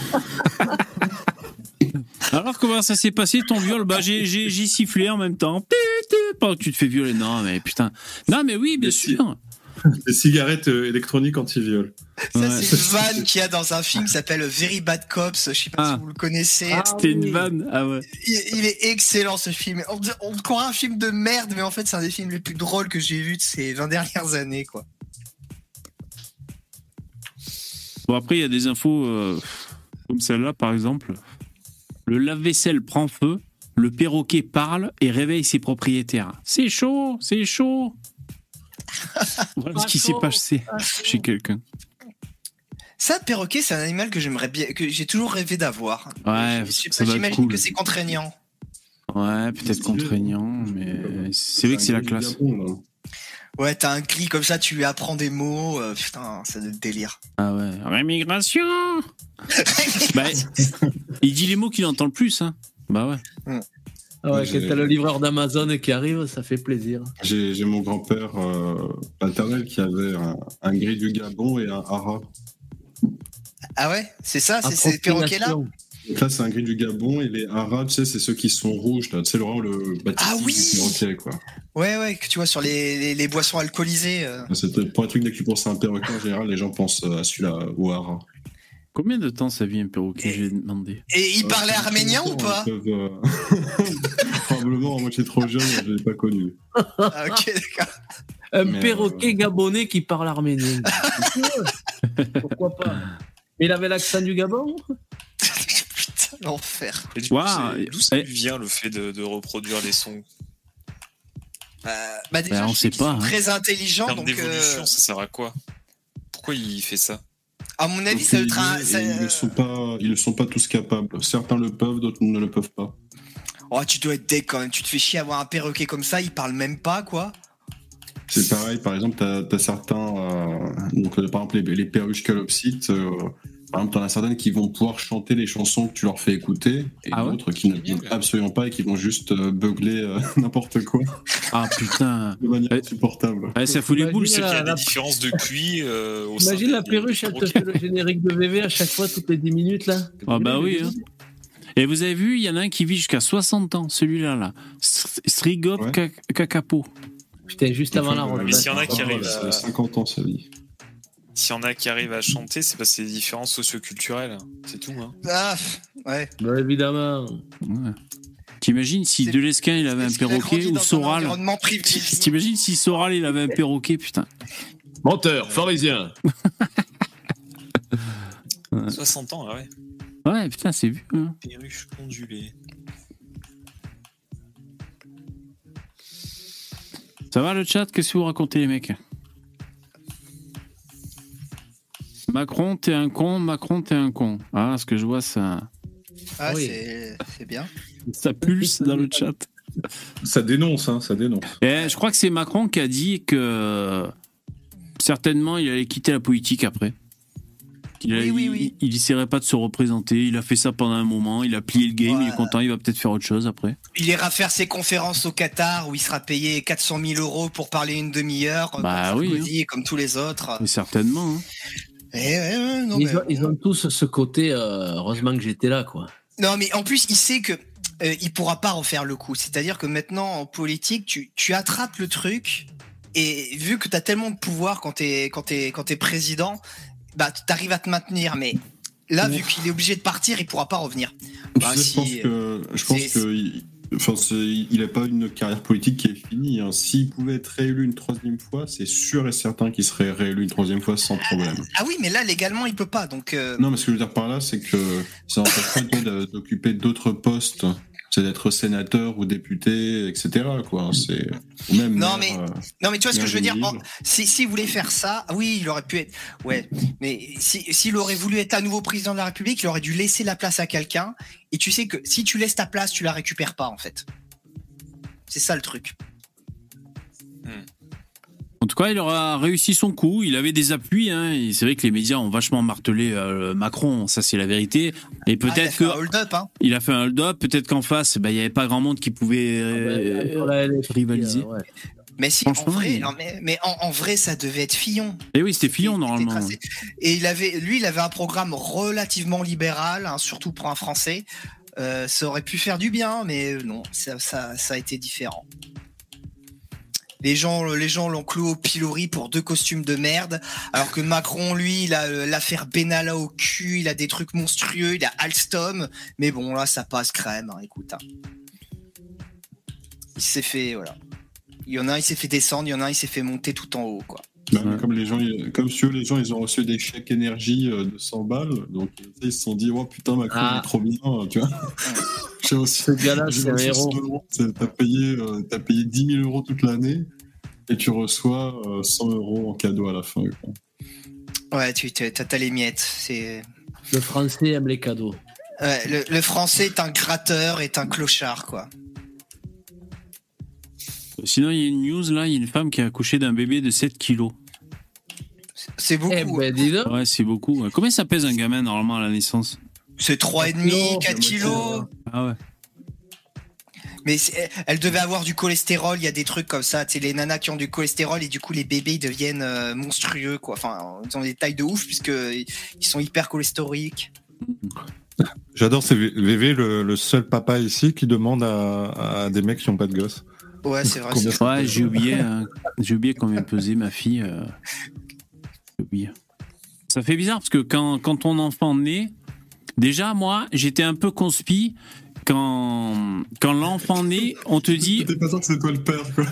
Alors, comment ça s'est passé ton viol ? Bah, j'ai, j'ai, j'ai sifflé en même temps. Pendant que tu te fais violer. Non, mais putain. Non, mais oui, bien sûr. Des cigarettes électroniques anti-viol. Ça, ouais. C'est une vanne qu'il y a dans un film qui s'appelle Very Bad Cops. Je sais pas ah. si vous le connaissez. Ah, c'était oui. une vanne. Ah ouais. Il, il est excellent ce film. On, on croirait un film de merde, mais en fait, c'est un des films les plus drôles que j'ai vus de ces vingt dernières années, quoi. Bon, après, il y a des infos euh, comme celle-là, par exemple. Le lave-vaisselle prend feu, le perroquet parle et réveille ses propriétaires. C'est chaud, c'est chaud. Voilà ce qui s'est passé chez quelqu'un. Ça, perroquet, c'est un animal que j'aimerais bien, que j'ai toujours rêvé d'avoir. Ouais, je, ça je, va j'imagine cool. que c'est contraignant. Ouais, peut-être contraignant, mais c'est vrai que c'est la classe. Ouais, t'as un gris comme ça, tu lui apprends des mots, euh, putain, c'est le délire. Ah ouais, rémigration. Bah, il dit les mots qu'il entend le plus, hein. Bah ouais. Hum. Ah ouais, quand t'as le livreur d'Amazon qui arrive, ça fait plaisir. J'ai, j'ai mon grand-père euh, paternel qui avait un, un gris du Gabon et un hara. Ah ouais, c'est ça, c'est ces perroquets-là. Donc là, c'est un gris du Gabon et les haras, tu sais, c'est ceux qui sont rouges, là. Tu sais, le, le baptiste ah oui du perroquet, quoi. Ouais, ouais, que tu vois sur les, les, les boissons alcoolisées. Euh. C'est, pour un truc, dès que tu penses à un perroquet, en général, les gens pensent à celui-là, au hara. Combien de temps ça vit un perroquet, j'ai demandé. Et il parlait euh, arménien ou pas peuvent, euh... Probablement, moi j'étais trop jeune, je l'ai pas connu. Ah, ok, d'accord. Un Mais perroquet euh... gabonais qui parle arménien. Pourquoi pas? Mais il avait l'accent du Gabon. Putain, l'enfer. Et du coup, wow. D'où ça lui vient le fait de, de reproduire les sons? euh, Bah déjà, bah, on sait pas. Hein. Très intelligent. En termes donc d'évolution, euh... ça sert à quoi? Pourquoi il fait ça? À mon avis, ça le train. Ça... Ils ne sont pas, ils ne sont pas tous capables. Certains le peuvent, d'autres ne le peuvent pas. Oh, tu dois être deck quand même. Tu te fais chier à avoir un perroquet comme ça, il parle même pas, quoi. C'est pareil. Par exemple, t'as, t'as certains, euh, donc euh, par exemple les, les perruches calopsites. Euh, par exemple, t'en as certaines qui vont pouvoir chanter les chansons que tu leur fais écouter, et ah d'autres ouais qui ne peuvent absolument pas et qui vont juste euh, beugler euh, n'importe quoi. Ah putain, de manière insupportable. Ouais, ça fout les boules. C'est qu'il y a des différences de Q I. Euh, au Imagine la perruche, elle te fait le générique de V V à chaque fois, toutes les dix minutes là. Ah bah oui. Hein. Et vous avez vu, il y en a un qui vit jusqu'à soixante ans, celui-là là. Strigop ouais. Kakapo. Putain, juste avant la retraite. Mais s'il y en a qui arrivent à cinquante ans, ça dit. S'il y en a qui arrivent à chanter, c'est parce que c'est des différences socioculturelles. C'est tout, hein. Ah, ouais. Bah, évidemment. Ouais. T'imagines si Delesquin il avait un perroquet ou Soral. T'imagines si Soral il avait un perroquet, putain. Menteur, pharisien. soixante ans, ah ouais. Ouais, putain, c'est vu. Hein. Perruche ondulée. Ça va le chat? Qu'est-ce que vous racontez, les mecs? Macron, t'es un con, Macron, t'es un con. Ah, ce que je vois, ça. Ah, oui. c'est, c'est bien. Ça pulse dans le chat. Ça dénonce, hein, ça dénonce. Et je crois que c'est Macron qui a dit que certainement il allait quitter la politique après. Il oui, a, oui, oui. Il essaierait pas de se représenter. Il a fait ça pendant un moment. Il a plié le game. Ouais. Il est content. Il va peut-être faire autre chose après. Il ira faire ses conférences au Qatar où il sera payé quatre cent mille euros pour parler une demi-heure. Bah comme oui. Sarkozy, hein. Comme tous les autres. Mais certainement. Hein. Et, euh, non, ils, mais... ont, ils ont tous ce côté. Euh, heureusement que j'étais là, quoi. Non, mais en plus, il sait que euh, il pourra pas refaire le coup. C'est-à-dire que maintenant, en politique, tu, tu attrapes le truc et vu que t'as tellement de pouvoir quand t'es quand t'es quand t'es président. Bah, t'arrives à te maintenir, mais là, vu qu'il est obligé de partir, il pourra pas revenir. Bah, je si, pense que, je pense que, il, enfin, c'est, il a pas une carrière politique qui est finie. Hein. S'il pouvait être réélu une troisième fois, c'est sûr et certain qu'il serait réélu une troisième fois sans problème. Ah, ah oui, mais là, légalement, il peut pas. Donc. Euh... Non, mais ce que je veux dire par là, c'est que ça n'empêche pas d'occuper d'autres postes c'est d'être sénateur ou député, et cetera. Quoi. C'est ou même Non, maire, mais, euh, non, mais tu vois ce que maire je veux dire? d'une En- ville. si, s'il voulait faire ça, oui, il aurait pu être. Ouais, mais si, s'il aurait voulu être à nouveau président de la République, il aurait dû laisser la place à quelqu'un. Et tu sais que si tu laisses ta place, tu la récupères pas, en fait. C'est ça le truc. En tout cas, il aura réussi son coup. Il avait des appuis. Hein, et c'est vrai que les médias ont vachement martelé euh, Macron. Ça, c'est la vérité. Et Ah, il a peut-être fait que un hold-up, hein. il a fait un hold-up. Peut-être qu'en face, bah, il n'y avait pas grand monde qui pouvait euh, Sur la L F I, rivaliser. euh, ouais. Mais si, en Franchement, vrai, il- non, mais, mais en, en vrai, ça devait être Fillon. Et oui, c'était Fillon C'était normalement. tracé. Et il avait, lui, il avait un programme relativement libéral, hein, surtout pour un Français. Euh, ça aurait pu faire du bien, mais non, ça, ça, ça a été différent. Les gens, les gens l'ont cloué au pilori pour deux costumes de merde, alors que Macron, lui, il a euh, l'affaire Benalla au cul, il a des trucs monstrueux, il a Alstom, mais bon, là, ça passe crème, hein, écoute. Hein. Il s'est fait, voilà. Il y en a un, il s'est fait descendre, il y en a un, il s'est fait monter tout en haut, quoi. Bah, mais comme les gens, ils- comme si eux, les gens, ils ont reçu des chèques énergie euh, de cent balles, donc euh, ils se sont dit, oh putain, Macron, Ah. il est trop bien, euh, tu vois. J'ai aussi, Ce gars-là, j'ai c'est un reçu héros. cent euros. C'est- T'as payé, euh, t'as payé dix mille euros toute l'année et tu reçois euh, cent euros en cadeau à la fin. Quoi. Ouais, tu t'as, t'as les miettes. C'est Le français aime les cadeaux. ouais, le, le français est un gratteur, est un clochard, quoi. Sinon, il y a une news là. Il y a une femme qui a accouché d'un bébé de sept kilos. C'est beaucoup. Eh ben, dis donc. Ouais, c'est beaucoup. Combien ça pèse un gamin normalement à la naissance? C'est trois et demi, quatre kilos. Ah ouais. Mais c'est- elle devait avoir du cholestérol. Il y a des trucs comme ça. Tu sais, les nanas qui ont du cholestérol et du coup les bébés ils deviennent euh, monstrueux, quoi. Enfin, ils ont des tailles de ouf puisque ils sont hyper cholestériques. J'adore ces V V, le, le seul papa ici qui demande à, à des mecs qui n'ont pas de gosses. Ouais, c'est vrai. Combien c'est- ça Ouais, j'ai oublié. hein. J'ai oublié combien pesait ma fille. euh, J'ai oublié. Ça fait bizarre parce que quand, quand ton enfant naît, déjà moi, j'étais un peu conspi. Quand, quand l'enfant naît, on te dit. T'es pas sûr que c'est toi le père, quoi.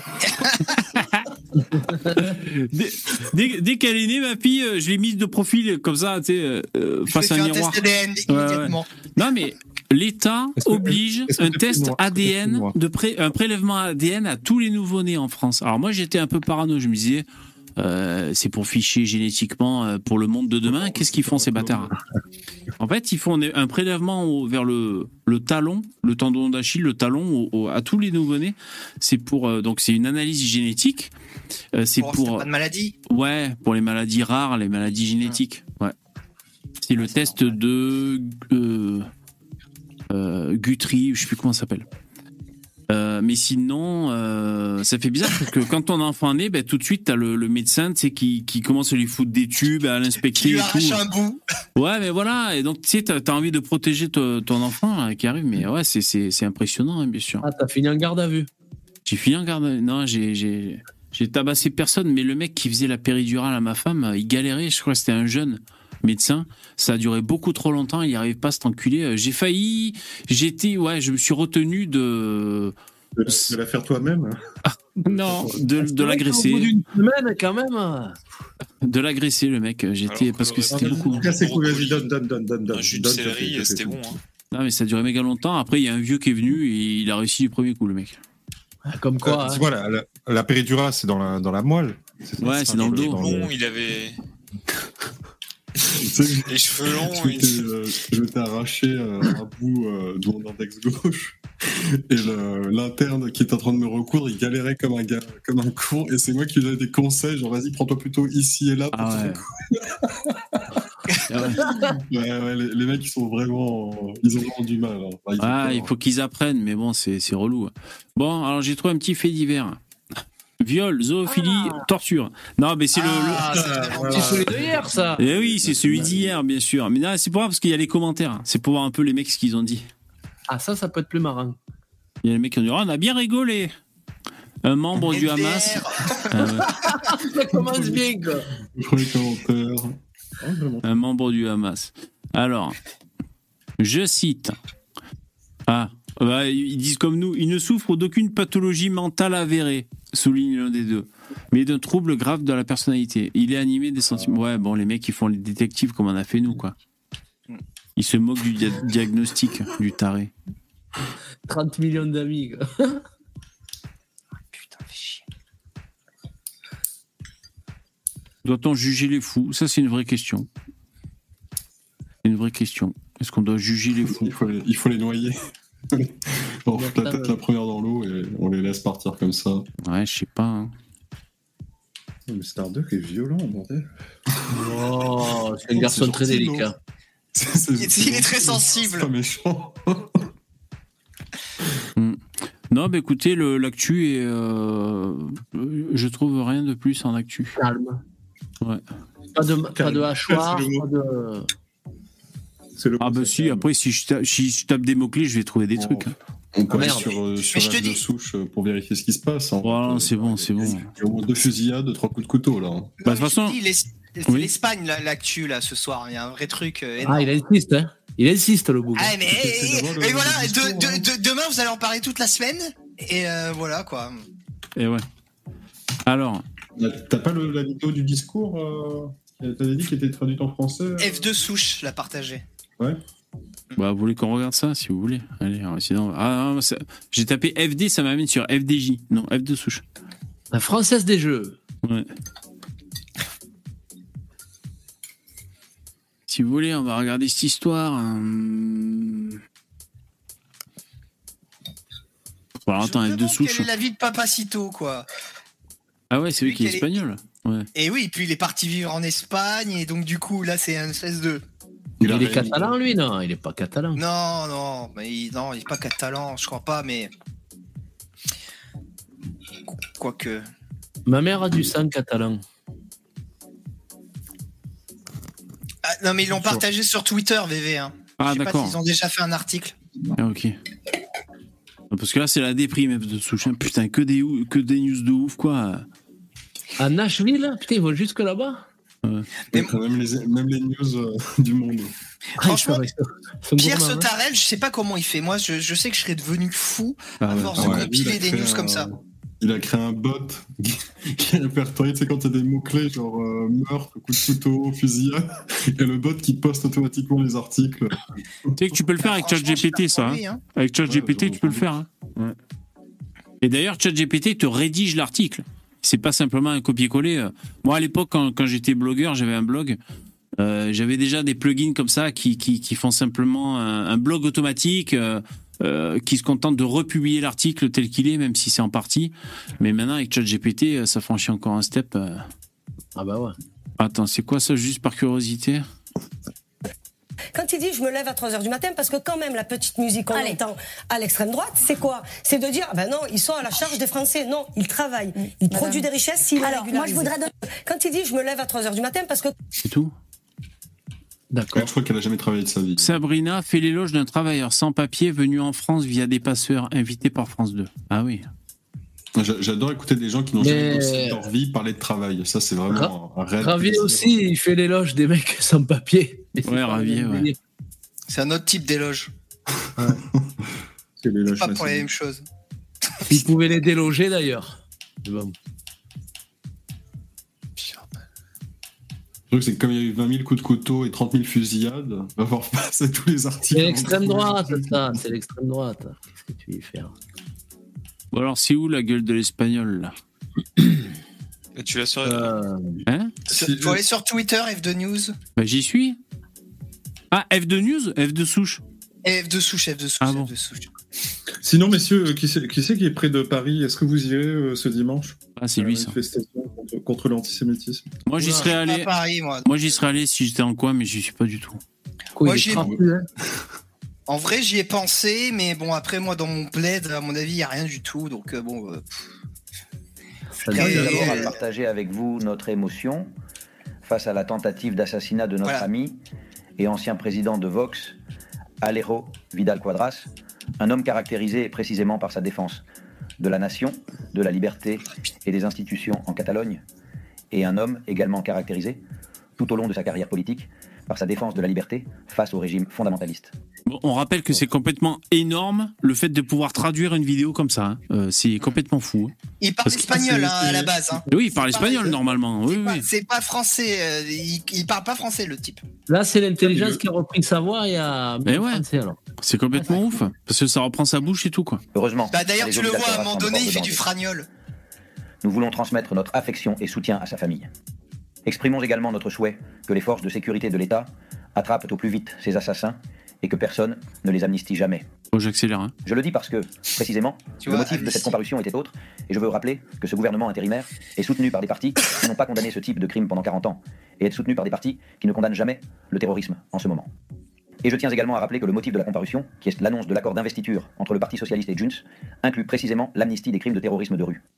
Dès, dès, dès qu'elle est née, ma fille, euh, je l'ai mise de profil comme ça, tu sais, euh, Je face vais à un faire un miroir. test A D N Ouais, ouais. immédiatement. Non, mais l'État Est-ce que- oblige est-ce que un t'es test plus noir? A Est-ce D que t'es plus N, noir de pré- un prélèvement A D N à tous les nouveau-nés en France. Alors moi, j'étais un peu parano. Je me disais, euh, c'est pour ficher génétiquement euh, pour le monde de demain. Qu'est-ce qu'ils font ces bâtards? En fait, ils font un prélèvement au- vers le, le talon, le tendon d'Achille, le talon, au- au- à tous les nouveau-nés. C'est pour euh, donc c'est une analyse génétique. Euh, c'est Pour, pour pas de maladie. ouais pour les maladies rares, les maladies génétiques. Ouais. C'est le test de euh, euh, Guthrie, je sais plus comment ça s'appelle. Euh, mais sinon, euh, ça fait bizarre parce que quand ton enfant naît, ben, tout de suite, t'as le, le médecin, tu sais, qui, qui commence à lui foutre des tubes, à Qui l'inspecter lui et arrache tout. un bout. Ouais, mais voilà. Et donc, tu sais, t'as as envie de protéger ton, ton enfant là, qui arrive. Mais ouais, c'est- c'est c'est impressionnant, hein, bien sûr. Ah, t'as fini en garde à vue. J'ai fini en garde. Non, j'ai j'ai j'ai tabassé personne. Mais le mec qui faisait la péridurale à ma femme, il galérait. Je crois que c'était un jeune médecin. Ça a duré beaucoup trop longtemps. Il n'y arrive pas, cet enculé. J'ai failli. J'étais. Ouais, je me suis retenu de. De, de la faire toi-même. Non, de, de Au bout l'agresser. d'une semaine, quand même. De l'agresser, le mec. J'étais. Alors que Parce que le c'était reste- beaucoup. En tout cas, c'est cool. Vas-y, donne, donne, donne, donne, donne. Un jus de donne, ça fait- céleri, ça fait c'était tout. bon. Hein. Non, mais ça a duré méga longtemps. Après, il y a un vieux qui est venu et il a réussi du premier coup, le mec. Comme quoi. Euh, hein. voilà, la, la péridurale, c'est dans la, dans la moelle. Ouais, c'est dans le dos. Long, il avait Tu sais, les cheveux longs. je il- m'étais, euh, je m'étais arraché euh, un bout euh, de mon index gauche et le- l'interne qui était en train de me recoudre, il galérait comme un gars, comme un con, et c'est moi qui lui donnais des conseils, genre vas-y prends-toi plutôt ici et là pour Ah te ouais. recoudre. Ouais, ouais, les, les mecs ils sont vraiment, ils ont vraiment du mal. Hein. Enfin, ils ont Ah, peur. il faut qu'ils apprennent, mais bon, c'est c'est relou. Bon, alors j'ai trouvé un petit fait divers. Viol, zoophilie, torture. Non, mais c'est Ah, le. c'est vraiment C'est bien. celui d'hier, ça. le... Eh oui, c'est celui d'hier, bien sûr. Mais non, c'est pour voir parce qu'il y a les commentaires. C'est pour voir un peu les mecs ce qu'ils ont dit. Ah, ça, ça peut être plus marrant. Il y a les mecs qui ont dit oh, on a bien rigolé. Un membre du Hamas. Euh, Ça commence bien, quoi. Premier commentaire. un membre du Hamas. Alors, je cite. Ah, bah, ils disent comme nous, il ne souffre d'aucune pathologie mentale avérée, souligne l'un des deux, mais d'un trouble grave de la personnalité. Il est animé des sentiments. Ouais, bon, les mecs, ils font les détectives comme on a fait nous, quoi. Ils se moquent du dia- diagnostic, du taré. trente millions d'amis. Quoi. Putain, fais chier. Doit-on juger les fous? Ça, c'est une vraie question. C'est une vraie question. Est-ce qu'on doit juger les fous? Il faut les, il faut les noyer. On fout la tête la première dans l'eau et on les laisse partir comme ça. Ouais, je sais pas. Hein. Mais Starduck est violent, bordel. Oh, c'est un garçon très délicat. C'est, c'est, Il, est, il est très sensible. C'est pas méchant. mm. Non, bah écoutez, le, l'actu est. Euh, je trouve rien de plus en actu. Calme. Ouais. Pas de, pas de hachoir, C'est le pas de. C'est le Ah, bah si, après, si je, tape, si je tape des mots-clés, je vais trouver des Oh. trucs. Hein. On peut Ah, aller merde. sur, euh, sur je te F de dis- souche pour vérifier ce qui se passe. Hein. Voilà, Euh, c'est bon, c'est bon. Il y a au moins deux fusillades, trois coups de couteau là. hein. Bah, de toute façon- Je te dis, l'Es- Oui. l'Espagne, là, l'actu, là, ce soir, il y a un vrai truc euh, Ah, énorme. il insiste, hein. Il insiste, le bouc. Ah, mais C'est et, d'abord le- et voilà, le de- discours, de- hein. de- demain vous allez en parler toute la semaine et euh, voilà quoi. Et ouais. Alors, T'as pas le- la vidéo du discours euh, T'avais dit qu'il était traduit en français euh F deux souche l'a partagé. Ouais. bah, vous voulez qu'on regarde ça, si vous voulez. Allez, alors, sinon. Ah, non, ça- j'ai tapé F D, ça m'amène sur F D J. Non, F de souche. La française des jeux. Ouais. Si vous voulez, on va regarder cette histoire. Hum... Alors, attends, Je F me de demande souche. quelle est la vie de Papacito quoi. Ah ouais, c'est lui Lui qui est qui est- espagnol. Ouais. Et oui, puis il est parti vivre en Espagne et donc du coup là c'est un espèce de. Il, a est réalisé- catalan, lui, non? Il est pas catalan. Non non, mais il, non il est pas catalan, je crois pas mais. Quoique. Ma mère a du sang catalan. Ah, non mais ils l'ont partagé sur Twitter V V. Hein. Ah, Je sais pas d'accord. s'ils ont déjà fait un article. Ah, ok. Parce que là, c'est la déprime F de souche. hein. Putain, que des, ou- que des news de ouf, quoi. À Nashville? Putain, ils vont jusque là-bas? Mais- Même, les, même les news euh, du monde. Franchement, Ah, ils sont- ils sont Pierre gourmands, hein. Sautarel, je sais pas comment il fait. Moi, je, je sais que je serais devenu fou Ah à ouais. force Ah de ouais, compiler lui, il a des créé news un- comme ça. Il a créé un bot qui, qui répertorie, tu sais, quand il y a des mots-clés, genre euh, meurtre, coup de couteau, fusillade, et le bot qui poste automatiquement les articles. Tu sais que tu peux le faire avec Franchement, ChatGPT, ça. hein. oui, hein. Avec ChatGPT, Ouais, tu peux le faire. hein. Ouais. Et d'ailleurs, ChatGPT te rédige l'article. C'est pas simplement un copier-coller. euh. Moi, à l'époque, quand, quand j'étais blogueur, j'avais un blog. Euh, j'avais déjà des plugins comme ça qui, qui, qui font simplement un, un blog automatique euh, euh, qui se contente de republier l'article tel qu'il est, même si c'est en partie. Mais maintenant, avec ChatGPT, euh, ça franchit encore un step. euh. Ah bah ouais. Attends, c'est quoi ça, juste par curiosité? Quand il dit je me lève à trois heures du matin, parce que quand même la petite musique qu'on Allez. entend à l'extrême droite, c'est quoi? C'est de dire, ben non, ils sont à la charge des Français. Non, ils travaillent. Ils produisent des richesses s'ils Alors, moi, je voudrais donner- Quand il dit je me lève à trois heures du matin, parce que C'est tout. D'accord. Je crois qu'elle a jamais travaillé de sa vie. Sabrina fait l'éloge d'un travailleur sans papier venu en France via des passeurs invités par France deux. Ah oui. J'a- J'adore écouter des gens qui n'ont Mais- jamais bossé de leur vie parler de travail. Ça, c'est vraiment un rêve. Ravier aussi, il fait l'éloge des mecs sans papier. Mais c'est Ouais, pas Ravier, le même ouais. délire. C'est un autre type d'éloge. C'est l'éloge Pas pour la national. même chose. Il pouvait les déloger d'ailleurs. Mais bon. Le truc, c'est que comme il y a eu vingt mille coups de couteau et trente mille fusillades, on va avoir passé tous les articles. C'est l'extrême droite, ça. C'est l'extrême droite. Qu'est-ce que tu veux y faire? Bon alors, c'est où la gueule de l'espagnol, là? Et tu l'as sur. Euh, Hein? Si- Faut aller sur Twitter, F deux News. Bah, j'y suis. Ah, F deux News? F deux souche? Et F deux souche, F deux souche, Ah bon. F deux souche. Sinon, messieurs, euh, qui c'est qui, c'est qui est près de Paris? Est-ce que vous irez euh, ce dimanche? Ah, c'est à lui, la ça. manifestation contre, contre l'antisémitisme. Moi, j'y Oula, serais je suis pas allé. à Paris, moi. Moi, j'y serais allé si j'étais en coin, mais j'y suis pas du tout. quoi, Moi, il est j'y ai- trapu, hein. En vrai, j'y ai pensé, mais bon, après, moi, dans mon plaid, à mon avis, il n'y a rien du tout. Donc, euh, bon. euh, Ça Et- doit Nous être- d'abord à euh, partager avec vous notre émotion face à la tentative d'assassinat de notre Voilà. ami et ancien président de Vox, Alejo Vidal Quadras, un homme caractérisé précisément par sa défense de la nation, de la liberté et des institutions en Catalogne, et un homme également caractérisé tout au long de sa carrière politique par sa défense de la liberté face au régime fondamentaliste. Bon, on rappelle que c'est complètement énorme le fait de pouvoir traduire une vidéo comme ça. hein. Euh, c'est complètement fou. hein. Il parle Parce que espagnol c'est- hein, à la base. Hein. Et oui, il parle C'est espagnol pas- normalement. Oui, C'est pas- oui. C'est pas français. euh, il, il parle pas français, le type. Là, c'est l'intelligence qui a repris sa voix et a. Mais ouais. Français, alors. C'est complètement ouf, parce que ça reprend sa bouche et tout, quoi. Heureusement. Bah d'ailleurs, tu le vois, à un moment donné, il fait du danger. fragnol. Nous voulons transmettre notre affection et soutien à sa famille. Exprimons également notre souhait que les forces de sécurité de l'État attrapent au plus vite ces assassins et que personne ne les amnistie jamais. Oh, j'accélère, hein. Je le dis parce que, précisément, Tu le vois, motif de amnistie. cette comparution était autre, et je veux rappeler que ce gouvernement intérimaire est soutenu par des partis qui n'ont pas condamné ce type de crime pendant quarante ans, et est soutenu par des partis qui ne condamnent jamais le terrorisme en ce moment. Et je tiens également à rappeler que le motif de la comparution, qui est l'annonce de l'accord d'investiture entre le Parti socialiste et Junts, inclut précisément l'amnistie des crimes de terrorisme de rue.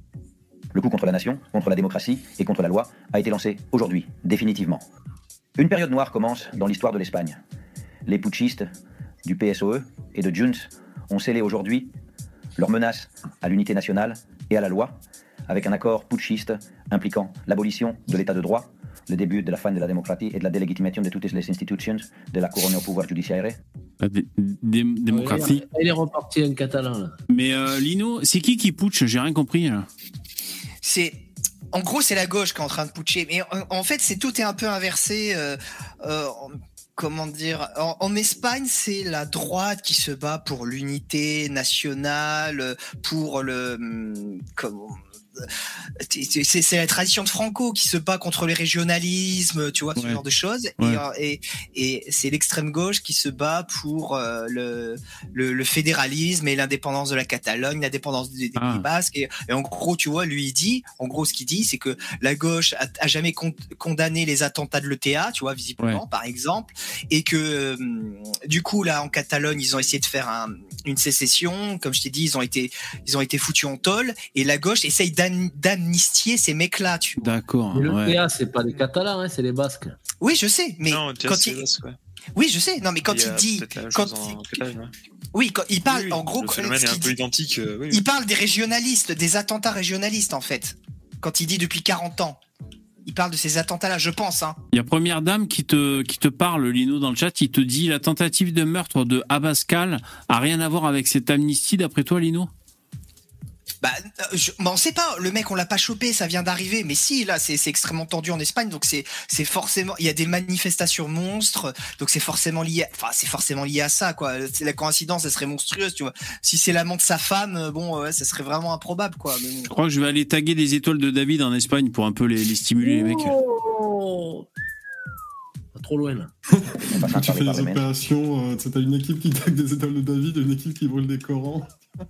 Le coup contre la nation, contre la démocratie et contre la loi a été lancé aujourd'hui, définitivement. Une période noire commence dans l'histoire de l'Espagne. Les putschistes du P S O E et de Junts ont scellé aujourd'hui leur menace à l'unité nationale et à la loi, avec un accord putschiste impliquant l'abolition de l'état de droit, le début de la fin de la démocratie et de la délégitimation de toutes les institutions de la couronne au pouvoir judiciaire. La dé- dé- démocratie. Il est reparti en catalan, là. Mais euh, Lino, c'est qui qui putsch? J'ai rien compris, là. C'est en gros c'est la gauche qui est en train de putcher, mais en, en fait c'est tout est un peu inversé. Euh, euh, comment dire, en, en Espagne c'est la droite qui se bat pour l'unité nationale, pour le hum, comment. C'est, c'est, c'est la tradition de Franco qui se bat contre les régionalismes, tu vois, ce Ouais. genre de choses. Ouais. Et, et, et c'est l'extrême gauche qui se bat pour euh, le, le, le fédéralisme et l'indépendance de la Catalogne, l'indépendance des, des Ah. Pays Basques. Et, et en gros, tu vois, lui il dit, en gros, ce qu'il dit, c'est que la gauche a, a jamais con- condamné les attentats de l'E T A, tu vois, visiblement, Ouais. par exemple, et que euh, du coup là, en Catalogne, ils ont essayé de faire un, une sécession. Comme je t'ai dit, ils ont été, ils ont été foutus en tôle, et la gauche essaye d'am- d'amnistier ces mecs-là, tu vois. D'accord. Mais le ouais. T A, c'est pas les Catalans, hein, c'est les Basques. Oui, je sais, mais Non, tiens, quand c'est il, Basque, ouais. oui, je sais. Non, mais quand Il y il, a dit, peut-être la même quand chose en Catalogne, ouais. oui, quand il parle, Oui, oui, en gros, le quand- phénomène ce est un qu'il peu dit- identique. euh, oui, oui. il parle des régionalistes, des attentats régionalistes, en fait. Quand il dit depuis quarante ans, il parle de ces attentats-là, je pense, hein. Il y a Première Dame qui te, qui te parle, Lino, dans le chat. Il te dit la tentative de meurtre de Abascal a rien à voir avec cette amnistie, d'après toi, Lino? Bah, euh, je, bah, on sait pas. Le mec, on l'a pas chopé, ça vient d'arriver. Mais si, là, c'est, c'est extrêmement tendu en Espagne, donc c'est, c'est forcément. Il y a des manifestations monstres, donc c'est forcément lié. Enfin, c'est forcément lié à ça, quoi. C'est la coïncidence, elle serait monstrueuse, tu vois. Si c'est l'amant de sa femme, euh, bon, ouais, ça serait vraiment improbable, quoi. Mais bon. Je crois que je vais aller taguer des étoiles de David en Espagne pour un peu les, les stimuler, les mecs. Oh Pas trop loin, là. On passe Quand à tu parler fais par des les mains. opérations, euh, tu sais, t'as une équipe qui tague des étoiles de David et une équipe qui brûle des Corans.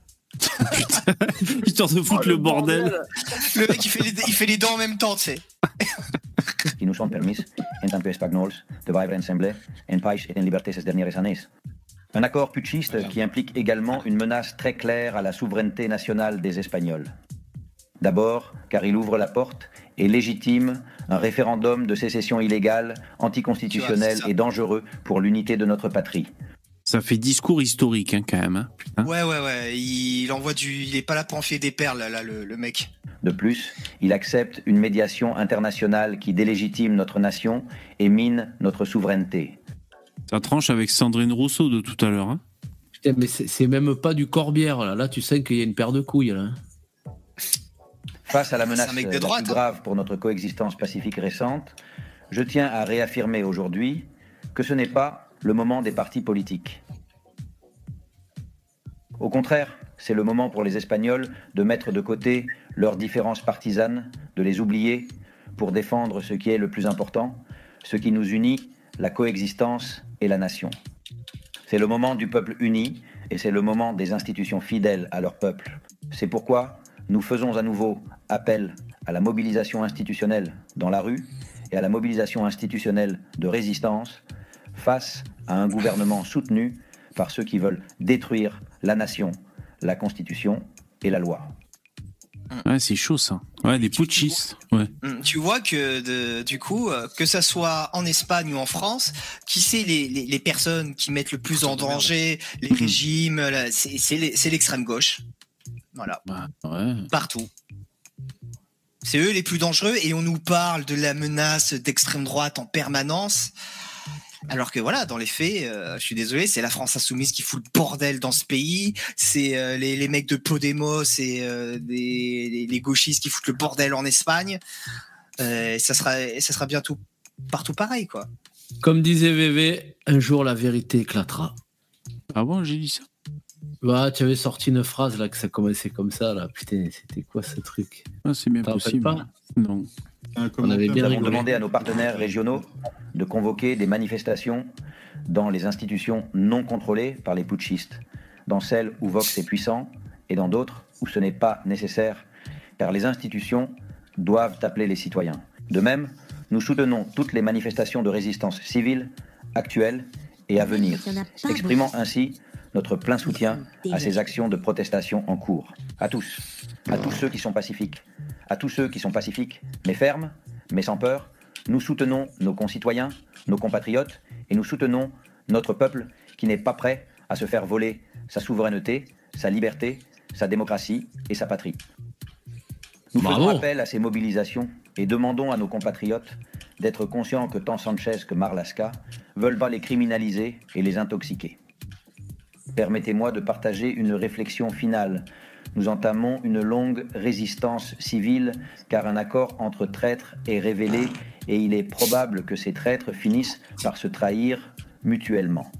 Histoire de foutre le bordel. Le mec, il fait les, il fait les dents en même temps, tu sais. qui nous sont permis, en tant qu'Espagnols, de vivre ensemble en paix et en liberté ces dernières années. Un accord putschiste qui implique également une menace très claire à la souveraineté nationale des Espagnols. D'abord, car il ouvre la porte et légitime un référendum de sécession illégale, anticonstitutionnel Tu vois, c'est ça. et dangereux pour l'unité de notre patrie. Ça fait discours historique, hein, quand même. Hein. Putain. Ouais, ouais, ouais. Il envoie du. Il est pas là pour enfiler des perles, là, le, le mec. De plus, il accepte une médiation internationale qui délégitime notre nation et mine notre souveraineté. Ça tranche avec Sandrine Rousseau de tout à l'heure. Hein. Putain, mais c'est, c'est même pas du Corbière, là. Là, tu sais qu'il y a une paire de couilles, là. Face à la menace C'est un mec de la droite, plus hein. grave pour notre coexistence pacifique récente, je tiens à réaffirmer aujourd'hui que ce n'est pas le moment des partis politiques. Au contraire, c'est le moment pour les Espagnols de mettre de côté leurs différences partisanes, de les oublier pour défendre ce qui est le plus important, ce qui nous unit, la coexistence et la nation. C'est le moment du peuple uni et c'est le moment des institutions fidèles à leur peuple. C'est pourquoi nous faisons à nouveau appel à la mobilisation institutionnelle dans la rue et à la mobilisation institutionnelle de résistance face à un gouvernement soutenu par ceux qui veulent détruire la nation, la Constitution et la loi. Ouais, c'est chaud ça. Ouais, des putschistes. Ouais. Hum, Tu vois que de, du coup, euh, que ça soit en Espagne ou en France, qui c'est les, les, les personnes qui mettent le plus en danger les régimes, là, c'est, c'est, les- c'est l'extrême gauche. Voilà, Bah, ouais. partout. C'est eux les plus dangereux et on nous parle de la menace d'extrême droite en permanence. Alors que voilà, dans les faits, euh, je suis désolé, c'est la France insoumise qui fout le bordel dans ce pays. C'est euh, les, les mecs de Podemos et euh, des, les, les gauchistes qui foutent le bordel en Espagne. Euh, ça sera, ça sera bientôt partout pareil, quoi. Comme disait V V, un jour la vérité éclatera. Ah bon, j'ai dit ça. Bah, tu avais sorti une phrase là que ça commençait comme ça là. Putain, c'était quoi ce truc? Ah, c'est bien T'en possible. rappelles pas Non. On avait bien Nous avons rigolé. demandé à nos partenaires régionaux de convoquer des manifestations dans les institutions non contrôlées par les putschistes, dans celles où Vox est puissant et dans d'autres où ce n'est pas nécessaire, car les institutions doivent appeler les citoyens. De même, nous soutenons toutes les manifestations de résistance civile, actuelles et à venir, exprimant ainsi notre plein soutien à ces actions de protestation en cours. À tous, à tous ceux qui sont pacifiques, à tous ceux qui sont pacifiques, mais fermes, mais sans peur, nous soutenons nos concitoyens, nos compatriotes, et nous soutenons notre peuple qui n'est pas prêt à se faire voler sa souveraineté, sa liberté, sa démocratie et sa patrie. Nous Bravo. faisons appel à ces mobilisations et demandons à nos compatriotes d'être conscients que tant Sanchez que Marlaska veulent pas les criminaliser et les intoxiquer. Permettez-moi de partager une réflexion finale. Nous entamons une longue résistance civile car un accord entre traîtres est révélé et il est probable que ces traîtres finissent par se trahir mutuellement.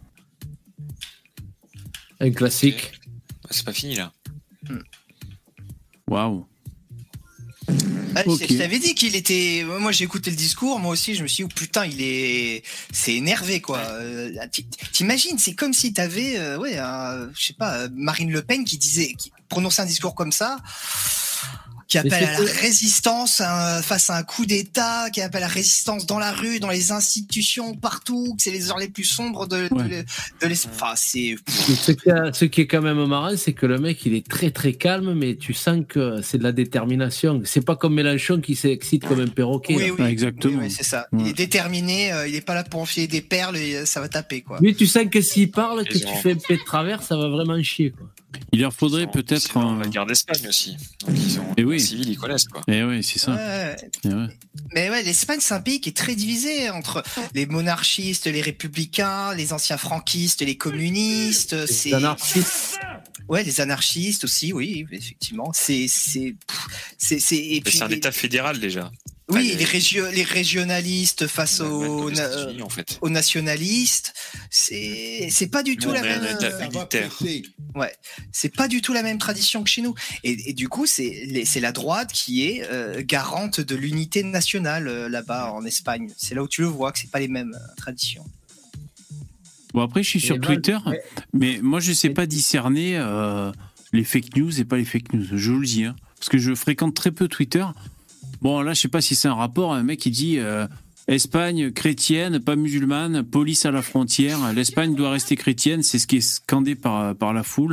Un classique. C'est pas fini là. Waouh. Ah, je- Ok. Je t'avais dit qu'il était. Moi, j'ai écouté le discours. Moi aussi, je me suis dit, oh, putain, il est. C'est énervé, quoi. Euh, t- T'imagines, c'est comme si t'avais, euh, ouais, un- je sais pas, euh, Marine Le Pen qui disait, qui prononçait un discours comme ça, qui Mais appelle à la c'était- résistance hein, face à un coup d'État, qui appelle à la résistance dans la rue, dans les institutions, partout, que c'est les heures les plus sombres de, de, Ouais. de l'es- Enfin, c'est. Mais Ce qui, est- ce qui est quand même marrant, c'est que le mec, il est très très calme, mais tu sens que c'est de la détermination. C'est pas comme Mélenchon qui s'excite comme un perroquet. Oui, là. oui, Ah, exactement. oui, oui, c'est ça. Ouais. Il est déterminé, euh, il est pas là pour enfiler des perles et euh, ça va taper, quoi. Lui, tu sens que s'il parle, que Ils tu ont- fais un pied de travers, ça va vraiment chier. Quoi. Il leur faudrait Ils sont- peut-être c'est dans un. la guerre d'Espagne aussi. Donc ils ont Eh oui. les civils, ils connaissent quoi. Eh oui, c'est ça. Ouais, Eh ouais. mais ouais, l'Espagne, c'est un pays qui est très divisé entre les monarchistes, les républicains, les anciens franquistes, les communistes. C'est Les anarchistes. ouais, les anarchistes aussi, oui, effectivement. C'est c'est pff, c'est c'est et Mais puis c'est un les- État fédéral déjà. oui, Enfin, les régio- les régionalistes face Même aux comme les na- États-Unis, en fait. aux nationalistes. C'est c'est pas du tout On la est un même. État euh, unitaire. Ouais, c'est pas du tout la même tradition que chez nous. Et, et du coup, c'est les- c'est la droite qui est euh, garante de l'unité nationale euh, là-bas en Espagne. C'est là où tu le vois que c'est pas les mêmes euh, traditions. Bon, après, je suis sur Et Twitter, ouais. mais moi, je sais pas discerner euh, les fake news et pas les fake news. Je vous le dis, hein, parce que je fréquente très peu Twitter. Bon, là, je sais pas si c'est un rapport. Un mec qui dit euh, Espagne chrétienne, pas musulmane, police à la frontière. L'Espagne doit rester chrétienne. C'est ce qui est scandé par, par la foule.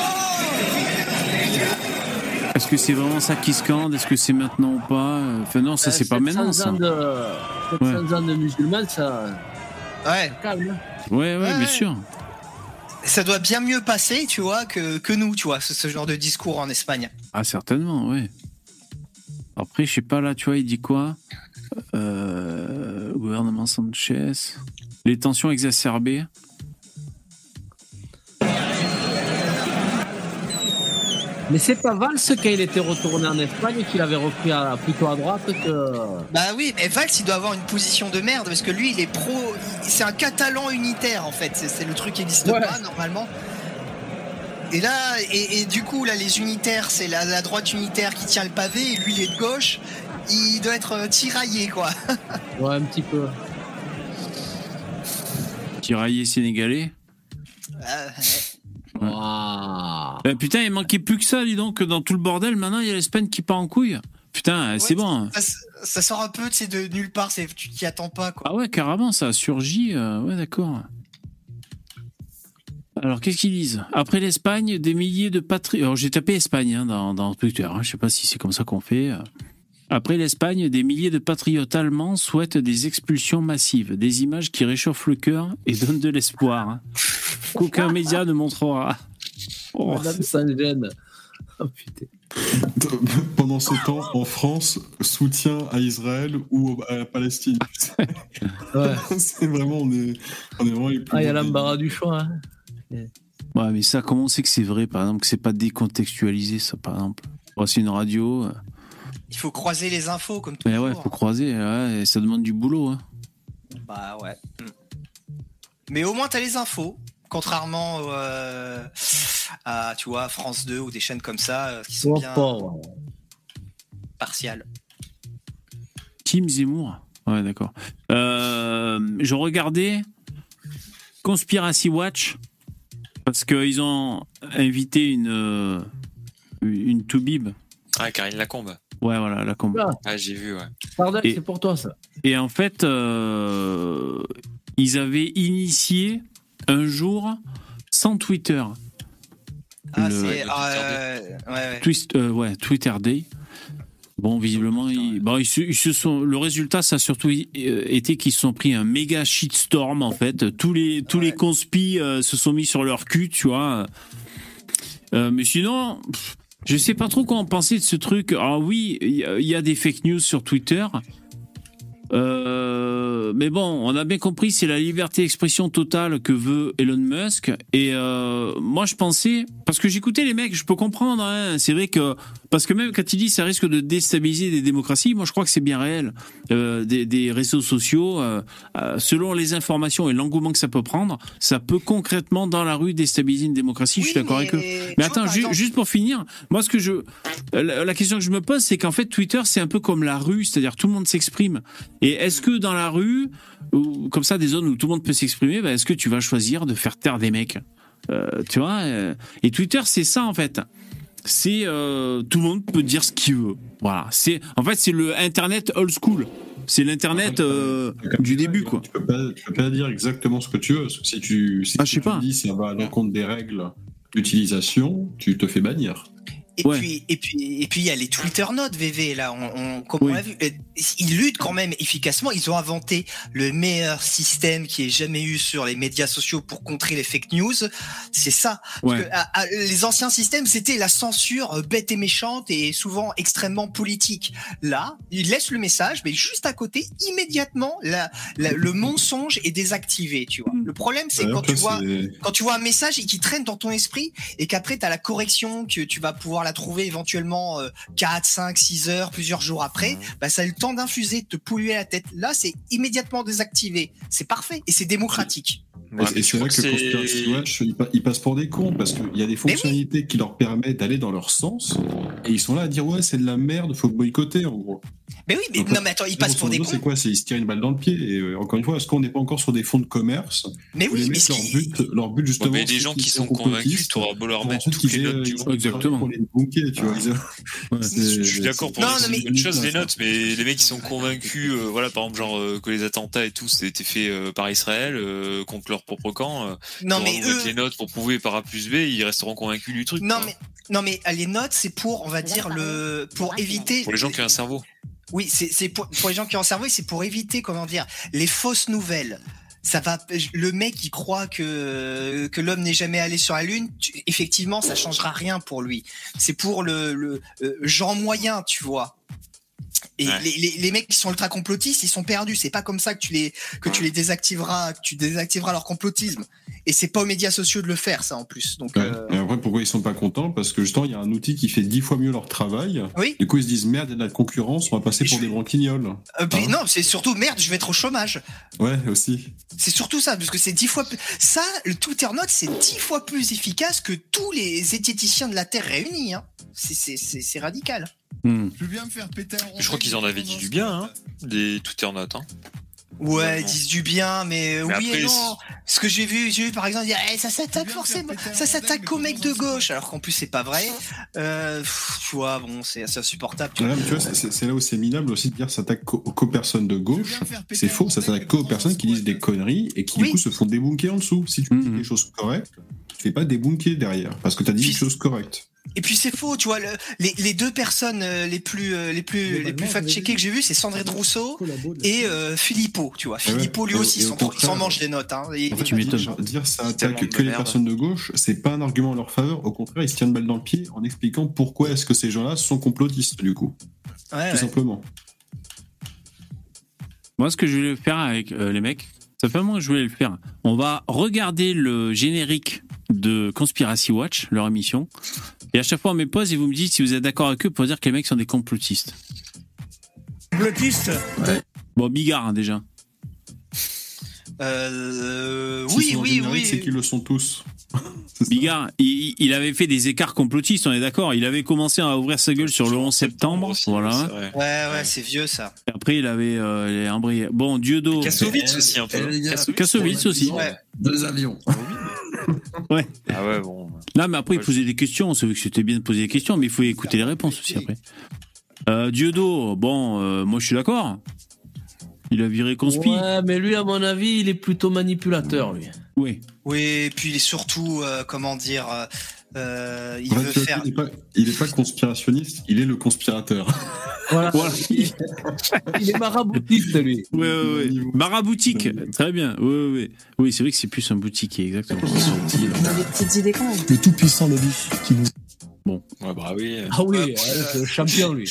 Est-ce que c'est vraiment ça qui scande? Est-ce que c'est maintenant ou pas? Enfin, non, ça, Euh, c'est pas maintenant, ça. sept cents ans de, sept cents ans de musulmans, ça, Ouais, ça calme. hein. Ouais, ouais, Ouais, bien ouais. sûr. ça doit bien mieux passer, tu vois, que, que nous, tu vois, ce, ce genre de discours en Espagne. Ah, certainement, ouais. Après, je sais pas, là, tu vois, il dit quoi euh, Gouvernement Sanchez. Les tensions exacerbées. Mais c'est pas Valls quand il était retourné en Espagne qu'il avait repris à, plutôt à droite que. Bah oui, mais Valls, il doit avoir une position de merde parce que lui, il est pro. il- C'est un catalan unitaire en fait. C'est c'est le truc qui n'existe Ouais. pas normalement. Et là, et, et du coup, là, les unitaires, c'est la, la droite unitaire qui tient le pavé et lui, il est de gauche. Il doit être euh, tiraillé, quoi. Ouais, un petit peu. Tiraillé sénégalais. Euh, Waouh. Bah, putain, il manquait plus que ça, dis donc, que dans tout le bordel, maintenant, il y a l'Espagne qui part en couille. Putain, c'est ouais, bon. Ça, ça sort un peu, tu sais, de nulle part. c'est- Tu t'y attends pas, quoi. Ah ouais, carrément, ça a surgi. euh, ouais, d'accord. Alors, qu'est-ce qu'ils disent? Après l'Espagne, des milliers de patriotes. Alors, j'ai tapé Espagne hein, dans, dans Twitter. Hein. Je sais pas si c'est comme ça qu'on fait. Après l'Espagne, des milliers de patriotes allemands souhaitent des expulsions massives. Des images qui réchauffent le cœur et donnent de l'espoir. Hein. Qu'aucun média ne montrera. Oh, Madame Saint-Gène. Oh putain. Pendant ce temps, en France, soutien à Israël ou à la Palestine. Ouais. C'est vraiment, on est, on est vraiment les plus Ah, il y a gros l'embarras du choix. Hein. Ouais, mais ça, comment on sait que c'est vrai, par exemple, que c'est pas décontextualisé, ça, par exemple? Bon, c'est une radio. euh, Il faut croiser les infos, comme Mais toujours. ouais, faut croiser. Ouais, et ça demande du boulot. Hein. Bah ouais. Hmm. Mais au moins, t'as les infos. Contrairement euh, à, tu vois, France deux ou des chaînes comme ça, euh, qui sont Oh, bien pauvre. partiales. Team Zemmour. Ouais, d'accord. Euh, je regardais Conspiracy Watch parce qu'ils ont invité une euh, une toubib. Ah, Karine Lacombe. Ouais, voilà, Lacombe. Ah, Ah, j'ai vu, ouais. pardon, Et- c'est pour toi ça. Et en fait, euh, ils avaient initié un jour sans Twitter. Ah, Le- c'est. le euh, ouais, ouais. Twist, euh, ouais, Twitter Day. Bon, visiblement, ils, bon, ils, se, ils se sont. Le résultat, ça a surtout euh, été qu'ils se sont pris un méga shitstorm en fait. Tous les tous les conspis euh, se sont mis sur leur cul, tu vois. Euh, mais sinon, pff, je sais pas trop quoi en penser de ce truc. Ah oui, il y, a- il y a des fake news sur Twitter. Euh, mais bon, on a bien compris, c'est la liberté d'expression totale que veut Elon Musk. Et euh, moi, je pensais, parce que j'écoutais les mecs, je peux comprendre. Hein, c'est vrai que parce que même quand il dit ça risque de déstabiliser des démocraties, moi je crois que c'est bien réel. Euh, des, des réseaux sociaux, euh, euh, selon les informations et l'engouement que ça peut prendre, ça peut concrètement dans la rue déstabiliser une démocratie. Oui, je suis d'accord mais- avec eux. tu Mais vois, attends, par ju- exemple- juste pour finir, moi ce que je, la, la question que je me pose, c'est qu'en fait Twitter c'est un peu comme la rue, c'est-à-dire tout le monde s'exprime. Et est-ce que dans la rue, ou comme ça, des zones où tout le monde peut s'exprimer, bah, est-ce que tu vas choisir de faire taire des mecs euh, Tu vois euh, Et Twitter, c'est ça en fait. C'est euh, tout le monde peut dire ce qu'il veut. Voilà. C'est en fait c'est le Internet old school. C'est l'internet euh, du début quoi. Tu peux pas, tu peux pas dire exactement ce que tu veux. Parce que si tu, si Ah, ce je sais que tu pas. dis ça va à l'encontre des règles d'utilisation, tu te fais bannir. Et Ouais. puis et puis et puis il y a les Twitter notes V V là, on, on comme Oui. on l'a vu, euh, ils luttent quand même efficacement. Ils ont inventé le meilleur système qui ait jamais eu sur les médias sociaux pour contrer les fake news. C'est ça. Parce Ouais. que, à- à- les anciens systèmes, c'était la censure euh, bête et méchante et souvent extrêmement politique. Là, ils laissent le message, mais juste à côté, immédiatement, la, la- le mensonge est désactivé. Tu vois. Le problème, c'est D'ailleurs, quand tu toi, vois c'est- quand tu vois un message et qui traîne dans ton esprit et qu'après tu as la correction que tu vas pouvoir la trouver éventuellement euh, quatre, cinq, six heures, plusieurs jours après, bah ça a eu le temps d'infuser, de te polluer la tête. Là, c'est immédiatement désactivé. C'est parfait et c'est démocratique. Et- et c'est vrai que c'est- Conspiracy Watch, ils, pa- ils passent pour des cons parce qu'il y a des fonctionnalités qui leur permettent d'aller dans leur sens et ils sont là à dire ouais c'est de la merde, faut boycotter en gros. Mais oui, mais Donc, non mais attends, ils passent pour des grosso modo, cons. C'est quoi? C'est ils se tirent une balle dans le pied. Et euh, encore une fois, est-ce qu'on n'est pas encore sur des fonds de commerce Mais où oui, les mais mecs, ce leur qui- but, leur but justement, Ouais, mais des c'est gens qu'ils qui sont sont convaincus, complotistes, t'auras beau leur pour mettre ensuite toutes qu'ils les aient- notes du ils monde. ont Exactement. pour les débunker, tu vois. Ils ont- Ouais. c'est- Je suis d'accord pour Non, les- non, mais- c'est une chose les ça. notes, mais les mecs qui sont convaincus, euh, voilà, par exemple, genre euh, que les attentats et tout, c'était fait euh, par Israël euh, contre leur propre camp. Euh, Non ils mais auront mettre eux, les notes pour prouver par A plus B, ils resteront convaincus du truc. non quoi. mais non mais euh, les notes, c'est pour, on va dire le, pour éviter. Pour les gens qui ont un cerveau. Oui, c'est c'est pour, pour les gens qui ont un cerveau, et c'est pour éviter, comment dire, les fausses nouvelles. Ça va, le mec qui croit que que l'homme n'est jamais allé sur la lune, tu- effectivement, ça changera rien pour lui. C'est pour le le euh, Jean moyen, tu vois. Et Ouais. les, les, les mecs qui sont ultra complotistes, ils sont perdus. C'est pas comme ça que tu les que tu les désactiveras, que tu désactiveras leur complotisme. Et c'est pas aux médias sociaux de le faire, ça en plus. Donc Ouais. euh, Et après, pourquoi ils sont pas contents? Parce que justement, il y a un outil qui fait dix fois mieux leur travail. Oui. Du coup, ils se disent merde, il y a de la concurrence, on va passer Et pour je- des branquignoles. euh, puis Hein non, c'est surtout merde, je vais être au chômage. Ouais, aussi. C'est surtout ça, parce que c'est dix fois plus. Ça, le Twitter Note, c'est dix fois plus efficace que tous les zététiciens de la Terre réunis. Hein. C'est, c'est, c'est, c'est radical. Hmm. Je viens me faire péter un Je crois qu'ils en avaient dit du bien, hein, des Twitter notes. Hein. Ouais, ils non. disent du bien, mais, Mais oui après, et non. Ce que j'ai vu, j'ai vu par exemple dire, eh, ça s'attaque forcément, ça s'attaque aux mecs de gauche, alors qu'en plus c'est pas vrai. Euh, pff, tu vois, bon, c'est assez insupportable. Tu Ouais, vois. mais tu vois, c'est- c'est c'est là où c'est minable aussi de dire ça s'attaque qu'aux qu'aux personnes de gauche. C'est faux, ça s'attaque qu'aux personnes qui disent des conneries et qui Oui. du coup se font débunker en dessous. Si tu dis des choses correctes, tu fais pas débunker derrière parce que tu as dit Puis- des choses correctes. Et puis c'est faux, tu vois. Le, les, les deux personnes euh, les plus euh, les plus les plus fact-checkées que j'ai vues, c'est Sandrine Rousseau et euh, Philippot, tu vois. Ah ouais. Philippot lui Et au- aussi, et ils au s'en ils s'en contraire- mangent des notes. Hein. Et- En fait, tu dire, m'étonnes. dire ça tellement attaque de que les merde. personnes de gauche, c'est pas un argument en leur faveur. Au contraire, ils se tiennent une balle dans le pied en expliquant pourquoi est-ce que ces gens-là sont complotistes du coup, Ouais, tout ouais. simplement. Moi, ce que je voulais faire avec euh, les mecs, ça fait un moment que je voulais le faire. On va regarder le générique de Conspiracy Watch, leur émission, et à chaque fois on met pause et vous me dites si vous êtes d'accord avec eux pour dire que les mecs sont des complotistes. Complotiste. Bon, Bigard hein, déjà. Euh, S'ils oui, sont oui, génériques, oui. c'est qu'ils le sont tous. Bigard, il, il avait fait des écarts complotistes, on est d'accord. Il avait commencé à ouvrir sa gueule sur le onze septembre. Aussi, Voilà. c'est vrai. Ouais, ouais, c'est vieux ça. Et après, il avait euh, les imbriés. Bon, Dieudo. Kassovitz aussi un peu. Eh, les gars, Kassovitz aussi. Ouais. Deux avions. Ouais. Ah ouais, bon. Là, mais après, il posait des questions. On savait que c'était bien de poser des questions, mais il faut écouter les réponses aussi après. Euh, Dieudo, bon, euh, moi je suis d'accord. Il a viré conspi. Ouais, mais lui, à mon avis, il est plutôt manipulateur, lui. Oui. Oui, et puis il est surtout, euh, comment dire, euh, euh, il En fait, veut tu vois, faire. il, est pas, il est pas conspirationniste, il est le conspirateur. Voilà. Voilà. Il, il est maraboutiste, lui. Ouais, ouais, ouais. Maraboutique. Très bien. Oui, oui, oui. Oui, c'est vrai que c'est plus un boutiquier, exactement. On a des petites idées quand même. Le tout-puissant lobby qui nous... Bon. Ouais, bah oui. Ah oui, Hop, ouais, c'est le champion, lui.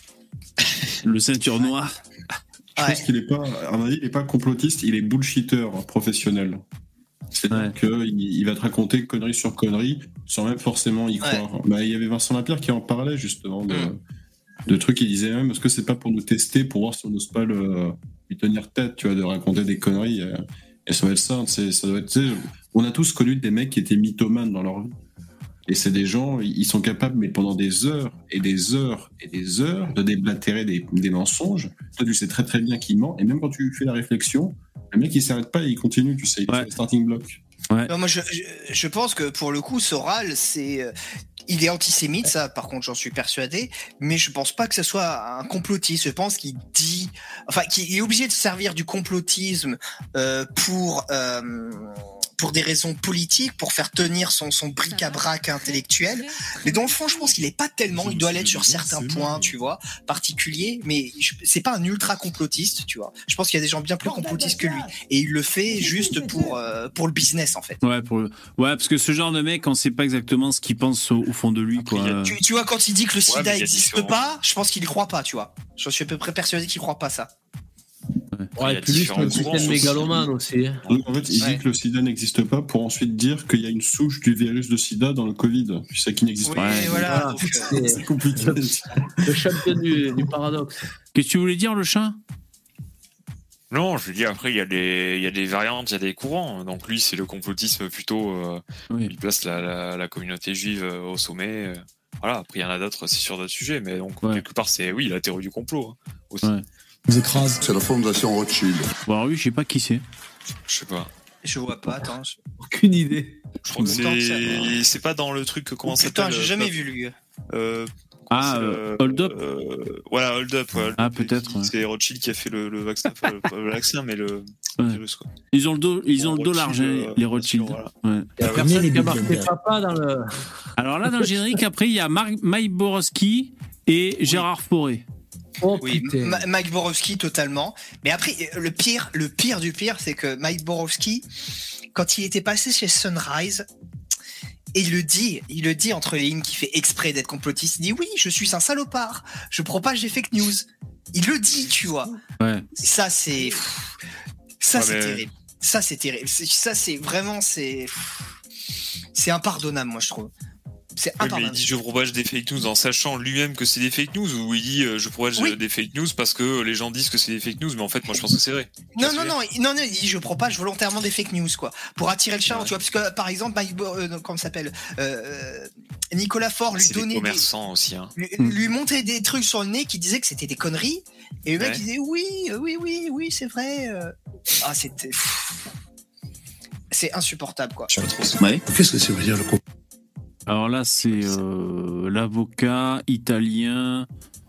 Le ceinture noire. Je Ouais. pense qu'il est pas, à mon avis, il est pas complotiste, il est bullshitter professionnel. C'est-à-dire qu'il il va te raconter connerie sur connerie sans même forcément y croire. Ouais. Bah, il y avait Vincent Lapierre qui en parlait justement de, mmh. de trucs. Il disait même est-ce que c'est pas pour nous tester, pour voir si on n'ose pas le, lui tenir tête, tu vois, de raconter des conneries. Et, et ça doit être ça. Ça doit être, on a tous connu des mecs qui étaient mythomanes dans leur vie. Et c'est des gens, ils sont capables, mais pendant des heures et des heures et des heures, de déblatérer des, des mensonges. Toi, tu sais très très bien qu'il ment. Et même quand tu fais la réflexion, le mec, il s'arrête pas et il continue, tu sais, il ouais. fait le starting block. Ouais. Non, moi, je, je, je pense que pour le coup, Soral, c'est, euh, il est antisémite, ça, par contre, j'en suis persuadé. Mais je pense pas que ce soit un complotiste. Je pense qu'il dit, enfin, qu'il est obligé de servir du complotisme euh, pour. Euh, pour des raisons politiques, pour faire tenir son, son bric-à-brac intellectuel. Mais dans le fond, je pense qu'il est pas tellement, il doit l'être sur certains points, tu vois, particuliers, mais je, c'est pas un ultra complotiste, tu vois. Je pense qu'il y a des gens bien plus complotistes que lui. Et il le fait juste pour, euh, pour le business, en fait. Ouais, pour le... ouais, parce que ce genre de mec, on sait pas exactement ce qu'il pense au, au fond de lui, quoi. Tu, tu vois, quand il dit que le sida n'existe ouais, pas, je pense qu'il y croit pas, tu vois. Je suis à peu près persuadé qu'il croit pas ça. Ouais, et puis lui, c'est un putain de mégalomane aussi. Donc, en fait, il ouais. dit que le sida n'existe pas pour ensuite dire qu'il y a une souche du virus de sida dans le Covid. Tu sais qui n'existe oui, pas. Ouais, voilà. Donc, c'est, c'est compliqué. Le champion du, du paradoxe. Qu'est-ce que tu voulais dire, le chat ? Non, je veux dire, après, il y a des, il y a des variantes, il y a des courants. Donc lui, c'est le complotisme plutôt. Euh, oui. Il place la, la, la communauté juive au sommet. Voilà, après, il y en a d'autres, c'est sur d'autres sujets. Mais donc, ouais. quelque part, c'est, oui, la théorie du complot hein, aussi. Ouais. Vous écrase. C'est la fondation Rothschild. Bon, alors lui, je sais pas qui c'est. Je sais pas. Je vois pas, attends. Je... Aucune idée. Je crois que c'est, c'est pas dans le truc, comment ça s'appelle. Putain, j'ai jamais vu lui. Euh, ah, euh, Hold Up euh, Voilà, Hold Up. Ouais, ah, peut-être. Ouais. C'est Rothschild qui a fait le, le vaccin, pas le, le vaccin, mais le ouais. virus, quoi. Ils ont le dos, ils ont le dos large, euh, les Rothschild. Voilà. Ouais. Il y a personne qui a marqué papa dans le. Alors là, dans le générique, après, il y a Mark, Mike Borowski et oui. Gérard Fauré. Oh, oui, Ma- Mike Borowski totalement. Mais après, le pire, le pire du pire, c'est que Mike Borowski, quand il était passé chez Sunrise, et il le dit, il le dit entre les lignes qu'il fait exprès d'être complotiste. Il dit oui, je suis un salopard, je propage des fake news. Il le dit, tu vois. Ouais. Ça c'est, ça ouais, c'est mais... terrible. Ça c'est terrible. Ça c'est vraiment c'est, c'est impardonnable, moi je trouve. C'est oui, mais il dit je propage des fake news en sachant lui-même que c'est des fake news ou il dit euh, je propage oui. des fake news parce que les gens disent que c'est des fake news mais en fait moi je pense que c'est vrai. Non non non, non non il dit je propage volontairement des fake news quoi pour attirer le charme ouais. tu vois parce que par exemple Mike, euh, comment ça s'appelle euh, Nicolas Faure lui c'est donnait des commerçants des, aussi hein. lui, lui montrait des trucs sur le nez qui disaient que c'était des conneries et le mec ouais. il disait oui oui oui oui c'est vrai euh... ah c'était pff, c'est insupportable quoi. Je sais pas trop. Ouais. Qu'est-ce que ça veut dire le coup? Alors là, c'est euh, l'avocat italien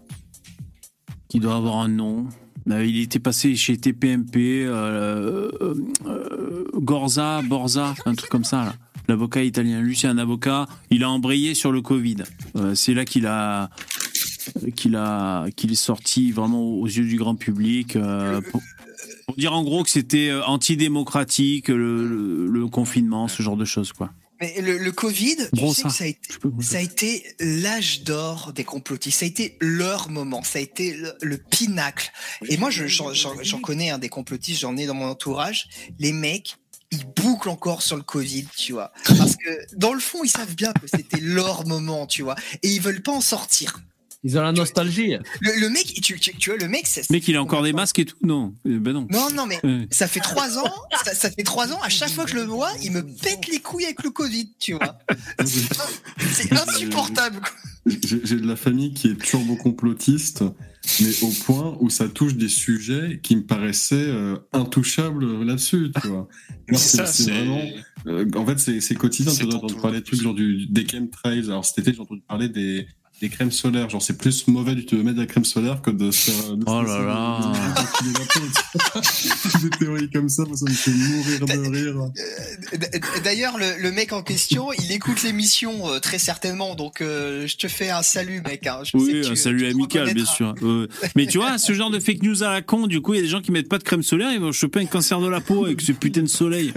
qui doit avoir un nom. Il était passé chez T P M P, euh, euh, euh, Gorza, Borza, un truc comme ça. Là. L'avocat italien. Lui, c'est un avocat. Il a embrayé sur le Covid. Euh, c'est là qu'il a, qu'il a, qu'il est sorti vraiment aux yeux du grand public. Euh, pour, pour dire en gros que c'était antidémocratique, le, le, le confinement, ce genre de choses, quoi. Mais le, le Covid, bon, tu sais ça, que ça a été, ça a été l'âge d'or des complotistes. Ça a été leur moment. Ça a été le, le pinacle. Et moi, je, j'en, j'en, j'en connais hein, des complotistes. J'en ai dans mon entourage. Les mecs, ils bouclent encore sur le Covid, tu vois. Parce que dans le fond, ils savent bien que c'était leur moment, tu vois. Et ils veulent pas en sortir. Ils ont la nostalgie. Le, le mec, tu, tu, tu vois, le mec, c'est. Le mec, il a encore des masques et tout. Non, euh, ben non. Non, non, mais Ouais. ça fait trois ans. Ça, ça fait trois ans. À chaque fois que je le vois, il me pète les couilles avec le Covid, tu vois. C'est insupportable. Quoi. J'ai j'ai de la famille qui est turbo-complotiste, mais au point où ça touche des sujets qui me paraissaient euh, intouchables là-dessus, tu vois. Mais c'est ça, c'est- vraiment... euh, en fait, c'est c'est quotidien, tu dois entendre parler de trucs genre du, des chemtrails. Alors cet été, j'ai entendu parler des, des crèmes solaires. Genre, c'est plus mauvais de te mettre de la crème solaire que de se faire... de se Oh laisser- là là. de- de- de- de- de- Des théories comme ça, moi, ça me fait mourir de rire. D- D'ailleurs, le, le mec en question, il écoute l'émission euh, très certainement. Donc, euh, je te fais un salut, mec. Hein. Je sais Oui, que tu- un salut tu te amical, bien reconnaîtras. sûr. Euh, mais tu vois, ce genre de fake news à la con, du coup, il y a des gens qui mettent pas de crème solaire, ils vont choper un cancer de la peau avec ce putain de soleil.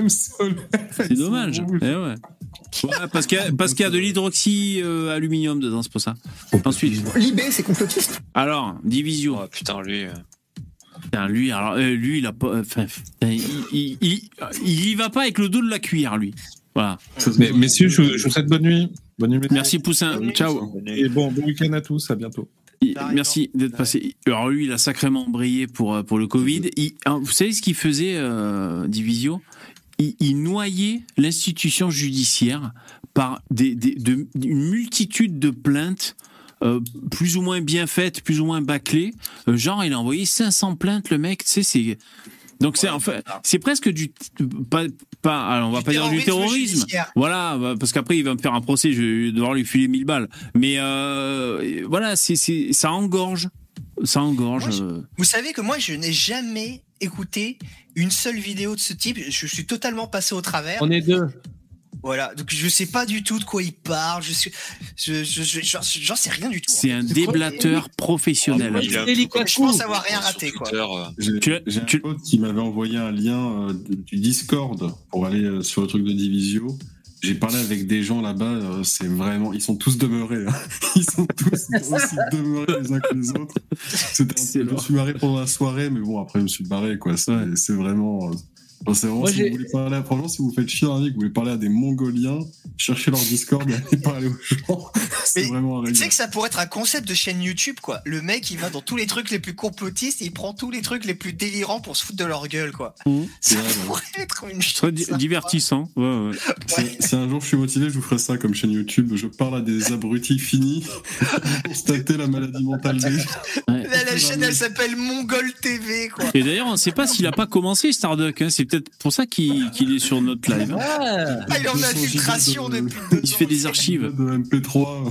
C'est dommage. Eh ouais. Ouais, parce qu'il y a, parce qu'il y a de l'hydroxy euh, aluminium dedans, c'est pour ça. Ensuite. Libé, c'est complotiste. Alors, Division. Oh, putain, lui. euh, Putain, lui, alors, euh, lui, il a pas. Enfin, putain, il, il, il, il y va pas avec le dos de la cuillère, lui. Voilà. Mais, messieurs, je, je vous souhaite bonne nuit. Bonne nuit, messieurs. Merci, Poussin. Ciao. Et bon, bon week-end à tous. À bientôt. Il- Merci d'être passé. Alors lui, il a sacrément brillé pour, euh, pour le Covid. Il- alors, vous savez ce qu'il faisait, euh, Divisio il, il noyait l'institution judiciaire par des, des, de, une multitude de plaintes euh, plus ou moins bien faites, plus ou moins bâclées. Euh, genre, il a envoyé cinq cents plaintes, le mec. Tu sais, c'est... Donc c'est enfin, c'est presque du pas pas alors on va Du pas dire du terrorisme terrorisme. judiciaire. Voilà, bah, parce qu'après il va me faire un procès, je vais devoir lui filer mille balles. Mais euh, voilà, c'est c'est ça engorge, ça engorge. Moi, je- euh. Vous savez que moi, je n'ai jamais écouté une seule vidéo de ce type. Je suis totalement passé au travers. On est deux. Voilà, donc je sais pas du tout de quoi il parle. Je suis, je, je, je- j'en j'en sais rien du tout. C'est un déblateur professionnel. Il a- Je pense avoir rien raté, quoi. Twitter, euh, J'ai Tu l'as- j'ai un tu- pote qui m'avait envoyé un lien euh, de- du Discord pour aller euh, sur le truc de Divisio. J'ai parlé avec des gens là-bas, euh, c'est vraiment, ils sont tous demeurés. hein. Ils sont tous aussi demeurés les uns que les autres. C'était un- je me suis marré pendant la soirée, mais bon, après je me suis barré, quoi. C'est c'est vraiment. euh, enfin, c'est vraiment Moi, si j'ai- vous voulez parler à, franchement, si vous faites chier dans la vie, que vous voulez parler à des Mongoliens, cherchez leur Discord et allez parler aux gens. C'est Mais vraiment un Tu sais régal. que ça pourrait être un concept de chaîne YouTube, quoi. Le mec, il va dans tous les trucs les plus complotistes et il prend tous les trucs les plus délirants pour se foutre de leur gueule, quoi. Mmh. Ça Ouais, ouais. pourrait être une Très di- chose. divertissant. Ouais, ouais. Si- Si un jour je suis motivé, je vous ferai ça comme chaîne YouTube. Je parle à des abrutis finis pour constater la maladie mentale des gens. Ouais. La, la chaîne, elle s'appelle Mongol T V, quoi. Et d'ailleurs, on ne sait pas s'il a pas commencé Starduck. Hein. C'est peut-être pour ça qu'il qu'il est sur notre live. hein. Ouais. Ah, il est en infiltration de- depuis deux Il se fait ans. des archives. De M P trois.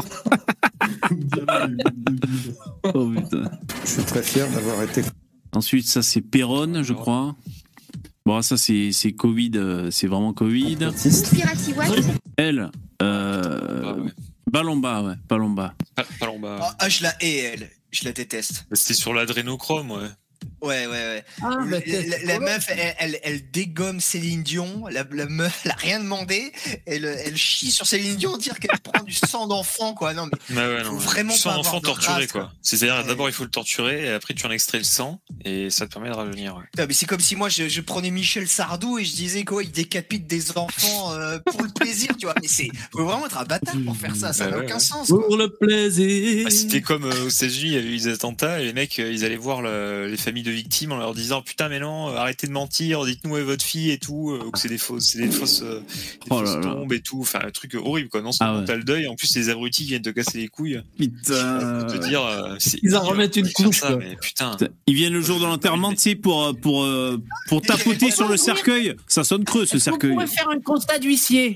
Oh putain. Je suis très fier d'avoir été. Ensuite, ça c'est Perron, je crois. Bon, ça c'est c'est Covid, euh, c'est vraiment Covid. Elle, euh, Ah ouais. Balomba, ouais, Balomba. Pas, pas Lombard. Ah, ah, je la hais, elle. Je la déteste. C'était sur l'adrénochrome, ouais. Ouais, ouais, ouais. Ah, Le- bah, la, t'es- la- la meuf, elle, elle, elle dégomme Céline Dion. La, la meuf, elle a rien demandé. Elle, elle chie sur Céline Dion, dire qu'elle prend du sang d'enfant, quoi. Non, mais Ouais, ouais, non. Faut vraiment Sans pas enfant avoir de torturé, race, quoi. quoi. C'est-à-dire, Ouais. d'abord, il faut le torturer, et après, tu en extrais le sang, et ça te permet de rajeunir, ouais. putain, mais c'est comme si moi, je, je prenais Michel Sardou et je disais quoi, il décapite des enfants euh, pour le plaisir, tu vois. Mais c'est, faut vraiment être un bâtard pour faire ça. Ça Ouais, n'a ouais, aucun ouais. sens, quoi. Pour le plaisir. Bah, c'était comme euh, aux États-Unis, il y avait eu des attentats et les mecs, euh, ils allaient voir le- les familles de victimes en leur disant putain mais non, euh, arrêtez de mentir, dites-nous où est votre fille et tout, euh, que c'est des fausses, c'est des fausses, euh, des Oh fausses là là. tombes et tout, enfin un truc horrible quoi. Non Ah seulement ouais. t'as le deuil, en plus les abrutis qui viennent te casser les couilles, Putain. te dire, euh, c'est- Ils en remettent une de faire couche, ça, quoi. mais putain. Ils viennent le jour de l'enterrement, tu sais, pour, euh, pour, euh, pour tapoter sur le cercueil. Ça sonne creux, ce cercueil. On pourrait faire un constat d'huissier.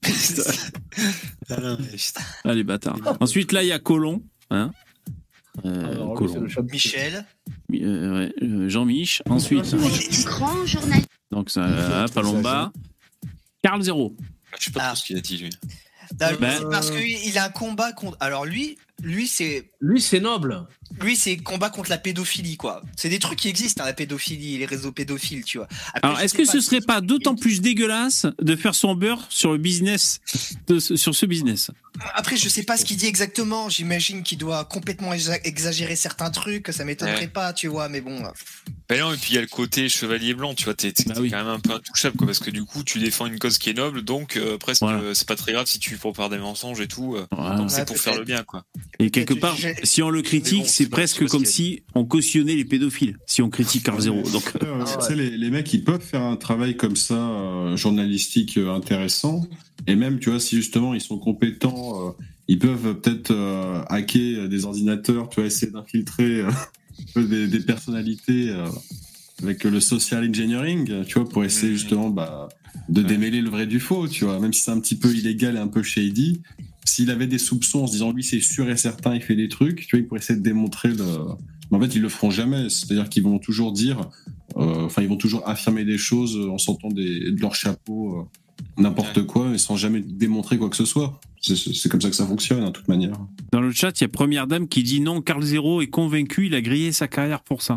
Ah non, mais putain. Ah, les bâtards. Ensuite, là, il y a Colomb. Hein euh, Alors, lui, Colomb. c'est le chat- Michel. Euh, ouais, euh, Jean-Mich. Ensuite, Grand journal. donc ça, euh, Palomba. Carl Zéro. Je sais pas Ah. trop ce qu'il a dit lui. Non, lui, Ben- c'est parce qu'il a un combat contre. Alors lui, lui c'est, Lui, c'est noble. lui c'est combat contre la pédophilie, quoi. C'est des trucs qui existent, hein, la pédophilie, les réseaux pédophiles, tu vois. Après, Alors, je est-ce sais que ce serait pas d'autant plus dégueulasse de faire son beurre sur le business, de ce- sur ce business? Après, je sais pas ce qu'il dit exactement. J'imagine qu'il doit complètement exa- exagérer certains trucs. Ça m'étonnerait Ouais. pas, tu vois. Mais bon. Bah non, et puis il y a le côté chevalier blanc, tu vois, t'es t'es Bah oui. quand même un peu intouchable, quoi, parce que du coup, tu défends une cause qui est noble, donc euh, presque, Voilà. euh, c'est pas très grave si tu prépares des mensonges et tout, euh, Voilà. donc c'est Ouais, pour peut-être. faire le bien, quoi. Et quelque part, si on le critique, bon, c'est c'est pas- presque c'est pas ce comme qu'il a si on cautionnait les pédophiles, si on critique Carl Zero. Donc, Euh, tu sais, les, les mecs, ils peuvent faire un travail comme ça, euh, journalistique euh, intéressant. Et même, tu vois, si justement ils sont compétents, euh, ils peuvent peut-être euh, hacker des ordinateurs, tu vois, essayer d'infiltrer euh, des, des personnalités euh, avec le social engineering, tu vois, pour essayer Mmh. justement bah, de démêler le vrai du faux, tu vois. Même si c'est un petit peu illégal et un peu shady, s'il avait des soupçons en se disant lui c'est sûr et certain, il fait des trucs, tu vois, il pourrait essayer de démontrer le. Mais en fait, ils le feront jamais. C'est-à-dire qu'ils vont toujours dire, euh, enfin, ils vont toujours affirmer des choses en sortant des, de leur chapeau, euh, n'importe quoi, et sans jamais démontrer quoi que ce soit. C'est, c'est comme ça que ça fonctionne, de toute manière. dans le chat, il y a Première Dame qui dit non, Carl Zero est convaincu, il a grillé sa carrière pour ça.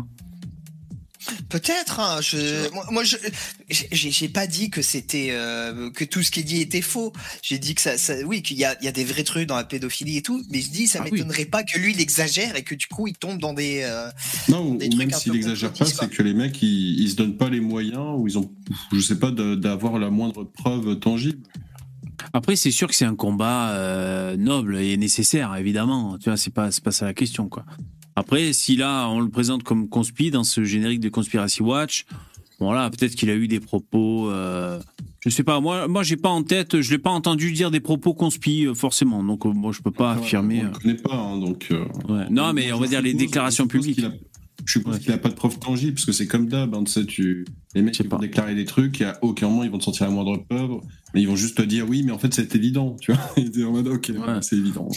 Peut-être. Hein, je, moi, moi, je, j'ai, j'ai pas dit que c'était euh, que tout ce qui est dit était faux. J'ai dit que ça, ça oui, qu'il y a, il y a des vrais trucs dans la pédophilie et tout. Mais je dis, ça Ah oui. m'étonnerait pas que lui, il exagère et que du coup, il tombe dans des. Euh, Non, ou, des ou trucs même un s'il peu exagère pas, complotistes, c'est que les mecs, ils, ils se donnent pas les moyens, ou ils ont, je sais pas, de- d'avoir la moindre preuve tangible. Après, c'est sûr que c'est un combat euh, noble et nécessaire, évidemment. Tu vois, c'est pas, c'est pas ça la question, quoi. Après, si là, on le présente comme conspi dans ce générique de Conspiracy Watch, bon là, peut-être qu'il a eu des propos. Euh, je sais pas. Moi, moi, j'ai pas en tête. Je l'ai pas entendu dire des propos conspi euh, forcément. Donc, euh, moi, je peux pas Après, affirmer. On euh, le connaît pas, hein, donc. euh, ouais. Non, mais moi, on va je dire les suppose- déclarations je suppose publiques. qu'il a- Je suppose Ouais. qu'il a pas de preuves tangibles, parce que c'est comme d'hab, hein, tu sais, tu... les mecs Je sais ils vont pas. déclarer des trucs, et à aucun moment ils vont te sortir la moindre preuve, mais ils vont juste te dire oui, mais en fait c'est évident, tu vois. Et t'es en mode ok, Ouais. c'est évident.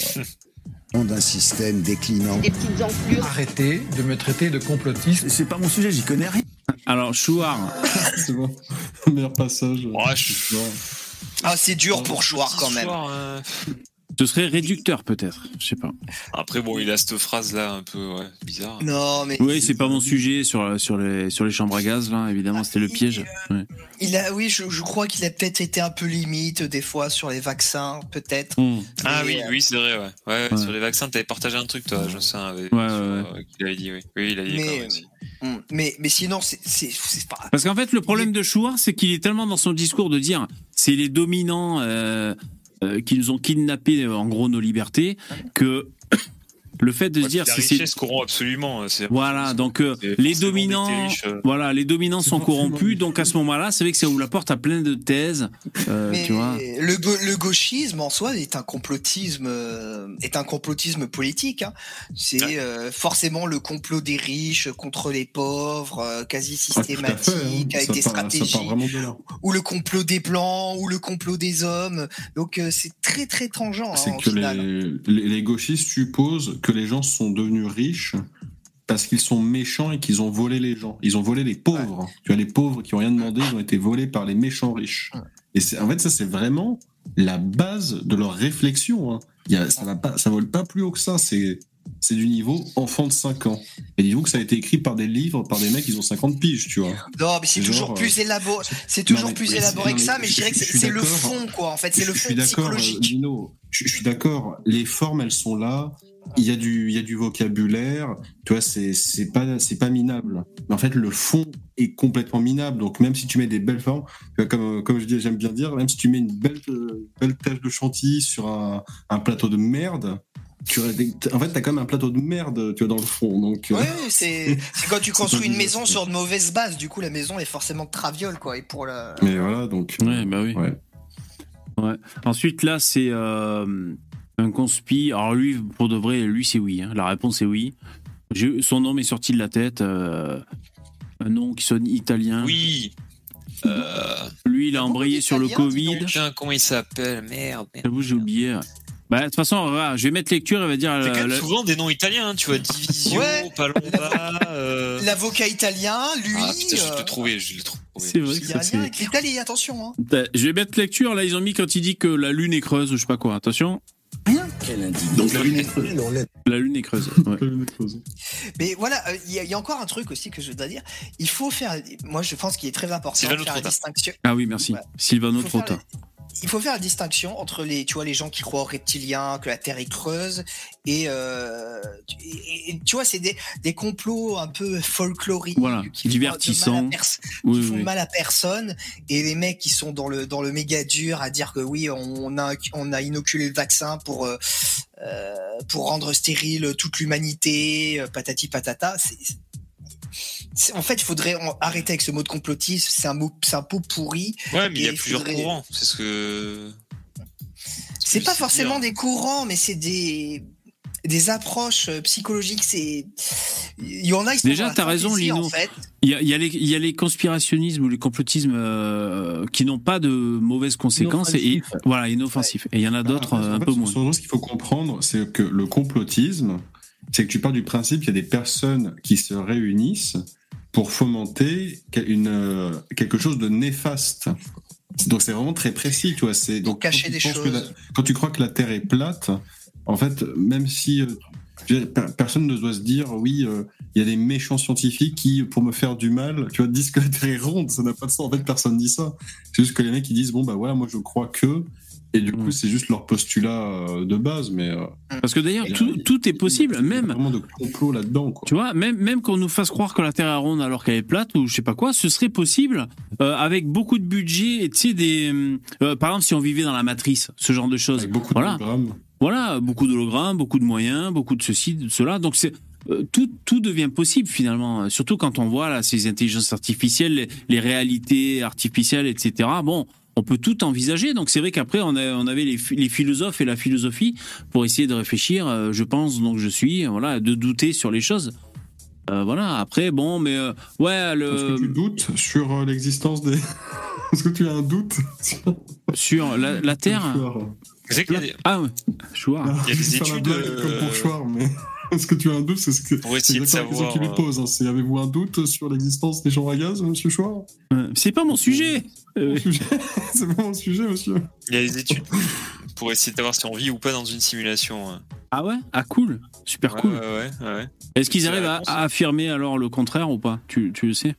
D'un système déclinant. Des petites enflures. Arrêtez de me traiter de complotiste. C'est pas mon sujet, j'y connais rien. Alors, Chouard, C'est bon. Meilleur passage. Ouais, je- Ah, c'est dur pour Chouard quand même. Soir, hein. ce serait réducteur peut-être. Je sais pas. Après, bon, il a cette phrase-là un peu ouais, bizarre. Non, mais Oui, c'est pas mon sujet sur sur les sur les chambres à gaz là. Évidemment, c'était le piège. Ouais. il a, oui, je, je crois qu'il a peut-être été un peu limite des fois sur les vaccins, peut-être. Mmh. Ah Mais, oui, euh, oui, c'est vrai, ouais. Ouais, ouais, Ouais. sur les vaccins, t'avais partagé un truc, toi, je sais, avec, Ouais, sur, ouais, euh, qu'il avait dit, oui. Oui, il a dit Mais, quand même aussi. mm, mais, mais sinon, c'est, c'est, c'est pas. Parce qu'en fait, le problème de Chouard, c'est qu'il est tellement dans son discours de dire c'est les dominants euh, euh, qui nous ont kidnappé euh, en gros nos libertés que le fait de se Ouais, dire la si c'est richesse corrompt absolument. C'est, voilà donc euh, c'est les forcément dominants des riches, euh. voilà les dominants sont forcément corrompus des donc à ce moment-là c'est vrai que ça ouvre la porte à plein de thèses euh, Mais tu vois le, go- le gauchisme en soi est un complotisme, euh, est un complotisme politique. Hein. C'est Ouais. euh, forcément le complot des riches contre les pauvres, euh, quasi Ah, tout à fait, hein. systématique, avec Ça des part- stratégies. Ça part vraiment de là. Ou le complot des blancs, ou le complot des hommes. Donc euh, c'est très très tangent. Hein, C'est en que final. les, les, les gauchistes supposent que les gens sont devenus riches parce qu'ils sont méchants et qu'ils ont volé les gens. Ils ont volé les pauvres. Tu vois, les pauvres qui ont rien demandé, ils ont été volés par les méchants riches. Et c'est, en fait, ça, c'est vraiment la base de leur réflexion. Hein. Il y a, ça va pas, ça vole pas plus haut que ça. C'est, c'est du niveau enfant de cinq ans. Et dis-vous que ça a été écrit par des livres, par des mecs qui ont cinquante piges, tu vois. Non, mais c'est C'est toujours genre, plus euh, élaboré. C'est Non, toujours mais- plus mais élaboré c'est- que non, ça, mais mais je je- dirais que je c'est suis c'est le d'accord. fond, quoi. En fait, c'est Je le suis fond d'accord, psychologique. euh, Nino. Je, je suis d'accord. Les formes, elles sont là. Il y a du, il y a du vocabulaire. Tu vois, c'est, c'est pas, c'est pas minable. Mais en fait, le fond est complètement minable. Donc, même si tu mets des belles formes, tu vois, comme, comme je dis, j'aime bien dire, même si tu mets une belle, euh, belle tache de chantilly sur un, un plateau de merde, tu as des- en fait, t'as quand même un plateau de merde, tu vois, dans le fond. Donc, euh, Ouais, c'est c'est quand tu c'est construis pas une bizarre, maison ça. sur de mauvaises bases. Du coup, la maison est forcément de traviole, quoi. Et pour la. Mais voilà, donc. ouais bah oui Ouais. ouais. Ensuite là c'est euh, un conspi alors lui pour de vrai lui c'est oui hein. La réponse est oui. J'ai- son nom m'est sorti de la tête euh, un nom qui sonne italien Oui. Euh, lui il a embrayé sur le italien, dis Covid. donc. putain, comment il s'appelle? Merde. merde. J'avoue, j'ai oublié. Bah, de toute façon, voilà, je vais mettre lecture, elle va dire. C'est euh, quand même la- souvent des noms italiens, hein, tu vois, Divisio, Ouais. Palomba. Euh... L'avocat italien, lui. Ah putain, je euh, l'ai trouvé, je l'ai trouvé. C'est vrai que il y a ça, un lien c'est. avec l'Italie, attention. Hein. T'as- Je vais mettre lecture, là, ils ont mis quand il dit que la lune est creuse, ou je sais pas quoi. Attention. Quel indice. Donc la lune est creuse. Non, la- La lune est creuse. Ouais. Mais voilà, euh, il y, a- il y a encore un truc aussi que je dois dire. Il faut faire. Moi, je pense qu'il est très important de Sylvano faire la Trotta. distinction. Ah oui, merci. Ouais. Silvano Il faut faire Trotta. Il faut faire la distinction entre les, tu vois, les gens qui croient aux reptiliens, que la Terre est creuse, et, euh, et, et tu vois, c'est des, des complots un peu folkloriques, Voilà, qui font de divertissants. mal à pers- Oui, qui font oui. mal à personne, et les mecs qui sont dans le dans le méga dur à dire que oui, on a on a inoculé le vaccin pour euh, euh, pour rendre stérile toute l'humanité, euh, patati patata. C'est, c'est, en fait, il faudrait arrêter avec ce mot de complotisme. C'est un mot, c'est un pot pourri. Ouais, mais il y a Et plusieurs faudrait- courants. C'est ce que. C'est que pas je sais forcément dire. des courants, mais c'est des des approches euh, psychologiques. C'est il y en a. Ils sont Déjà, dans la t'as raison, fantaisie, Lino. En fait. Il y a, il y a les, il y a les conspirationnismes ou les complotismes euh, qui n'ont pas de mauvaises conséquences et, et Inoffensifs. voilà, inoffensifs. Et il y en a d'autres Ah, euh, en un fait, peu sur- moins. sur- Ce qu'il faut comprendre, c'est que le complotisme, c'est que tu pars du principe qu'il y a des personnes qui se réunissent pour fomenter que- une, euh, quelque chose de néfaste. Donc c'est vraiment très précis, tu vois. C'est donc cacher quand des tu penses choses. que la- quand tu crois que la Terre est plate, en fait, même si euh, je veux dire, per- personne ne doit se dire oui, euh, il y a des méchants scientifiques qui, pour me faire du mal, tu vois, disent que la Terre est ronde. Ça n'a pas de sens. En fait, personne dit ça. C'est juste que les mecs ils disent bon bah voilà, moi je crois que, et du coup c'est juste leur postulat euh, de base, mais euh, Parce que d'ailleurs, il y a- tout, tout est possible, il y a même. vraiment de complot là-dedans, quoi. Tu vois, même, même qu'on nous fasse croire que la Terre est ronde alors qu'elle est plate ou je sais pas quoi, ce serait possible euh, avec beaucoup de budget et tu sais des, euh, par exemple si on vivait dans la matrice, ce genre de choses. Avec beaucoup voilà, d'hologrammes. voilà, beaucoup d'hologrammes, beaucoup de moyens, beaucoup de ceci, de cela. Donc c'est euh, tout, tout devient possible finalement. Surtout quand on voit là ces intelligences artificielles, les, les réalités artificielles, et cetera. Bon. On peut tout envisager, donc c'est vrai qu'après on, a, on avait les, les philosophes et la philosophie pour essayer de réfléchir. euh, je pense donc je suis, voilà, de douter sur les choses. Euh, voilà. Après bon, mais euh, ouais, le. Est-ce que tu doutes sur euh, l'existence des. Est-ce que tu as un doute sur la, la Terre. Vous savez qu'il y a des- Ah ouais, Chouard. Il y a des Faire la études, blague euh, comme pour Chouard, mais est-ce que tu as un doute? C'est ce que Pour essayer de c'est exactement la question savoir, qu'il lui euh, pose. Hein. C'est avez-vous un doute sur l'existence des chambres à gaz, monsieur Chouard? Euh, C'est pas mon sujet. Euh, C'est pas mon sujet, monsieur. Il y a des études pour essayer de savoir si on vit ou pas dans une simulation. hein. Ah ouais, ah cool, super Ouais, cool. Ouais, ouais, ouais, ouais. Est-ce qu'ils C'est arrivent la à, réponse. à affirmer alors le contraire ou pas? Tu, tu le sais?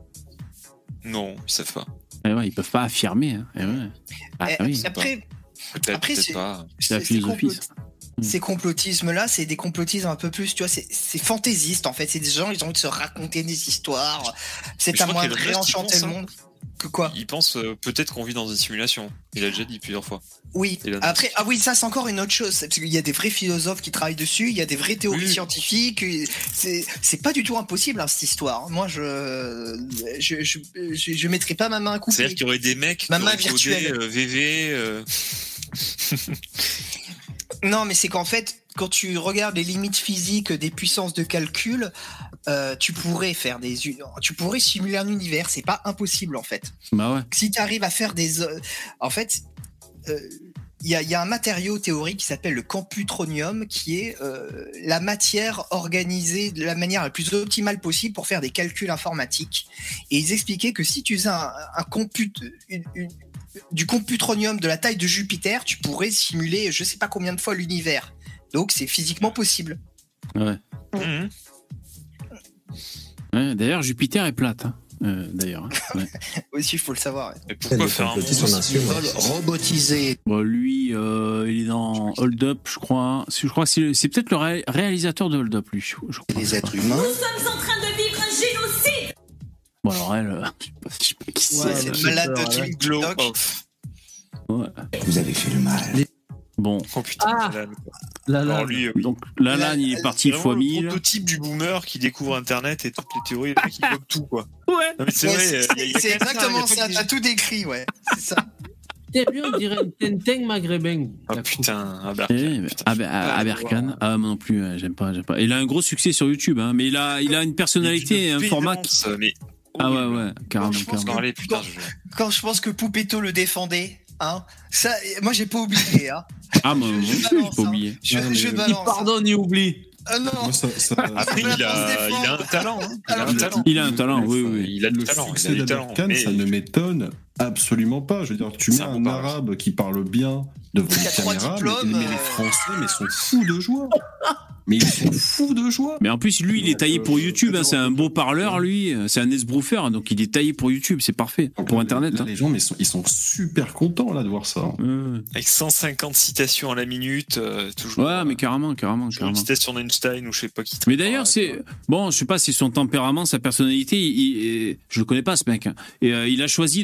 Non, ils savent pas. Eh ouais, ils peuvent pas affirmer. Hein. Eh ouais. Ah, Et oui. après, Peut-être, Après, peut-être c'est- pas. C'est la ces philosophie. complot- ça. Ces complotismes-là, c'est des complotismes un peu plus, tu vois, c'est, c'est fantaisiste en fait. C'est des gens, ils ont envie de se raconter des histoires. Mais C'est je à crois moyen de qu'Elon Musk, il réenchanter pense, le hein. monde. Que quoi? Ils pensent euh, peut-être qu'on vit dans une simulation. Il a déjà dit plusieurs fois. Oui. Il a- Après, ah oui, ça c'est encore une autre chose. C'est parce qu'il y a des vrais philosophes qui travaillent dessus. Il y a des vraies théories Oui. scientifiques. C'est, c'est pas du tout impossible hein, cette histoire. Moi, je, je, je, je, je mettrai pas ma main à couper. C'est-à-dire qu'il y aurait des mecs Ma qui main auraient codé, virtuelle. euh, V V. euh, Non, mais c'est qu'en fait, quand tu regardes les limites physiques des puissances de calcul, euh, tu pourrais faire des, u- tu pourrais simuler un univers. C'est pas impossible en fait. Bah ouais. Si tu arrives à faire des, euh, en fait, il euh, y, a, y a un matériau théorique qui s'appelle le computronium, qui est euh, la matière organisée de la manière la plus optimale possible pour faire des calculs informatiques. Et ils expliquaient que si tu faisais un, un compute, une- une- du computronium de la taille de Jupiter, tu pourrais simuler je sais pas combien de fois l'univers. Donc c'est physiquement possible. Ouais. mhm. Ouais, d'ailleurs, Jupiter est plate. Hein. Euh, d'ailleurs. hein. Ouais. Aussi, il faut le savoir. ouais. Mais pourquoi faire un monde aussi- robotisé. Bon, lui, euh, il est dans Hold Up, je crois. C'est- Je crois que c'est, c'est peut-être le ré- réalisateur de Hold Up, lui. Je, je crois. Les êtres humains. Nous sommes en train de vivre un génocide. Bon, alors elle, euh, je sais pas, je sais pas qui Ouais, c'est. c'est là. le malade de Glow TikTok. off. Ouais. Vous avez fait le mal. Bon. Oh putain, Ah. Alan, quoi. Là, là. Alors lui, euh, oui. Donc, Lalan, il est parti C'est fois vraiment le mille. prototype du boomer qui découvre Internet et toutes les théories, le mec il bloque tout quoi. Ouais. Non, mais c'est Ouais, vrai, c'est, euh, il y a- il y a c'est quand même ça, exactement il y a ça. pas que T'as des- tout décrit, ouais. C'est ça. T'es bien, on dirait un Tintin maghrébin. Oh putain, ah bah, Eh, putain, ah je ben, peux pas Aberkan, voir. ah moi non plus, euh, j'aime pas, j'aime pas. Il a un gros succès sur YouTube, hein, mais il a, il a une personnalité, et un format. qui- Pédance, mais Ah ouais, ouais, carrément, Je pense carrément. parler, putain, je... Quand je pense que Poupetto le défendait, hein, ça, moi j'ai pas oublié, hein. Ah moi, Je- moi je aussi, j'ai balance, pas hein. oublié. Je, Non, mais- je Il Il balance. pardonne, il oublie. Ah non. Moi, ça, ça, Après, ça- il a, il a un talent, hein. Il a un Alors, talent. Il a un talent, oui, oui. Il a du le talent, il a succès du talent. d'Aberkan, Mais ça ne m'étonne absolument pas. Je veux dire, tu C'est mets un un beau parole. arabe qui parle bien devant Qui a une trois caméra, mais, diplômes, mais les euh. Français mais sont fous de joie. Mais ils sont fous de joie. Mais en plus, lui, il est taillé pour YouTube, hein, c'est un beau parleur, lui, c'est un esbrouffer, donc il est taillé pour YouTube, c'est parfait, pour Internet. Là, hein. les gens, mais ils sont, ils sont super contents là de voir ça. Ouais, avec cent cinquante citations à la minute, euh, toujours. ouais, mais carrément, carrément, Toujours une carrément. citation d'Einstein ou je sais pas qui. Mais d'ailleurs, c'est bon, je sais pas si son tempérament, sa personnalité, il- il- je le connais pas ce mec, hein. Et euh, il a choisi de prendre ce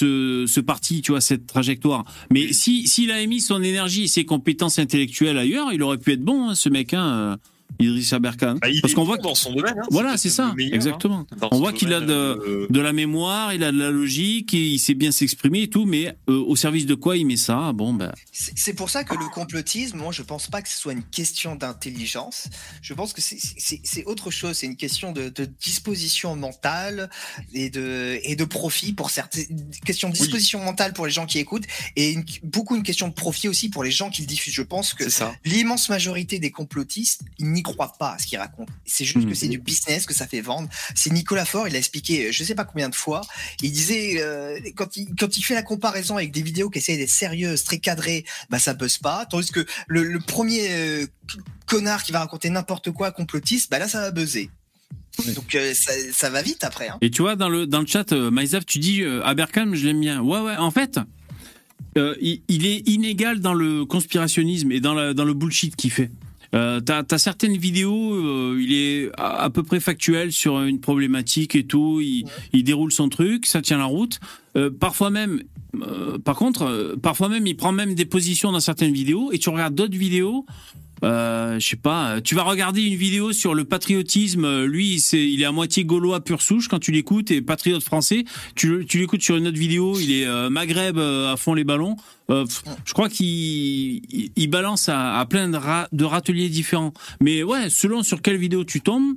ce, ce parti, tu vois, cette trajectoire. Mais si s'il a mis son énergie et ses compétences intellectuelles ailleurs, il aurait pu être bon, hein, ce mec, hein, Idriss Aberkan. Bah, il Parce est qu'on voit bon dans son domaine. Hein, voilà, c'est ça, meilleur, exactement. hein, dans on son voit qu'il a domaine, de, euh, de la mémoire, il a de la logique, et il sait bien s'exprimer et tout, mais euh, au service de quoi il met ça? Bon, ben. C'est c'est pour ça que le complotisme, moi, je pense pas que ce soit une question d'intelligence. Je pense que c'est- c'est c'est autre chose. C'est une question de, de disposition mentale et de, et de profit pour certaines. Une question de disposition mentale pour les gens qui écoutent et une- beaucoup une question de profit aussi pour les gens qui le diffusent. Je pense que l'immense majorité des complotistes, ils n'y croient pas à ce qu'ils racontent. C'est juste Mmh. que c'est du business, que ça fait vendre. C'est Nicolas Faure, il a expliqué, je sais pas combien de fois, il disait, euh, quand, il, quand il fait la comparaison avec des vidéos qui essayent d'être sérieuses, très cadrées, bah ça buzz pas. Tandis que le, le premier euh, connard qui va raconter n'importe quoi, complotiste, bah là ça va buzzer. Donc euh, ça, ça va vite après. Hein. Et tu vois, dans le, dans le chat, euh, Maïsaf, tu dis euh, Aberkan, je l'aime bien. Ouais, ouais, en fait, euh, il, il est inégal dans le conspirationnisme et dans, la, dans le bullshit qu'il fait. Euh, t'as, t'as certaines vidéos, euh, il est à, à peu près factuel sur une problématique et tout, il, il déroule son truc, ça tient la route. Euh, parfois même, euh, par contre, euh, parfois même, il prend même des positions dans certaines vidéos, et tu regardes d'autres vidéos. Euh, je sais pas, tu vas regarder une vidéo sur le patriotisme, lui c'est, il est à moitié gaulois pure souche quand tu l'écoutes, et patriote français, tu, tu l'écoutes sur une autre vidéo, il est euh, Maghreb euh, à fond les ballons. Euh, je crois qu'il il, il balance à, à plein de, ra, de râteliers différents. Mais ouais, selon sur quelle vidéo tu tombes,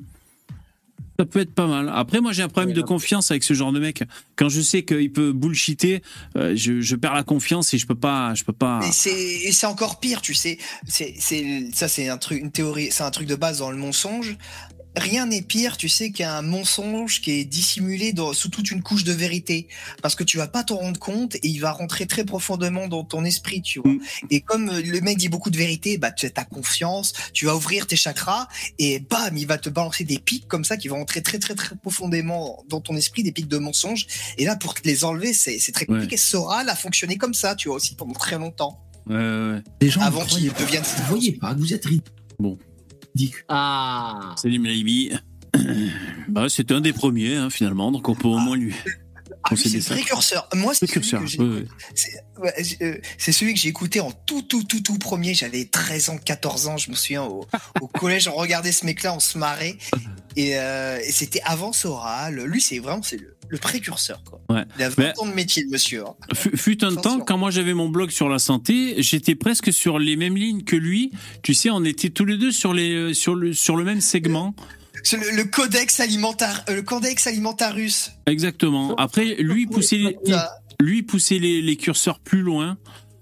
ça peut être pas mal. Après, moi, j'ai un problème de confiance avec ce genre de mec. Quand je sais qu'il peut bullshiter, euh, je, je perds la confiance et je peux pas, je peux pas. Et c'est et c'est encore pire, tu sais. C'est c'est ça, c'est un truc, une théorie, c'est un truc de base dans le mensonge. Rien n'est pire, tu sais, qu'un mensonge qui est dissimulé dans, sous toute une couche de vérité. Parce que tu vas pas t'en rendre compte et il va rentrer très profondément dans ton esprit, tu vois. Mm. Et comme le mec dit beaucoup de vérité, bah, tu as confiance, tu vas ouvrir tes chakras et bam, il va te balancer des pics comme ça qui vont rentrer très, très, très profondément dans ton esprit, des pics de mensonges. Et là, pour te les enlever, c'est, c'est très compliqué. Ouais. Soral a fonctionné comme ça, tu vois, aussi pendant très longtemps. Ouais, ouais. Les gens avant qu'ils deviennent. Vous voyez pas, vous êtes ridicule. Bon. Ah. Salut Mlaïbi. Bah, c'était un des premiers, hein, finalement, donc on peut au moins lui. Ah, oui, c'est le précurseur. Moi, c'est précurseur. Celui que j'ai oui, oui. c'est, ouais, euh, c'est celui que j'ai écouté en tout, tout, tout, tout premier. J'avais treize ans, quatorze ans. Je me souviens au, au collège, on regardait ce mec-là, on se marrait. Et, euh, et c'était avant Soral. Lui, c'est vraiment c'est le, le précurseur. Quoi. Ouais. Il a vingt Mais, ans de métier, le monsieur. Hein. Fut, fut un temps, quand moi j'avais mon blog sur la santé, j'étais presque sur les mêmes lignes que lui. Tu sais, on était tous les deux sur, les, sur, le, sur le même segment. C'est le, le codex alimentaire, euh, le codex alimentarus. Exactement. Après, lui poussait les, lui poussait les, les curseurs plus loin.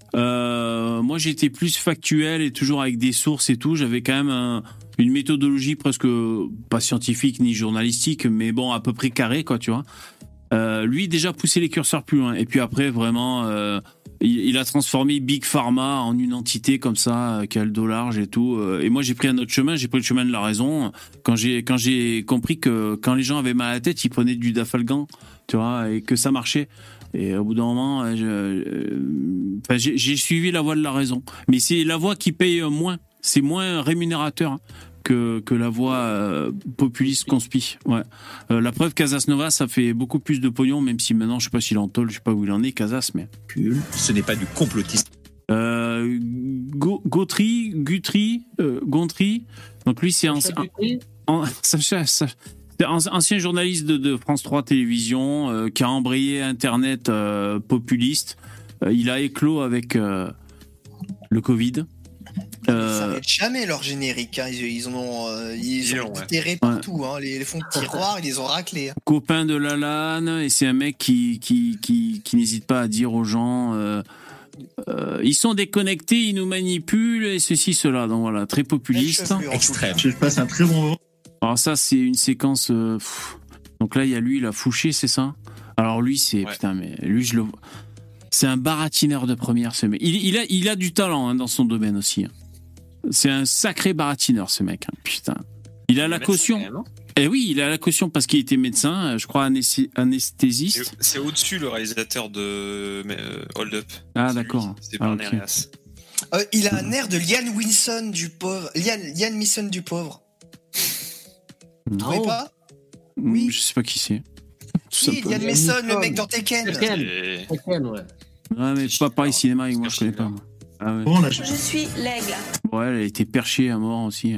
Euh, moi, j'étais plus factuel et toujours avec des sources et tout. J'avais quand même un, une méthodologie presque pas scientifique ni journalistique, mais bon, à peu près carré, quoi, tu vois. Euh, lui, déjà poussé les curseurs plus loin. Et puis après, vraiment, euh, il, il a transformé Big Pharma en une entité comme ça, qui a le dos large et tout. Et moi, j'ai pris un autre chemin. J'ai pris le chemin de la raison. Quand j'ai quand j'ai compris que quand les gens avaient mal à la tête, ils prenaient du Dafalgan, tu vois, et que ça marchait. Et au bout d'un moment, je, euh, enfin, j'ai, j'ai suivi la voie de la raison. Mais c'est la voie qui paye moins. C'est moins rémunérateur que, que la voie euh, populiste conspi. Ouais. Euh, la preuve, Casas Nova, ça fait beaucoup plus de pognon, même si maintenant, je sais pas s'il est en tôle, je sais pas où il en est, Casas, mais. Ce n'est pas du complotisme. Euh, Go, Gautry, Guthrie, euh, Gontry. Donc lui, c'est un, un, ça, ça, ça, un ancien journaliste de, de France trois Télévisions euh, qui a embrayé Internet euh, populiste. Euh, il a éclos avec euh, le Covid. Euh... Ça n'arrête jamais leur générique. Hein. Ils, ils en ont, euh, ils ont enterré ouais. partout. Ouais. Hein. Les, les fonds de tiroir, ils les ont raclés. Hein. Copain de Lalanne, et c'est un mec qui, qui, qui, qui n'hésite pas à dire aux gens euh, euh, ils sont déconnectés, ils nous manipulent, et ceci, cela. Donc voilà, très populiste. Extrême. Je passe un très bon moment. Alors, ça, c'est une séquence. Euh, donc là, il y a lui, il a Fouché, c'est ça? Alors lui, c'est. Ouais. Putain, mais lui, je le vois. C'est un baratineur de première, ce mec. Il, il, a, il a du talent hein, dans son domaine aussi. Hein. C'est un sacré baratineur, ce mec. Hein. Putain. Il a la caution. Eh oui, il a la caution parce qu'il était médecin, je crois anesthésiste. C'est, c'est au-dessus le réalisateur de euh, Hold Up. Ah, c'est d'accord. Lui, c'est ah, okay. euh, il a un air de Liam Wilson du pauvre. Liam, Liam Neeson du pauvre. Vous oh. trouvez pas? Oui. Je sais pas qui c'est. Si, Liam Neeson, le mec dans Tekken. Tekken, Et- Tekken, ouais. Ouais, mais pas Paris Cinéma, moi je connais pas. Moi. Ah ouais. Bon, là, je- Je suis l'aigle. Ouais, elle a été perchée à mort aussi.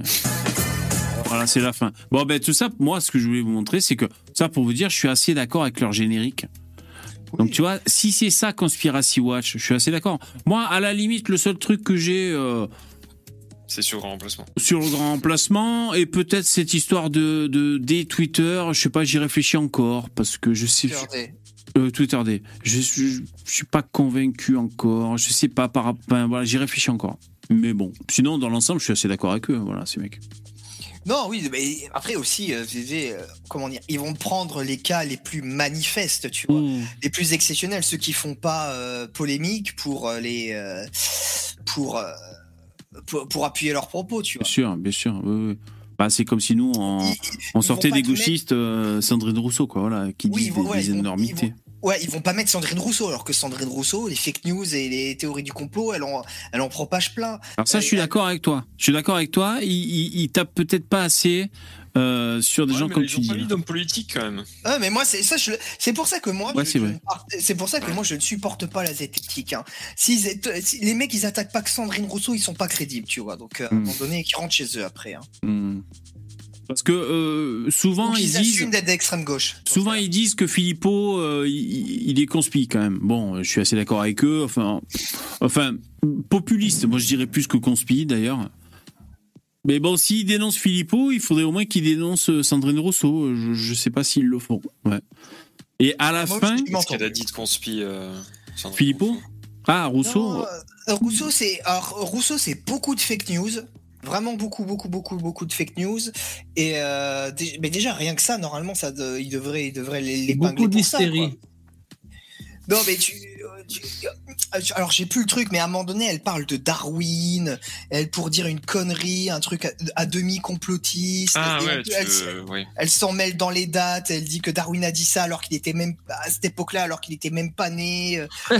Voilà, c'est la fin. Bon, ben tout ça, moi, ce que je voulais vous montrer, c'est que ça, pour vous dire, je suis assez d'accord avec leur générique. Donc, tu vois, si c'est ça, Conspiracy Watch, je suis assez d'accord. Moi, à la limite, le seul truc que j'ai euh, C'est sur grand remplacement. sur le grand emplacement, et peut-être cette histoire de, de des Twitter, je sais pas, j'y réfléchis encore, parce que je sais. Regardez. Euh, Twitter D. Je, je, je suis pas convaincu encore. Je sais pas par rapport. Enfin, voilà, j'y réfléchis encore. Mais bon, sinon dans l'ensemble, je suis assez d'accord avec eux. Voilà, ces mecs. Non, oui, mais après aussi, euh, je disais, euh, comment dire, ils vont prendre les cas les plus manifestes, tu vois, Mmh. les plus exceptionnels, ceux qui font pas euh, polémique pour euh, les, euh, pour, euh, pour pour appuyer leurs propos, tu vois. Bien sûr, bien sûr. Oui, oui. Bah, c'est comme si nous, on, on sortait vont pas des te gauchistes, euh, Sandrine Rousseau, quoi, voilà, qui Oui, disent ils vont- des, ouais, des ils vont- énormités. Ouais, ils vont pas mettre Sandrine Rousseau, alors que Sandrine Rousseau, les fake news et les théories du complot, elle en, elle en propage plein. Alors ça, je suis d'accord avec toi. Je suis d'accord avec toi. Ils il, il tapent peut-être pas assez euh, sur des Ouais, gens mais comme ils tu ont dis. pas mis d'homme politique quand même. Ah, mais moi, c'est ça, je, c'est pour ça que moi, Ouais, je- c'est je vrai. ne part- c'est pour ça que moi, je ne supporte pas la zététique. Hein. S'ils aient- si les mecs, ils attaquent pas que Sandrine Rousseau, ils sont pas crédibles, tu vois. Donc, euh, à un Hmm. moment donné, qu'ils rentrent chez eux après. Hein. Hmm. Parce que euh, souvent Donc, ils ils disent. assument d'être d'extrême gauche. Souvent, ils disent que Philippot, euh, il, il est conspi quand même. Bon, je suis assez d'accord avec eux. Enfin, enfin, populiste. Moi, je dirais plus que conspi d'ailleurs. Mais bon, s'ils dénoncent Philippot, il faudrait au moins qu'ils dénoncent Sandrine Rousseau. Je, je sais pas s'ils le font. Ouais. Et à la Moi, fin, je- Qu'est-ce qu'elle a dit de conspi euh, Sandrine Philippot. Rousseau Ah, Rousseau. Non, euh, Rousseau, c'est alors Rousseau, c'est beaucoup de fake news. Vraiment beaucoup, beaucoup, beaucoup, beaucoup de fake news. Et euh, dé- mais déjà rien que ça, normalement, ça, de- il devrait, il devrait les- l'épingler Beaucoup pour ça. d'hystérie. quoi. Non, mais tu, tu- alors j'ai plus le truc, mais à un moment donné, elle parle de Darwin, elle pour dire une connerie, un truc à, à demi complotiste. Ah et ouais, elle, tu elle- veux- oui. elle s'en mêle dans les dates. Elle dit que Darwin a dit ça alors qu'il était même à cette époque-là, alors qu'il était même pas né.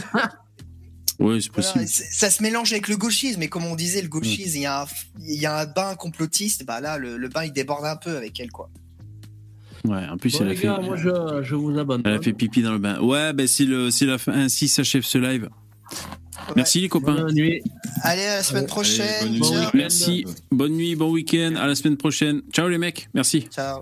Ouais, c'est Voilà, possible. c'est- ça se mélange avec le gauchisme, mais comme on disait, le gauchisme, il y a un, il y a un bain complotiste, bah là, le, le bain, il déborde un peu avec elle, quoi. Ouais. En plus, Bon, elle a les fait. gars, moi, je, je vous abandonne. Elle a fait pipi dans le bain. Ouais, ben c'est le, c'est la fin. Ainsi s'achève ce live. Merci les copains. Bonne nuit. Allez, à la semaine prochaine. Bon Ciao. week-end. Merci. Bonne nuit, bon week-end. À la semaine prochaine. Ciao les mecs. Merci. Ciao.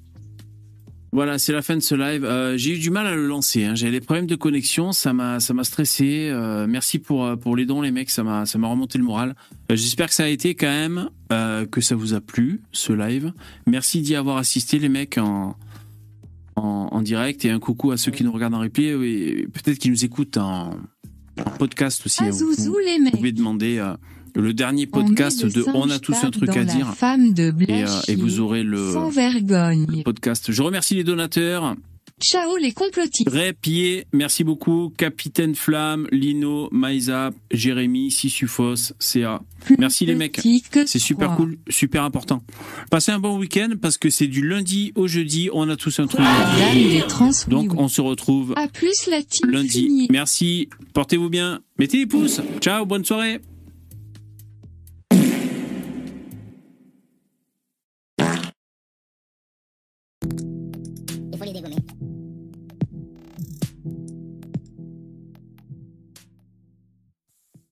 Voilà, c'est la fin de ce live. Euh, j'ai eu du mal à le lancer. Hein. J'avais des problèmes de connexion, ça m'a, ça m'a stressé. Euh, merci pour pour les dons, les mecs. Ça m'a, ça m'a remonté le moral. Euh, j'espère que ça a été quand même, euh, que ça vous a plu ce live. Merci d'y avoir assisté, les mecs, en en, en direct, et un coucou à ceux qui nous regardent en replay et peut-être qui nous écoutent en, en podcast aussi. Ah, Vous- zouzou, vous, les mecs. vous pouvez demander euh, le dernier podcast On met le de On a singe tous un tape truc dans à la dire. femme de Et, euh, et vous Blachier, aurez le sans vergogne. podcast. Je remercie les donateurs. Ciao les complotistes. Répier, merci beaucoup. Capitaine Flamme, Lino, Maïsa, Jérémy, Sissufos, C A. Merci les mecs. C'est super trois. cool, super important. Passez un bon week-end parce que c'est du lundi au jeudi. On a tous un truc à Dame des dire. trans, oui, Donc oui. on se retrouve À plus la team lundi. finie. Merci. Portez-vous bien. Mettez les pouces. Ciao, bonne soirée. Il faut les dégommer.